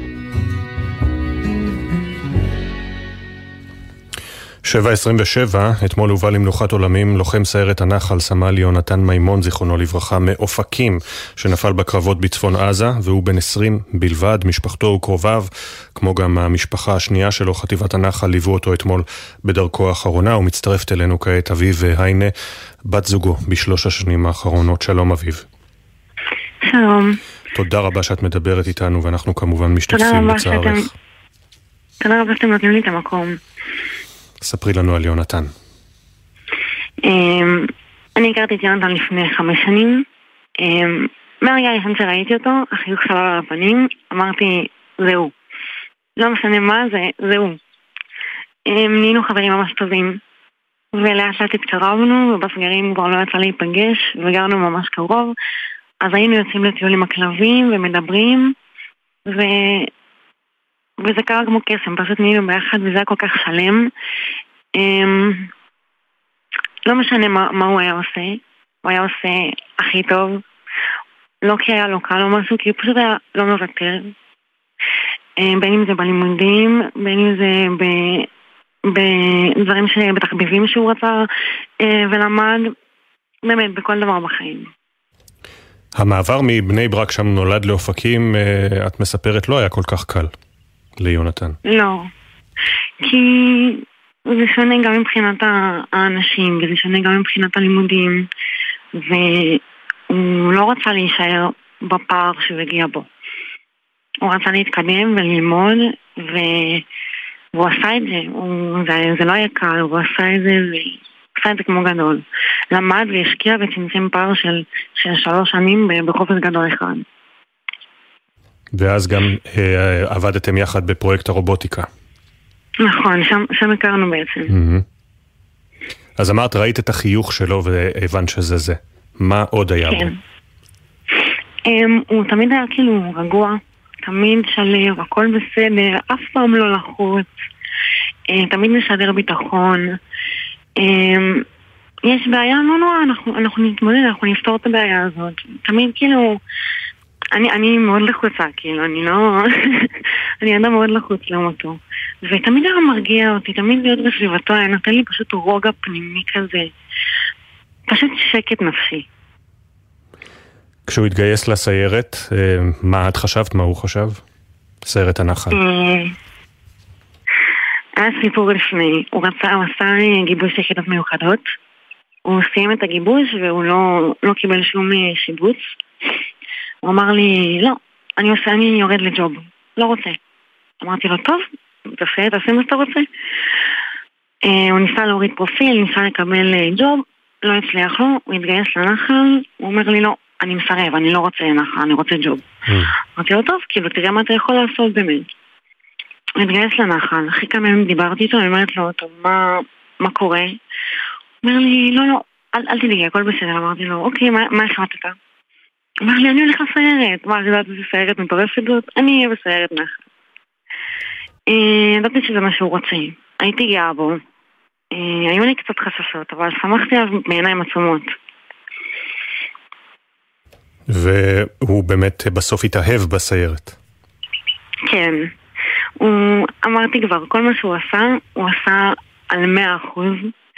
שבע עשרים ושבע, אתמול הובא למנוחת עולמים לוחם סיירת הנחל סמל יונתן מימון זיכרונו לברכה מאופקים, שנפל בקרבות בצפון עזה, והוא בן עשרים בלבד. משפחתו וקרוביו, כמו גם המשפחה השנייה שלו, חטיבת הנחל, ליוו אותו אתמול בדרכו האחרונה. הוא מצטרפת אלינו כעת אביב היינה, בת זוגו בשלוש השנים האחרונות. שלום אביב.
שלום.
תודה רבה שאת מדברת איתנו, ואנחנו כמובן משתתפים בצערך.
תודה רבה שאתם נותנים לי את המקום.
ספרי לנו על יונתן.
אני הכרתי את יונתן לפני חמש שנים. מהרגע הראשון שראיתי אותו, החיוך שלו על הפנים, אמרתי, זהו. לא משנה מה זה, זהו. נהיינו חברים ממש טובים. ולאט לאט התקרבנו, ובסגרים כבר לא יצא להיפגש, וגרנו ממש קרוב. אז היינו יוצאים לטיול עם הכלבים ומדברים, ו... וזה קרה כמו קסם, פשוט נהיינו ביחד, וזה היה כל כך שלם. לא משנה מה, מה הוא היה עושה, הוא היה עושה הכי טוב, לא כי היה לו קל או משהו, כי הוא פשוט היה לא מוותר. בין אם זה בלימודים, בין אם זה ב... בדברים שבתחביבים שהוא רצה ולמד, באמת בכל דבר בחיים.
המעבר מבני ברק שם נולד לאופקים, את מספרת, לא היה כל כך קל ליונתן.
לא, כי זה שונה גם מבחינת האנשים, וזה שונה גם מבחינת הלימודים, והוא לא רצה להישאר בפער שהוא הגיע בו. הוא רצה להתקדם וללמוד, והוא עשה את זה. הוא, זה, זה לא היה קל, הוא עשה את זה ועשה את זה כמו גדול. למד והשקיע וצמצם פער של, של שלוש שנים בחופש גדול אחד.
ואז גם אה, עבדתם יחד בפרויקט הרובוטיקה.
נכון, שם, שם הכרנו בעצם.
Mm-hmm. אז אמרת, ראית את החיוך שלו והבנת שזה זה. מה עוד היה
כן.
בו?
Um, הוא תמיד היה כאילו רגוע, תמיד שלב, הכל בסדר, אף פעם לא לחוץ, uh, תמיד משדר ביטחון. Um, יש בעיה, לא נורא, אנחנו, אנחנו נתמודד, אנחנו נפתור את הבעיה הזאת. תמיד כאילו... אני, אני מאוד לחוצה, כאילו, אני לא... אני אדם מאוד לחוץ לעומתו. ותמיד היה מרגיע אותי, תמיד להיות בסביבתו, היה נותן לי פשוט רוגע פנימי כזה. פשוט שקט נפשי.
כשהוא התגייס לסיירת, מה את חשבת? מה הוא חשב? סיירת הנחל.
היה סיפור לפני. הוא רצה, הוא עשה גיבוש יחידות מיוחדות. הוא סיים את הגיבוש והוא לא, לא קיבל שום שיבוץ. הוא אמר לי, לא, אני עושה, אני יורד לג'וב, לא רוצה. אמרתי לו, טוב, תעשה, תעשה מה שאתה רוצה. הוא ניסה להוריד פרופיל, ניסה לקבל ג'וב, לא הצליח לו, הוא התגייס לנחל, הוא אומר לי, לא, אני מסרב, אני לא רוצה לנחל, אני רוצה ג'וב. אמרתי לו, טוב, כאילו, תראה מה אתה יכול לעשות באמת. הוא התגייס לנחל, אחרי כמה ימים דיברתי איתו, אני אומרת לו, טוב, מה, מה קורה? הוא אומר לי, לא, לא, אל, אל תדאגי, הכל בסדר. אמרתי לו, אוקיי, מה, מה החלטת? אמר לי, אני הולך לסיירת. מה, יודעת איזה סיירת מטורפת זאת? אני אהיה בסיירת נחל. ידעתי שזה מה שהוא רוצה. הייתי גאה בו. היו לי קצת חששות, אבל שמחתי עליו בעיניים עצומות.
והוא באמת בסוף התאהב בסיירת.
כן. הוא, אמרתי כבר, כל מה שהוא עשה, הוא עשה על מאה אחוז.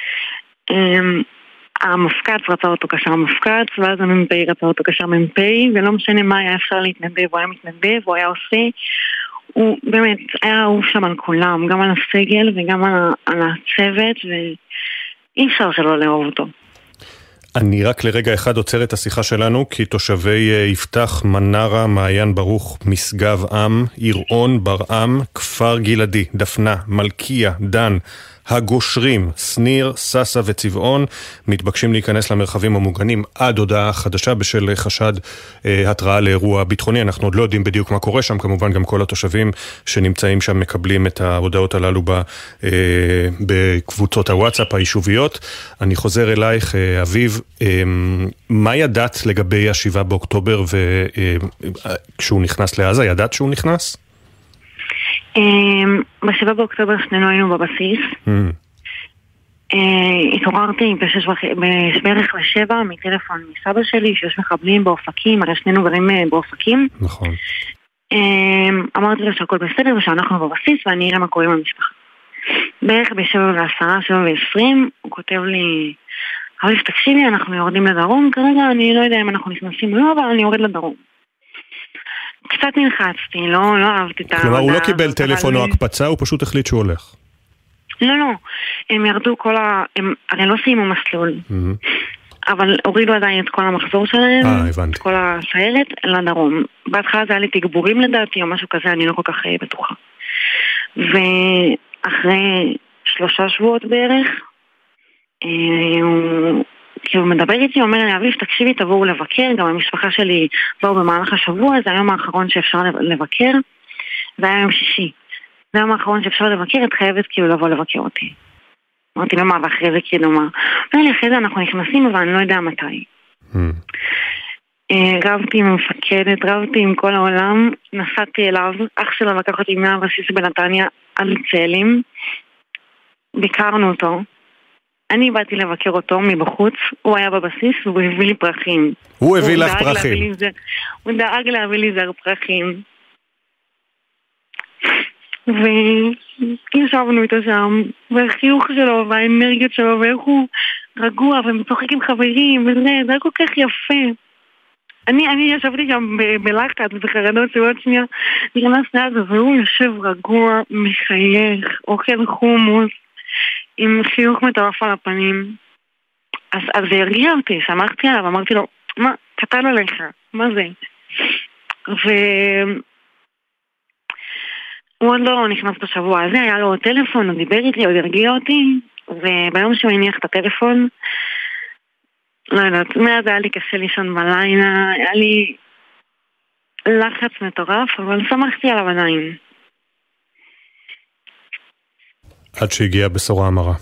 המפקד רצה אותו קשר מפקד, ואז המ"פ רצה אותו קשר מ"פ, ולא משנה מה היה אפשר להתנדב, הוא היה מתנדב, הוא היה עושה, הוא באמת היה אהוב שם על כולם, גם על הסגל וגם על, על הצוות, ואי אפשר שלא לאהוב אותו.
אני רק לרגע אחד עוצר את השיחה שלנו, כי תושבי יפתח, מנרה, מעיין ברוך, משגב עם, עירון, ברעם, כפר גלעדי, דפנה, מלכיה, דן, הגושרים, סניר, ססה וצבעון מתבקשים להיכנס למרחבים המוגנים עד הודעה חדשה בשל חשד אה, התראה לאירוע ביטחוני. אנחנו עוד לא יודעים בדיוק מה קורה שם, כמובן גם כל התושבים שנמצאים שם מקבלים את ההודעות הללו ב, אה, בקבוצות הוואטסאפ היישוביות. אני חוזר אלייך, אה, אביב, אה, מה ידעת לגבי השבעה באוקטובר וכשהוא אה, נכנס לעזה? ידעת שהוא נכנס?
בשבעה באוקטובר שנינו היינו בבסיס. התעוררתי בשש וחצי, בערך לשבע מטלפון מסבא שלי שיש מחבלים באופקים, הרי שנינו גרים באופקים.
נכון.
אמרתי לו שהכל בסדר ושאנחנו בבסיס ואני אראה מה קורה עם המשפחה. בערך בשבע ועשרה, שבע ועשרים, הוא כותב לי, אבל תקשיבי, אנחנו יורדים לדרום, כרגע אני לא יודע אם אנחנו נכנסים או לא, אבל אני יורד לדרום. קצת נלחצתי, לא, לא אהבתי את העבודה.
כלומר, הוא לא קיבל טלפון או הקפצה, הוא פשוט החליט שהוא הולך.
לא, לא, הם ירדו כל ה... הם הרי לא סיימו מסלול, אבל הורידו עדיין את כל המחזור שלהם, את כל הסיירת לדרום. בהתחלה זה היה לי תגבורים לדעתי או משהו כזה, אני לא כל כך בטוחה. ואחרי שלושה שבועות בערך, הוא כאילו מדבר איתי, אומר לי, אביב, תקשיבי, תבואו לבקר, גם המשפחה שלי באו במהלך השבוע, זה היום האחרון שאפשר לבקר, זה היה יום שישי. זה היום האחרון שאפשר לבקר, את חייבת כאילו לבוא לבקר אותי. אמרתי לו מה, ואחרי זה כאילו מה. ואני אחרי זה אנחנו נכנסים, אבל אני לא יודע מתי. רבתי עם המפקדת, רבתי עם כל העולם, נסעתי אליו, אח שלו לקח אותי מהבסיס בנתניה עד צאלים, ביקרנו אותו, אני באתי לבקר אותו מבחוץ, הוא היה בבסיס והוא הביא לי פרחים.
הוא הביא לך פרחים?
הוא דאג להביא לי זר פרחים. וישבנו איתו שם, והחיוך שלו והאנרגיות שלו, ואיך הוא רגוע ומשוחק עם חברים, וזה, זה היה כל כך יפה. אני, אני ישבתי שם בלחץ, בחרדות, שעוד שנייה, נכנס ליד, והוא יושב רגוע, מחייך, אוכל חומוס, עם חיוך מטורף על הפנים. אז, אז זה הרגיע אותי, שמחתי עליו, אמרתי לו, מה, קטן עליך, מה זה? ו... הוא עוד לא נכנס בשבוע הזה, היה לו טלפון, הוא דיבר איתי, הוא הרגיע אותי, וביום שהוא הניח את הטלפון, לא יודעת, מאז היה לי קשה לישון בלילה, היה לי לחץ מטורף, אבל שמחתי עליו עדיין.
עד שהגיעה בשורה המרה.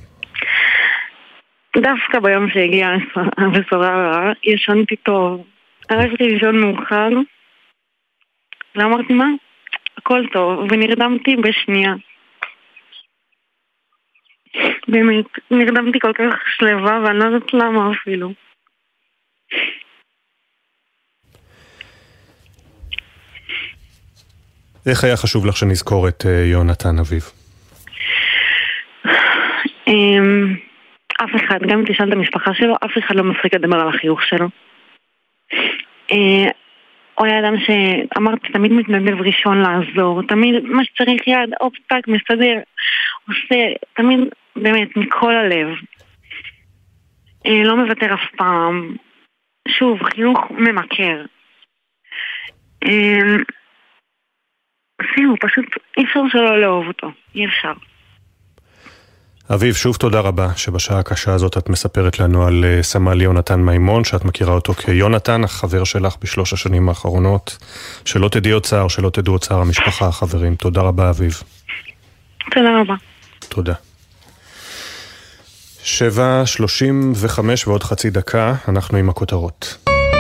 דווקא ביום שהגיעה הבשורה המרה, ישנתי טוב. הלכתי לישון מאוחר, ואמרתי מה? הכל טוב, ונרדמתי בשנייה. באמת, נרדמתי כל כך שלווה, ואני לא יודעת למה אפילו.
איך היה חשוב לך שנזכור את יונתן אביב?
אף אחד, גם אם תשאל את המשפחה שלו, אף אחד לא מפסיק לדבר על החיוך שלו. הוא היה אדם שאמרתי, תמיד מתנדב ראשון לעזור, תמיד מה שצריך יד, אופ, טק, מסתדר, עושה, תמיד באמת מכל הלב. לא מוותר אף פעם. שוב, חיוך ממכר. זהו, פשוט אי אפשר שלא לאהוב אותו, אי אפשר.
אביב, שוב תודה רבה שבשעה הקשה הזאת את מספרת לנו על סמל יונתן מימון, שאת מכירה אותו כיונתן, החבר שלך בשלוש השנים האחרונות. שלא תדעי עוד צער, שלא תדעו עוד צער המשפחה, החברים. תודה רבה, אביב.
תודה רבה.
תודה. שבע שלושים וחמש ועוד חצי דקה, אנחנו עם הכותרות.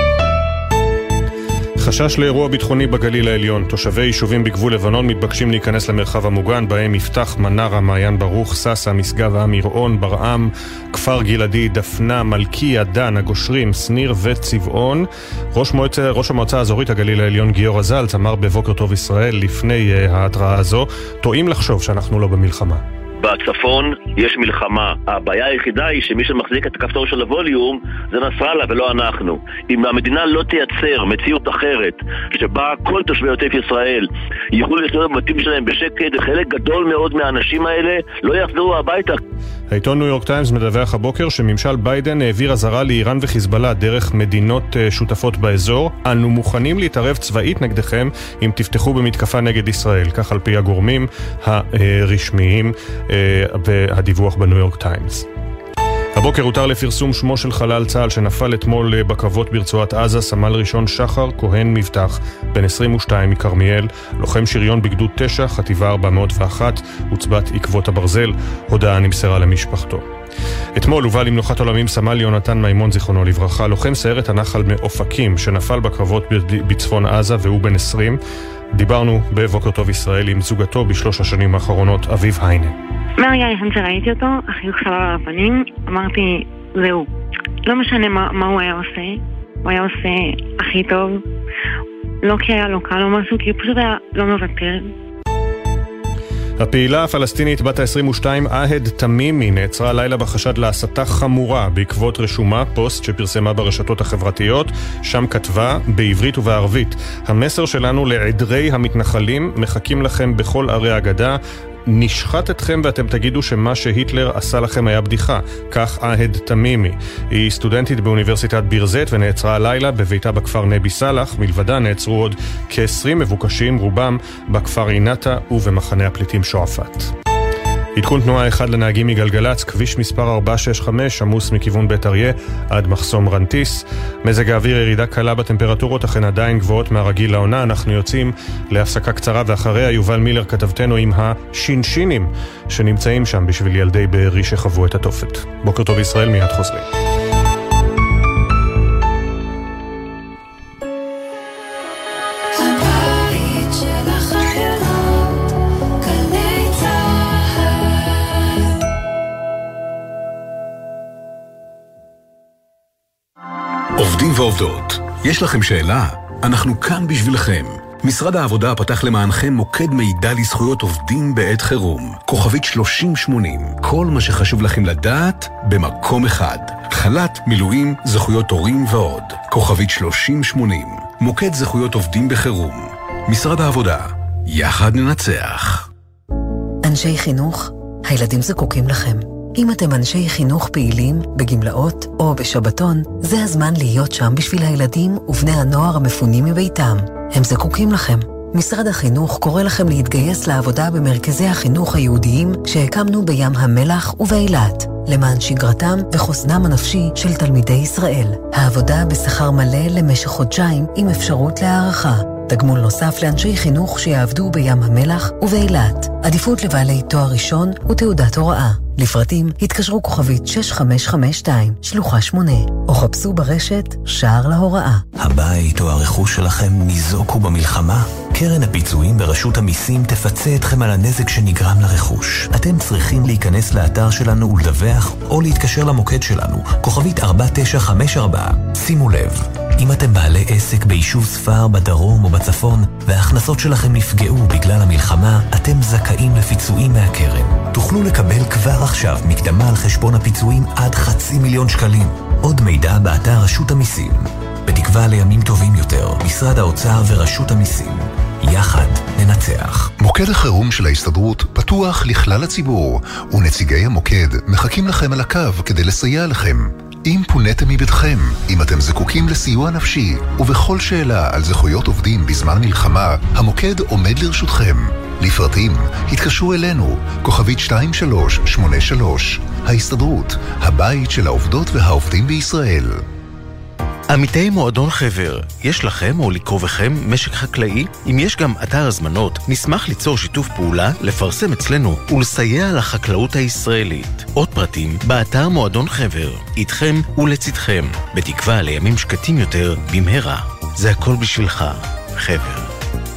חשש לאירוע ביטחוני בגליל העליון. תושבי יישובים בגבול לבנון מתבקשים להיכנס למרחב המוגן, בהם יפתח, מנרה, מעיין ברוך, ססה, משגב עם, ירעון, ברעם, כפר גלעדי, דפנה, מלכיה, דן, הגושרים, שניר וצבעון. ראש, מועצה, ראש המועצה האזורית הגליל העליון גיורא זלץ אמר בבוקר טוב ישראל לפני ההתראה הזו, טועים לחשוב שאנחנו לא במלחמה.
בצפון יש מלחמה. הבעיה היחידה היא שמי שמחזיק את הכפתור של הווליום זה נסראללה ולא אנחנו. אם המדינה לא תייצר מציאות אחרת שבה כל תושבי עוטף ישראל יוכלו לחיות בבתים שלהם בשקט, חלק גדול מאוד מהאנשים האלה לא יחזרו הביתה.
העיתון ניו יורק טיימס מדווח הבוקר שממשל ביידן העביר אזהרה לאיראן וחיזבאללה דרך מדינות שותפות באזור. אנו מוכנים להתערב צבאית נגדכם אם תפתחו במתקפה נגד ישראל, כך על פי הגורמים הרשמיים והדיווח בניו יורק טיימס. הבוקר הותר לפרסום שמו של חלל צה"ל שנפל אתמול בקרבות ברצועת עזה, סמל ראשון שחר כהן מבטח, בן עשרים ושתיים מכרמיאל, לוחם שריון בגדוד תשע, חטיבה ארבע מאות ואחת, עוצבת עקבות הברזל. הודעה נמסרה למשפחתו. אתמול הובא למנוחת עולמים סמל יונתן מימון זיכרונו לברכה, לוחם סיירת הנחל מאופקים שנפל בקרבות בצפון עזה והוא בן עשרים. דיברנו בבוקר טוב ישראל עם זוגתו בשלוש השנים האחרונות, אביב היינה.
מהרגע הראשון שראיתי אותו, החיוך שלו על הפנים, אמרתי, זהו. לא משנה מה, מה הוא היה עושה, הוא היה עושה הכי טוב. לא כי היה לו קל או משהו, כי הוא פשוט היה לא מוותר.
הפעילה הפלסטינית בת ה-עשרים ושתיים אהד תמימי נעצרה לילה בחשד להסתה חמורה בעקבות רשומה, פוסט שפרסמה ברשתות החברתיות. שם כתבה בעברית ובערבית: המסר שלנו לעדרי המתנחלים, מחכים לכם בכל ערי הגדה, נשחט אתכם ואתם תגידו שמה שהיטלר עשה לכם היה בדיחה. כך אהד תמימי. היא סטודנטית באוניברסיטת ביר זית ונעצרה הלילה בביתה בכפר נבי סלח. מלבדה נעצרו עוד כ-עשרים מבוקשים, רובם בכפר עינתה ובמחנה הפליטים שועפאט. עדכון תנועה אחד לנהגים מגלגלץ, כביש מספר ארבע שש חמש, עמוס מכיוון בית אריה עד מחסום רנטיס. מזג האוויר ירידה קלה בטמפרטורות, אכן עדיין גבוהות מהרגיל לעונה. אנחנו יוצאים להפסקה קצרה ואחריה יובל מילר כתבתנו עם השינשינים שנמצאים שם בשביל ילדי בארי שחוו את התופת. בוקר טוב ישראל, מיד חוזרים.
עובדים ועובדות, יש לכם שאלה? אנחנו כאן בשבילכם. משרד העבודה פתח למענכם מוקד מידע לזכויות עובדים בעת חירום. כוכבית שלושים שמונים. כל מה שחשוב לכם לדעת במקום אחד. חל"ת, מילואים, זכויות הורים ועוד. כוכבית שלושים שמונים. מוקד זכויות עובדים בחירום. משרד העבודה. יחד ננצח.
אנשי חינוך, הילדים זקוקים לכם. אם אתם אנשי חינוך פעילים, בגמלאות או בשבתון, זה הזמן להיות שם בשביל הילדים ובני הנוער המפונים מביתם. הם זקוקים לכם. משרד החינוך קורא לכם להתגייס לעבודה במרכזי החינוך היהודיים שהקמנו בים המלח ובאילת, למען שגרתם וחוסנם הנפשי של תלמידי ישראל. העבודה בשכר מלא למשך חודשיים עם אפשרות להערכה. תגמול נוסף לאנשי חינוך שיעבדו בים המלח ובאילת. עדיפות לבעלי תואר ראשון ותעודת הוראה. לפרטים התקשרו כוכבית שש חמש חמש שתיים, שלוחה שמונה, או חפשו ברשת שער להוראה.
הבית או הרכוש שלכם ניזוקו במלחמה? קרן הפיצויים ברשות המיסים תפצה אתכם על הנזק שנגרם לרכוש. אתם צריכים להיכנס לאתר שלנו ולדווח, או להתקשר למוקד שלנו, כוכבית ארבע תשע חמש ארבע. שימו לב, אם אתם בעלי עסק ביישוב ספר בדרום או בצפון, וההכנסות שלכם נפגעו בגלל המלחמה, אתם זכאים לפיצויים מהקרן. תוכלו לקבל כבר עכשיו מקדמה על חשבון הפיצויים עד חצי מיליון שקלים. עוד מידע באתר רשות המיסים. בתקווה לימים טובים יותר, משרד האוצר ורשות המיסים. יחד ננצח.
מוקד החירום של ההסתדרות פתוח לכלל הציבור, ונציגי המוקד מחכים לכם על הקו כדי לסייע לכם. אם פונתם מביתכם, אם אתם זקוקים לסיוע נפשי, ובכל שאלה על זכויות עובדים בזמן מלחמה, המוקד עומד לרשותכם. לפרטים, התקשרו אלינו, כוכבית שתיים שלוש שמונה שלוש. ההסתדרות, הבית של העובדות והעובדים בישראל.
עמיתי מועדון חבר, יש לכם או לקרובכם משק חקלאי? אם יש גם אתר הזמנות, נשמח ליצור שיתוף פעולה, לפרסם אצלנו ולסייע לחקלאות הישראלית. עוד פרטים באתר מועדון חבר, איתכם ולצדכם, בתקווה לימים שקטים יותר במהרה. זה הכל בשבילך, חבר.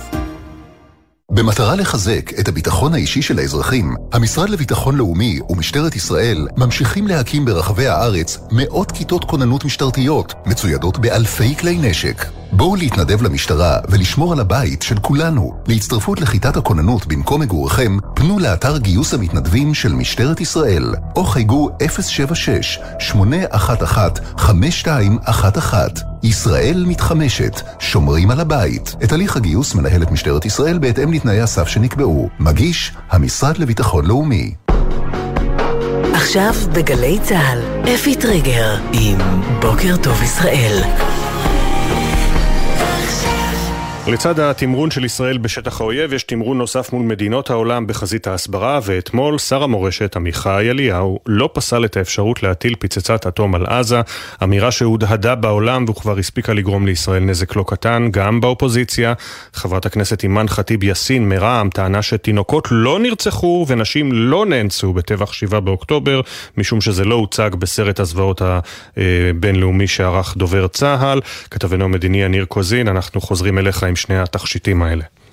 במטרה לחזק את הביטחון האישי של האזרחים, המשרד לביטחון לאומי ומשטרת ישראל ממשיכים להקים ברחבי הארץ מאות כיתות כוננות משטרתיות, מצוידות באלפי כלי נשק. בואו להתנדב למשטרה ולשמור על הבית של כולנו. להצטרפות לכיתת הכוננות במקום מגורכם, פנו לאתר גיוס המתנדבים של משטרת ישראל, או חייגו אפס שבע שש שמונה אחת אחת חמש שתיים אחת אחת. ישראל מתחמשת, שומרים על הבית. את הליך הגיוס מנהלת משטרת ישראל בהתאם לתנאי הסף שנקבעו. מגיש המשרד לביטחון לאומי.
עכשיו בגלי צהל, אפי טריגר עם בוקר טוב ישראל.
לצד התמרון של ישראל בשטח האויב, יש תמרון נוסף מול מדינות העולם בחזית ההסברה, ואתמול שר המורשת עמיחי אליהו לא פסל את האפשרות להטיל פצצת אטום על עזה, אמירה שהודהדה בעולם וכבר הספיקה לגרום לישראל נזק לא קטן, גם באופוזיציה. חברת הכנסת אימאן ח'טיב יאסין מרע"מ טענה שתינוקות לא נרצחו ונשים לא נאנסו בטבח שבעה באוקטובר, משום שזה לא הוצג בסרט הזוועות הבינלאומי שערך דובר צה"ל. כתבנו המדיני יניר קוזין, אנחנו חוזרים אליך עם שני התכשיטים האלה.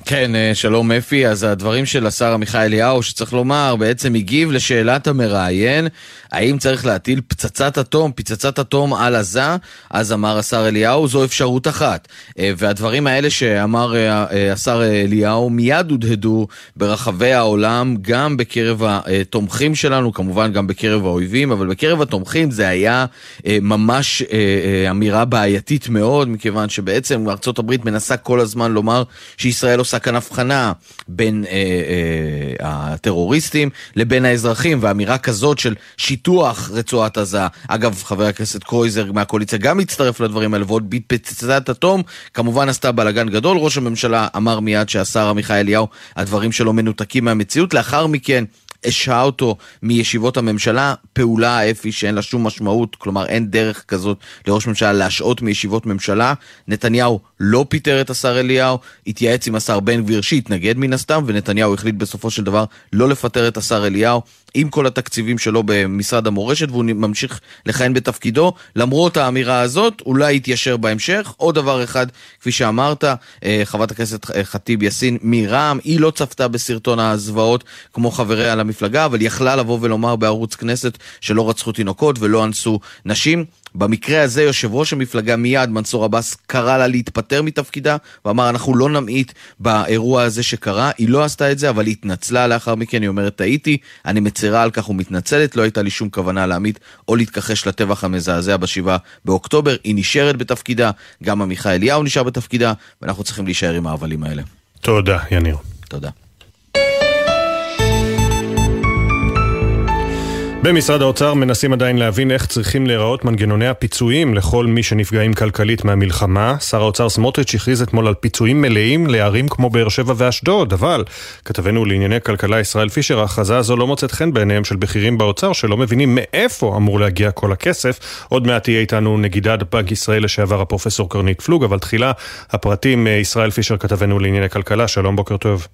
כן, שלום אפי. אז הדברים של השר עמיחי אליהו, שצריך לומר, בעצם הגיב לשאלת המראיין, האם צריך להטיל פצצת אטום, פצצת אטום על עזה? אז אמר השר אליהו, זו אפשרות אחת. והדברים האלה שאמר השר אליהו מיד הודהדו ברחבי העולם, גם בקרב התומכים שלנו, כמובן גם בקרב האויבים, אבל בקרב התומכים זה היה ממש אמירה בעייתית מאוד, מכיוון שבעצם ארצות הברית מנסה כל הזמן לומר שישראל עושה כאן הבחנה בין אה, אה, הטרוריסטים לבין האזרחים, ואמירה כזאת של שיטוח רצועת עזה, אגב חבר הכנסת קרויזר מהקואליציה גם הצטרף לדברים האלה, ועוד פצצת אטום, כמובן עשתה בלגן גדול. ראש הממשלה אמר מיד שהשר עמיחי אליהו, הדברים שלו מנותקים מהמציאות, לאחר מכן השעה אותו מישיבות הממשלה, פעולה אפי שאין לה שום משמעות, כלומר אין דרך כזאת לראש ממשלה להשעות מישיבות ממשלה. נתניהו לא פיטר את השר אליהו, התייעץ עם השר בן גביר שהתנגד מן הסתם, ונתניהו החליט בסופו של דבר לא לפטר את השר אליהו, עם כל התקציבים שלו במשרד המורשת, והוא ממשיך לכהן בתפקידו, למרות האמירה הזאת, אולי יתיישר בהמשך. עוד דבר אחד, כפי שאמרת, חברת הכנסת ח'טיב יאסין מרע"מ, היא לא צפתה בסרטון הזוועות כמו חבריה על המפלגה, אבל יכלה לבוא ולומר בערוץ כנסת שלא רצחו תינוקות ולא אנסו נשים. במקרה הזה יושב ראש המפלגה מיד, מנסור עבאס, קרא לה להתפטר מתפקידה, ואמר אנחנו לא נמעיט באירוע הזה שקרה. היא לא עשתה את זה, אבל היא התנצלה לאחר מכן, היא אומרת טעיתי, אני מצרה על כך ומתנצלת, לא הייתה לי שום כוונה להעמיד או להתכחש לטבח המזעזע בשבעה באוקטובר. היא נשארת בתפקידה, גם עמיחי אליהו נשאר בתפקידה, ואנחנו צריכים להישאר עם ההבלים האלה.
תודה, יניר.
תודה.
במשרד האוצר מנסים עדיין להבין איך צריכים להיראות מנגנוני הפיצויים לכל מי שנפגעים כלכלית מהמלחמה. שר האוצר סמוטריץ' הכריז אתמול על פיצויים מלאים לערים כמו באר שבע ואשדוד, אבל כתבנו לענייני כלכלה ישראל פישר, ההכרזה הזו לא מוצאת חן בעיניהם של בכירים באוצר שלא מבינים מאיפה אמור להגיע כל הכסף. עוד מעט תהיה איתנו נגידת בנק ישראל לשעבר הפרופסור קרנית פלוג, אבל תחילה הפרטים ישראל פישר, כתבנו לענייני כלכלה. שלום, בוקר טוב.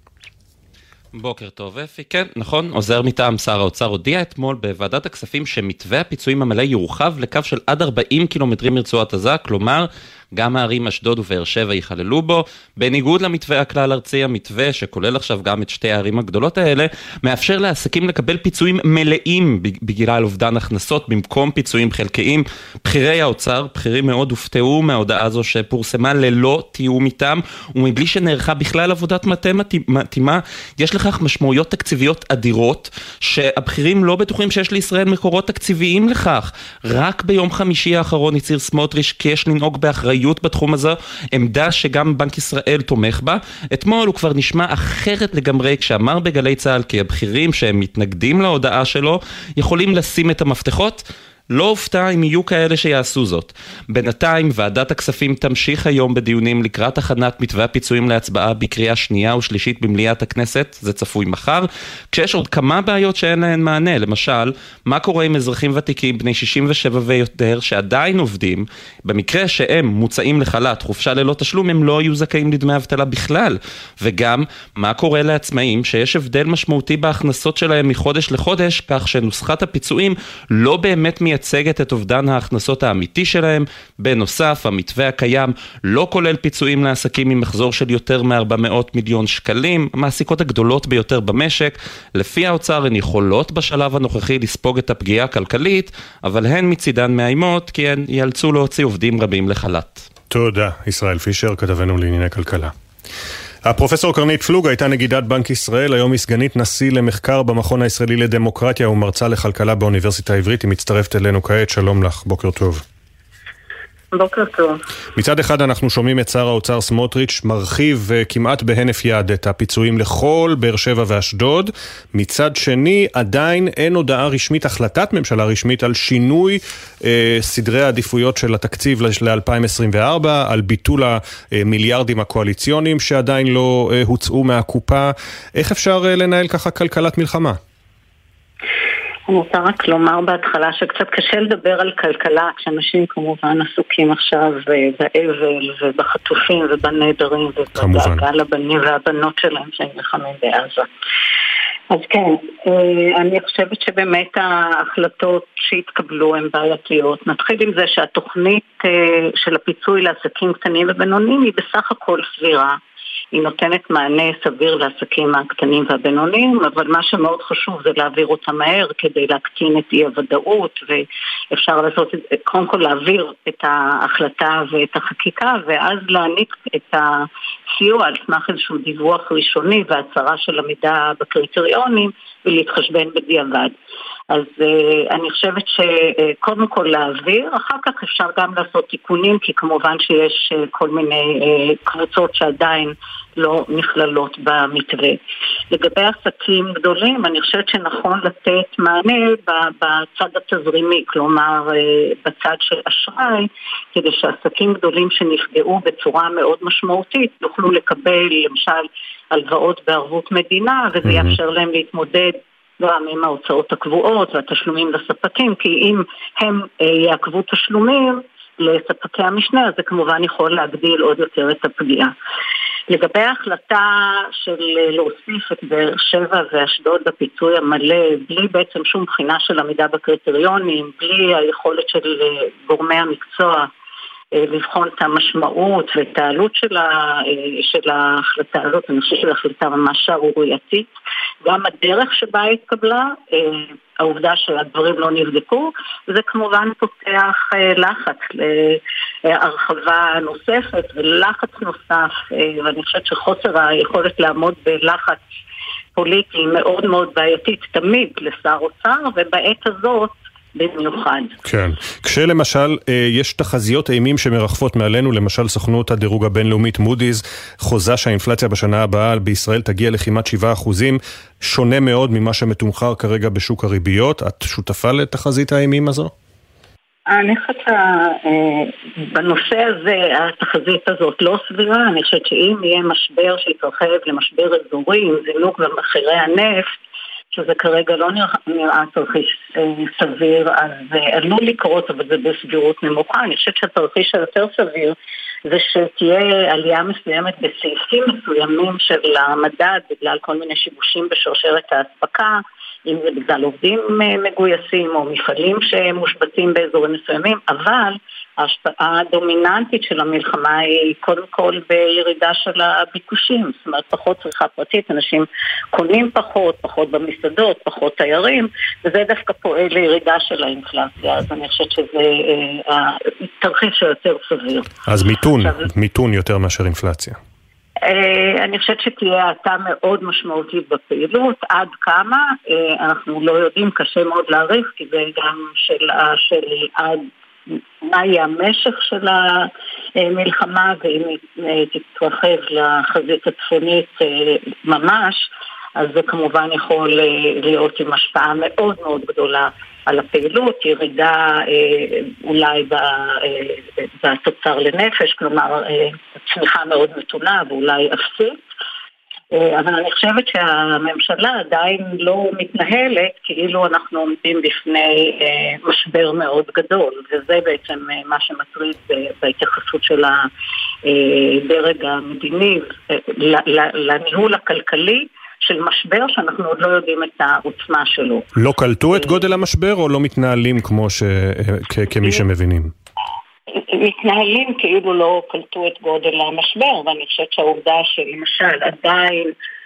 בוקר טוב אפי, כן, נכון, עוזר מטעם שר האוצר הודיע אתמול בוועדת הכספים שמתווה הפיצויים המלא יורחב לקו של עד ארבעים קילומטרים מרצועת עזה, כלומר גם הערים אשדוד ובאר שבע ייכללו בו. בניגוד למתווה הכלל ארצי, המתווה שכולל עכשיו גם את שתי הערים הגדולות האלה, מאפשר לעסקים לקבל פיצויים מלאים בגלל אובדן הכנסות במקום פיצויים חלקיים. בכירי האוצר, בכירים מאוד, הופתעו מההודעה הזו שפורסמה ללא תיאום איתם ומבלי שנערכה בכלל עבודת מטה מתאימה. יש לכך משמעויות תקציביות אדירות שהבכירים לא בטוחים שיש לישראל מקורות תקציביים לכך. רק ביום חמישי האחרון הצהיר סמוטריץ' כי יש לנהוג באחריות בתחום הזה, עמדה שגם בנק ישראל תומך בה. אתמול הוא כבר נשמע אחרת לגמרי כשאמר בגלי צהל כי הבכירים שהם מתנגדים להודעה שלו יכולים לשים את המפתחות. לא הופתע אם יהיו כאלה שיעשו זאת. בינתיים ועדת הכספים תמשיך היום בדיונים לקראת הכנת מתווה הפיצויים להצבעה בקריאה שנייה ושלישית במליאת הכנסת, זה צפוי מחר, כשיש עוד כמה בעיות שאין להן מענה. למשל, מה קורה עם אזרחים ותיקים בני שישים ושבע ויותר שעדיין עובדים, במקרה שהם מוצאים לחל"ת חופשה ללא תשלום, הם לא יהיו זכאים לדמי אבטלה בכלל. וגם, מה קורה לעצמאים שיש הבדל משמעותי בהכנסות שלהם מחודש לחודש, כך שנוסחת הפיצויים לא באמת מייצגת מייצגת את אובדן ההכנסות האמיתי שלהם. בנוסף, המתווה הקיים לא כולל פיצויים לעסקים עם מחזור של יותר מ-ארבע מאות מיליון שקלים, המעסיקות הגדולות ביותר במשק. לפי האוצר הן יכולות בשלב הנוכחי לספוג את הפגיעה הכלכלית, אבל הן מצידן מאיימות כי הן ייאלצו להוציא עובדים רבים לחל"ת.
תודה, ישראל פישר, כתבנו לענייני כלכלה. הפרופסור קרנית פלוג הייתה נגידת בנק ישראל, היום היא סגנית נשיא למחקר במכון הישראלי לדמוקרטיה ומרצה לכלכלה באוניברסיטה העברית. היא מצטרפת אלינו כעת, שלום לך, בוקר טוב.
בוקר טוב.
מצד אחד אנחנו שומעים את שר האוצר סמוטריץ' מרחיב כמעט בהינף יד את הפיצויים לכל באר שבע ואשדוד. מצד שני עדיין אין הודעה רשמית, החלטת ממשלה רשמית על שינוי אה, סדרי העדיפויות של התקציב ל-אלפיים עשרים וארבע, על ביטול המיליארדים הקואליציוניים שעדיין לא אה, הוצאו מהקופה. איך אפשר אה, לנהל ככה כלכלת מלחמה?
אני רוצה רק לומר בהתחלה שקצת קשה לדבר על כלכלה כשאנשים כמובן עסוקים עכשיו באבל ובחטופים ובנדרים ובדאגה לבנים והבנות שלהם שהם נלחמים בעזה. אז כן, אני חושבת שבאמת ההחלטות שהתקבלו הן בעייתיות. נתחיל עם זה שהתוכנית של הפיצוי לעסקים קטנים ובינוניים היא בסך הכל סבירה. היא נותנת מענה סביר לעסקים הקטנים והבינוניים, אבל מה שמאוד חשוב זה להעביר אותה מהר כדי להקטין את אי הוודאות, ואפשר לעשות את, קודם כל להעביר את ההחלטה ואת החקיקה, ואז להעניק את הסיוע על סמך איזשהו דיווח ראשוני והצהרה של עמידה בקריטריונים, ולהתחשבן בדיעבד. אז uh, אני חושבת שקודם כל להעביר, אחר כך אפשר גם לעשות תיקונים, כי כמובן שיש uh, כל מיני uh, קבוצות שעדיין לא נכללות במתווה. לגבי עסקים גדולים, אני חושבת שנכון לתת מענה בצד התזרימי, כלומר uh, בצד של אשראי, כדי שעסקים גדולים שנפגעו בצורה מאוד משמעותית, יוכלו לקבל למשל הלוואות בערבות מדינה, וזה mm-hmm. יאפשר להם להתמודד גם עם ההוצאות הקבועות והתשלומים לספקים, כי אם הם יעקבו תשלומים לספקי המשנה, אז זה כמובן יכול להגדיל עוד יותר את הפגיעה. לגבי ההחלטה של להוסיף את באר שבע ואשדוד בפיצוי המלא, בלי בעצם שום בחינה של עמידה בקריטריונים, בלי היכולת של גורמי המקצוע לבחון את המשמעות ואת העלות של, ה, של ההחלטה הזאת, אני חושבת שזו החלטה ממש שערורייתית. גם הדרך שבה התקבלה, העובדה שהדברים לא נבדקו, זה כמובן פותח לחץ להרחבה נוספת ולחץ נוסף, ואני חושבת שחוסר היכולת לעמוד בלחץ פוליטי מאוד מאוד בעייתית תמיד לשר אוצר, ובעת הזאת במיוחד.
כן. כשלמשל יש תחזיות אימים שמרחפות מעלינו, למשל סוכנות הדירוג הבינלאומית מודי'ס חוזה שהאינפלציה בשנה הבאה בישראל תגיע לכמעט שבעה אחוזים, שונה מאוד ממה שמתומחר כרגע בשוק הריביות. את שותפה לתחזית האימים הזו?
אני חושבת בנושא הזה התחזית הזאת לא סבירה. אני חושבת שאם יהיה משבר שיתרחב למשבר אזורי עם זינוק במחירי הנפט, שזה כרגע לא נראה תרחיש סביר, אז עלול לקרות, אבל זה בסבירות נמוכה. אני חושבת שהתרחיש היותר סביר זה שתהיה עלייה מסוימת בסעיפים מסוימים של המדד, בגלל כל מיני שיבושים בשרשרת האספקה, אם זה בגלל עובדים מגויסים או מפעלים שמושבתים באזורים מסוימים, אבל ההשפעה הדומיננטית של המלחמה היא קודם כל בירידה של הביקושים, זאת אומרת פחות צריכה פרטית, אנשים קונים פחות, פחות במסעדות, פחות תיירים, וזה דווקא פועל לירידה של האינפלציה, אז אני חושבת שזה תרחיש שיותר סביר.
אז מיתון, עכשיו, מיתון יותר מאשר אינפלציה.
אני חושבת שתהיה האטה מאוד משמעותית בפעילות, עד כמה אנחנו לא יודעים, קשה מאוד להעריך, כי זה גם שאלה של עד מה יהיה המשך של המלחמה, ואם היא תתרחב לחזית הצפונית ממש, אז זה כמובן יכול להיות עם השפעה מאוד מאוד גדולה על הפעילות, ירידה אולי בתוצר לנפש, כלומר צמיחה מאוד מתונה ואולי אפסית, אבל אני חושבת שהממשלה עדיין לא מתנהלת כאילו אנחנו עומדים בפני משבר מאוד גדול, וזה בעצם מה שמטריד בהתייחסות של הדרג המדיני לניהול הכלכלי של משבר שאנחנו עוד לא יודעים את העוצמה שלו.
לא קלטו את גודל המשבר או לא מתנהלים כמו ש... כמי שמבינים?
מתנהלים כאילו לא קלטו את גודל המשבר, ואני חושבת שהעובדה שלמשל עדיין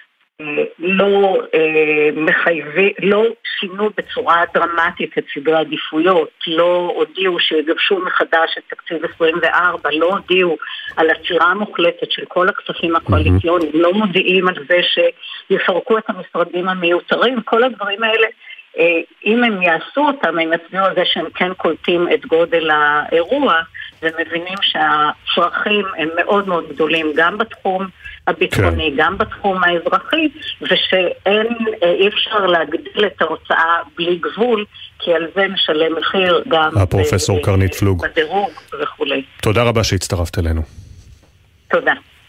לא מחייבים, לא שינו בצורה דרמטית את סדרי העדיפויות, לא הודיעו שיגבשו מחדש את תקציב עשרים וארבע, לא הודיעו על עצירה מוחלטת של כל הכספים הקואליציוניים, לא מודיעים על זה שיפרקו את המשרדים המיותרים, כל הדברים האלה, אם הם יעשו אותם, הם יצביעו על זה שהם כן קולטים את גודל האירוע, ומבינים שהצרכים הם מאוד מאוד גדולים, גם בתחום הביטחוני, כן. גם בתחום האזרחי, ושאין, אי אפשר להגדיל את ההוצאה בלי גבול, כי על זה משלם מחיר גם
הפרופסור קרנית פלוג
בדירוג וכו'.
תודה רבה שהצטרפת אלינו.
תודה.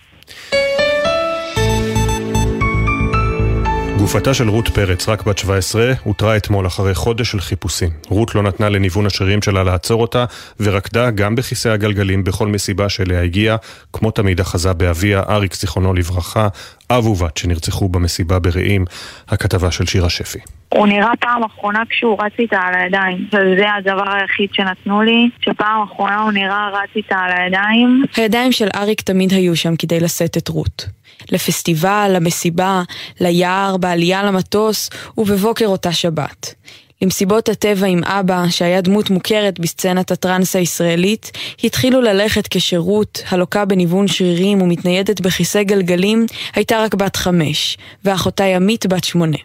גופתה של רות פרץ, רק בת שבע עשרה, הותרה אתמול אחרי חודש של חיפושים. רות לא נתנה לניוון השרירים שלה לעצור אותה, ורקדה גם בכיסא הגלגלים בכל מסיבה שאליה הגיעה, כמו תמיד אחזה באביה, אריק זיכרונו לברכה, אב ובת שנרצחו במסיבה ברעים. הכתבה של שירה שפי.
הוא נראה פעם אחרונה כשהוא רץ איתה על הידיים. וזה הדבר היחיד שנתנו לי, שפעם אחרונה הוא נראה רץ איתה על הידיים.
הידיים של אריק תמיד היו שם כדי לשאת את רות. לפסטיבל, למסיבה, ליער, בעלייה למטוס ובבוקר אותה שבת. למסיבות הטבע עם אבא, שהיה דמות מוכרת בסצנת הטרנס הישראלית, התחילו ללכת כשרות, הלוקה בניוון שרירים ומתניידת בכיסא גלגלים, הייתה רק בת חמש, ואחותה ימית בת שמונה.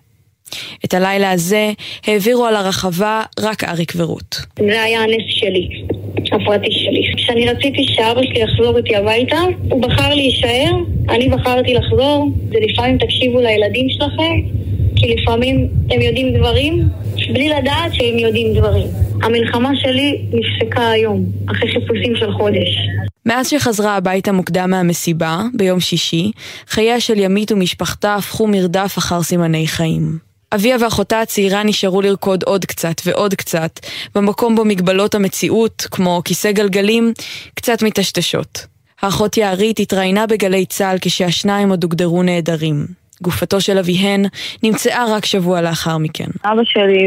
את הלילה הזה העבירו על הרחבה רק אריק ורות.
זה היה הנס שלי, הפרטי שלי. כשאני רציתי שאבא שלי יחזור איתי הביתה, הוא בחר להישאר, אני בחרתי לחזור. זה לפעמים תקשיבו לילדים שלכם, כי לפעמים הם יודעים דברים, בלי לדעת שהם יודעים דברים. המלחמה שלי נפסקה היום, אחרי חיפושים של חודש.
מאז שחזרה הביתה מוקדם מהמסיבה, ביום שישי, חייה של ימית ומשפחתה הפכו מרדף אחר סימני חיים. אביה ואחותה הצעירה נשארו לרקוד עוד קצת ועוד קצת, במקום בו מגבלות המציאות, כמו כיסא גלגלים, קצת מטשטשות. האחות יערית התראיינה בגלי צהל כשהשניים עוד הוגדרו נהדרים. גופתו של אביהן נמצאה רק שבוע לאחר מכן.
אבא שלי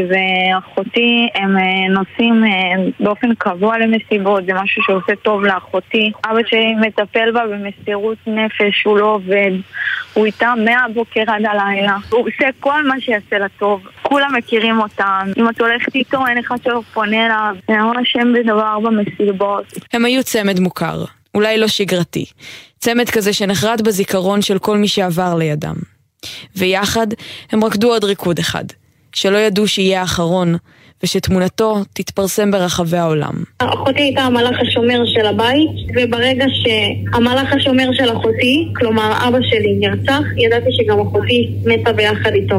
ואחותי הם נוסעים באופן קבוע למסיבות, זה משהו שעושה טוב לאחותי. אבא שלי מטפל בה במסירות נפש, הוא לא עובד, הוא איתה מהבוקר עד הלילה. הוא עושה כל מה שיעשה לה טוב. כולם מכירים אותם. אם את הולכת איתו, אין אחד שלא פונה אליו. זה ממש שם בדבר במסיבות.
הם היו צמד מוכר, אולי לא שגרתי. צמד כזה שנחרד בזיכרון של כל מי שעבר לידם. ויחד הם רקדו עוד ריקוד אחד, שלא ידעו שיהיה האחרון, ושתמונתו תתפרסם ברחבי העולם.
אחותי הייתה המלאך השומר של הבית, וברגע שהמלאך השומר של אחותי, כלומר אבא שלי, נרצח, ידעתי שגם אחותי מתה ביחד איתו.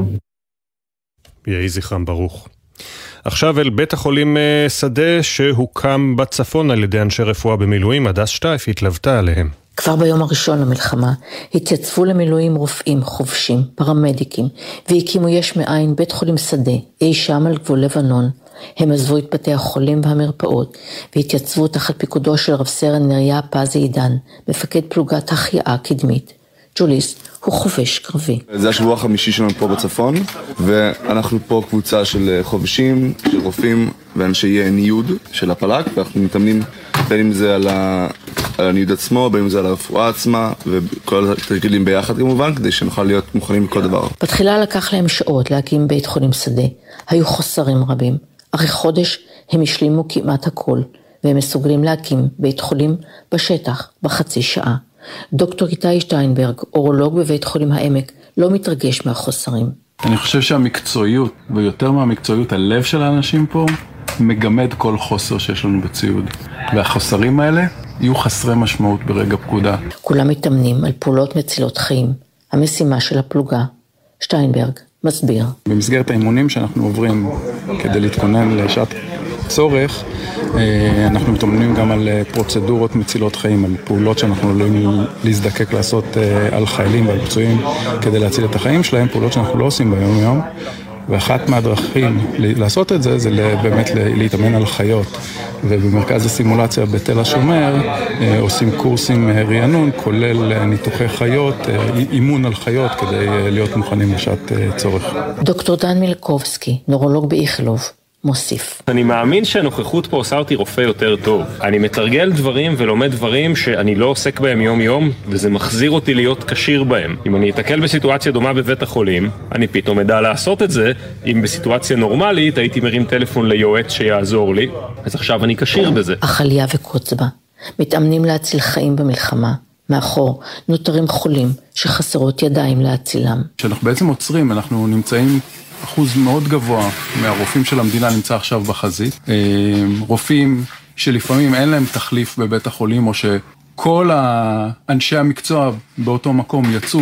יהי זכרם ברוך. עכשיו אל בית החולים שדה שהוקם בצפון על ידי אנשי רפואה במילואים. הדס שטייף התלוותה עליהם.
כבר ביום הראשון למלחמה התייצבו למילואים רופאים, חובשים, פרמדיקים, והקימו יש מאין בית חולים שדה, אי שם על גבול לבנון. הם עזבו את בתי החולים והמרפאות, והתייצבו תחת פיקודו של רב סרן נריה פז עידן, מפקד פלוגת החייאה קדמית. ג'וליס הוא חובש קרבי.
זה השבוע החמישי שלנו פה בצפון, ואנחנו פה קבוצה של חובשים, של רופאים ואנשי ניוד של הפלק, ואנחנו מתאמנים בין אם זה על, ה... על הניוד עצמו, בין אם זה על הרפואה עצמה, וכל התרגילים ביחד כמובן, כדי שנוכל להיות מוכנים בכל דבר.
בתחילה לקח להם שעות להקים בית חולים שדה. היו חוסרים רבים. אחרי חודש הם השלימו כמעט הכל, והם מסוגלים להקים בית חולים בשטח בחצי שעה. דוקטור איתי שטיינברג, אורולוג בבית חולים העמק, לא מתרגש מהחוסרים.
אני חושב שהמקצועיות, ויותר מהמקצועיות, הלב של האנשים פה, מגמד כל חוסר שיש לנו בציוד. והחוסרים האלה יהיו חסרי משמעות ברגע פקודה.
כולם מתאמנים על פעולות מצילות חיים. המשימה של הפלוגה. שטיינברג מסביר.
במסגרת האימונים שאנחנו עוברים כדי להתכונן לשעת צורך, אנחנו מתאמנים גם על פרוצדורות מצילות חיים, על פעולות שאנחנו עלולים להזדקק לעשות על חיילים ועל פצועים כדי להציל את החיים שלהם, פעולות שאנחנו לא עושים ביום יום. ואחת מהדרכים לעשות את זה, זה באמת להתאמן על חיות. ובמרכז הסימולציה בתל השומר עושים קורסים רענון, כולל ניתוחי חיות, אימון על חיות כדי להיות מוכנים לשעת צורך.
דוקטור דן מילקובסקי, נורולוג באיכילוב, מוסיף.
אני מאמין שהנוכחות פה עושה אותי רופא יותר טוב. אני מתרגל דברים ולומד דברים שאני לא עוסק בהם יום יום, וזה מחזיר אותי להיות קשיר בהם. אם אני אתקל בסיטואציה דומה בבית החולים, אני פתאום אדע לעשות את זה. אם בסיטואציה נורמלית הייתי מרים טלפון ליועץ שיעזור לי, אז עכשיו אני קשיר בזה.
אחליה וקוצבה מתאמנים להציל חיים במלחמה. מאחור נותרים חולים שחסרות ידיים להצילם.
כשאנחנו בעצם עוצרים, אנחנו נמצאים אחוז מאוד גבוה מהרופאים של המדינה נמצא עכשיו בחזית. רופאים שלפעמים אין להם תחליף בבית החולים, או שכל האנשי המקצוע באותו מקום יצאו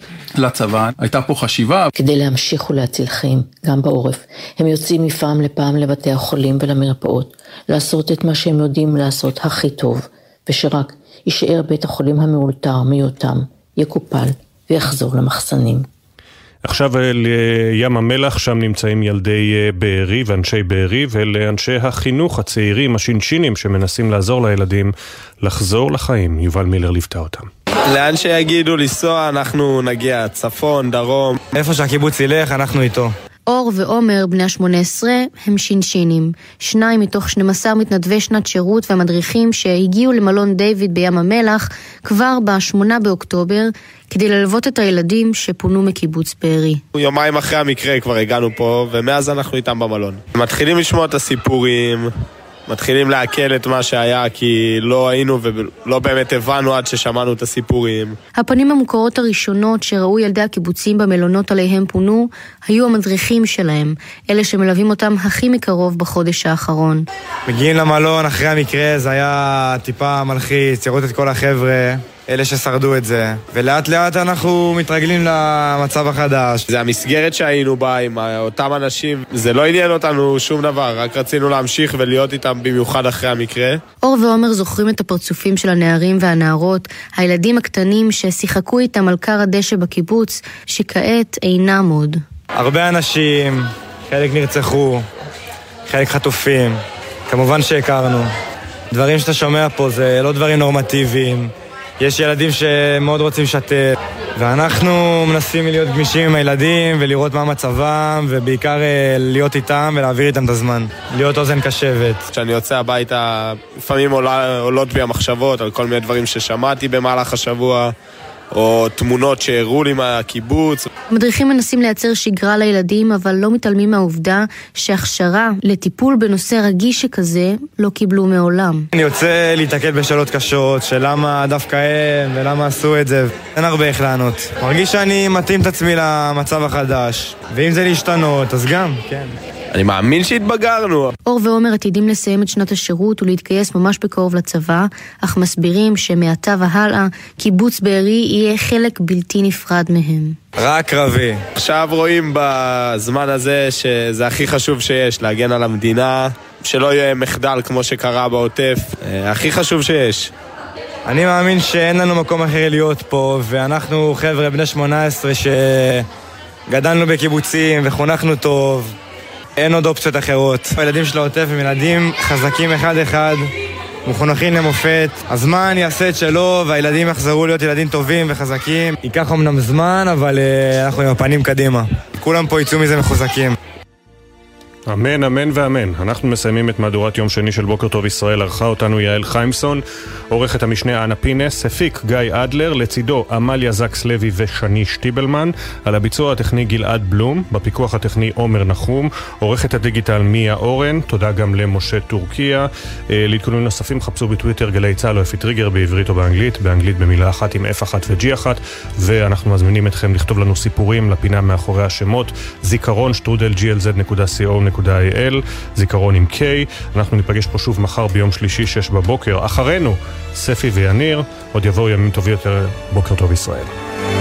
לצבא. הייתה פה חשיבה.
כדי להמשיך ולהציל חיים, גם בעורף, הם יוצאים מפעם לפעם לבתי החולים ולמרפאות, לעשות את מה שהם יודעים לעשות הכי טוב, ושרק יישאר בית החולים המאולתר מיותם, יקופל ויחזור למחסנים.
עכשיו לים המלח, שם נמצאים ילדי בארי ואנשי בארי, ולאנשי החינוך הצעירים, השינשינים, שמנסים לעזור לילדים לחזור לחיים. יובל מילר ליוותה אותם.
לאן שיגידו לנסוע, אנחנו נגיע, צפון, דרום. איפה שהקיבוץ ילך, אנחנו איתו.
אור ועומר, בני ה-שמונה עשרה, הם שינשינים. שניים מתוך שנים עשר מתנדבי שנת שירות והמדריכים שהגיעו למלון דיוויד בים המלח כבר ב-שמונה באוקטובר, כדי ללוות את הילדים שפונו מקיבוץ בארי.
יומיים אחרי המקרה כבר הגענו פה, ומאז אנחנו איתם במלון. מתחילים לשמוע את הסיפורים, מתחילים להקל את מה שהיה, כי לא היינו ולא באמת הבנו עד ששמענו את הסיפורים.
הפנים המוכרות הראשונות שראו ילדי הקיבוצים במלונות עליהם פונו, היו המדריכים שלהם, אלה שמלווים אותם הכי מקרוב בחודש האחרון.
מגיעים למלון אחרי המקרה, זה היה טיפה מלחיץ, לראות את כל החבר'ה, אלה ששרדו את זה. ולאט לאט אנחנו מתרגלים למצב החדש. זה המסגרת שהיינו בה עם אותם אנשים. זה לא עניין אותנו שום דבר, רק רצינו להמשיך ולהיות איתם במיוחד אחרי המקרה.
אור ועומר זוכרים את הפרצופים של הנערים והנערות, הילדים הקטנים ששיחקו איתם על קר הדשא בקיבוץ, שכעת אינם עוד.
הרבה אנשים, חלק נרצחו, חלק חטופים. כמובן שהכרנו. דברים שאתה שומע פה זה לא דברים נורמטיביים. יש ילדים שמאוד רוצים לשתף, ואנחנו מנסים להיות גמישים עם הילדים ולראות מה מצבם, ובעיקר להיות איתם ולהעביר איתם את הזמן. להיות אוזן קשבת. כשאני יוצא הביתה, לפעמים עולה, עולות בי המחשבות על כל מיני דברים ששמעתי במהלך השבוע, או תמונות שהראו לי מהקיבוץ.
המדריכים מנסים לייצר שגרה לילדים, אבל לא מתעלמים מהעובדה שהכשרה לטיפול בנושא רגיש שכזה לא קיבלו מעולם.
אני יוצא להתעכב בשאלות קשות, של למה דווקא הם ולמה עשו את זה. אין הרבה איך לענות. מרגיש שאני מתאים את עצמי למצב החדש, ואם זה להשתנות, אז גם, כן. אני מאמין שהתבגרנו.
אור ועומר עתידים לסיים את שנת השירות ולהתגייס ממש בקרוב לצבא, אך מסבירים שמעתה והלאה קיבוץ בארי יהיה חלק בלתי נפרד מהם.
רק קרבי. עכשיו רואים בזמן הזה שזה הכי חשוב שיש, להגן על המדינה, שלא יהיה מחדל כמו שקרה בעוטף. הכי חשוב שיש. אני מאמין שאין לנו מקום אחר להיות פה, ואנחנו חבר'ה בני שמונה עשרה שגדלנו בקיבוצים וחונכנו טוב. אין עוד אופציות אחרות. הילדים של העוטף הם ילדים חזקים אחד אחד, מחונכים למופת. הזמן יעשה את שלו והילדים יחזרו להיות ילדים טובים וחזקים. ייקח אמנם זמן, אבל uh, אנחנו עם הפנים קדימה. כולם פה יצאו מזה מחוזקים.
אמן, אמן ואמן. אנחנו מסיימים את מהדורת יום שני של בוקר טוב ישראל. ערכה אותנו יעל חיימסון, עורכת המשנה אנה פינס, הפיק גיא אדלר, לצידו עמליה זקס לוי ושני שטיבלמן, על הביצוע הטכני גלעד בלום, בפיקוח הטכני עומר נחום, עורכת הדיגיטל מיה אורן, תודה גם למשה טורקיה. להתכוננים נוספים חפשו בטוויטר גלי צהל או אפי טריגר בעברית או באנגלית, באנגלית במילה אחת עם F אחת ו-G אחת, ואנחנו מזמינים אתכם לכתוב לנו סיפורים לפינה מאחורי השמות, זיכרון שטרודל ג'י אל זד נקודה סי או נקודה איי אל, זיכרון עם K. אנחנו ניפגש פה שוב מחר ביום שלישי שש בבוקר. אחרינו ספי ויניר, עוד יבואו ימים טובים יותר. בוקר טוב ישראל.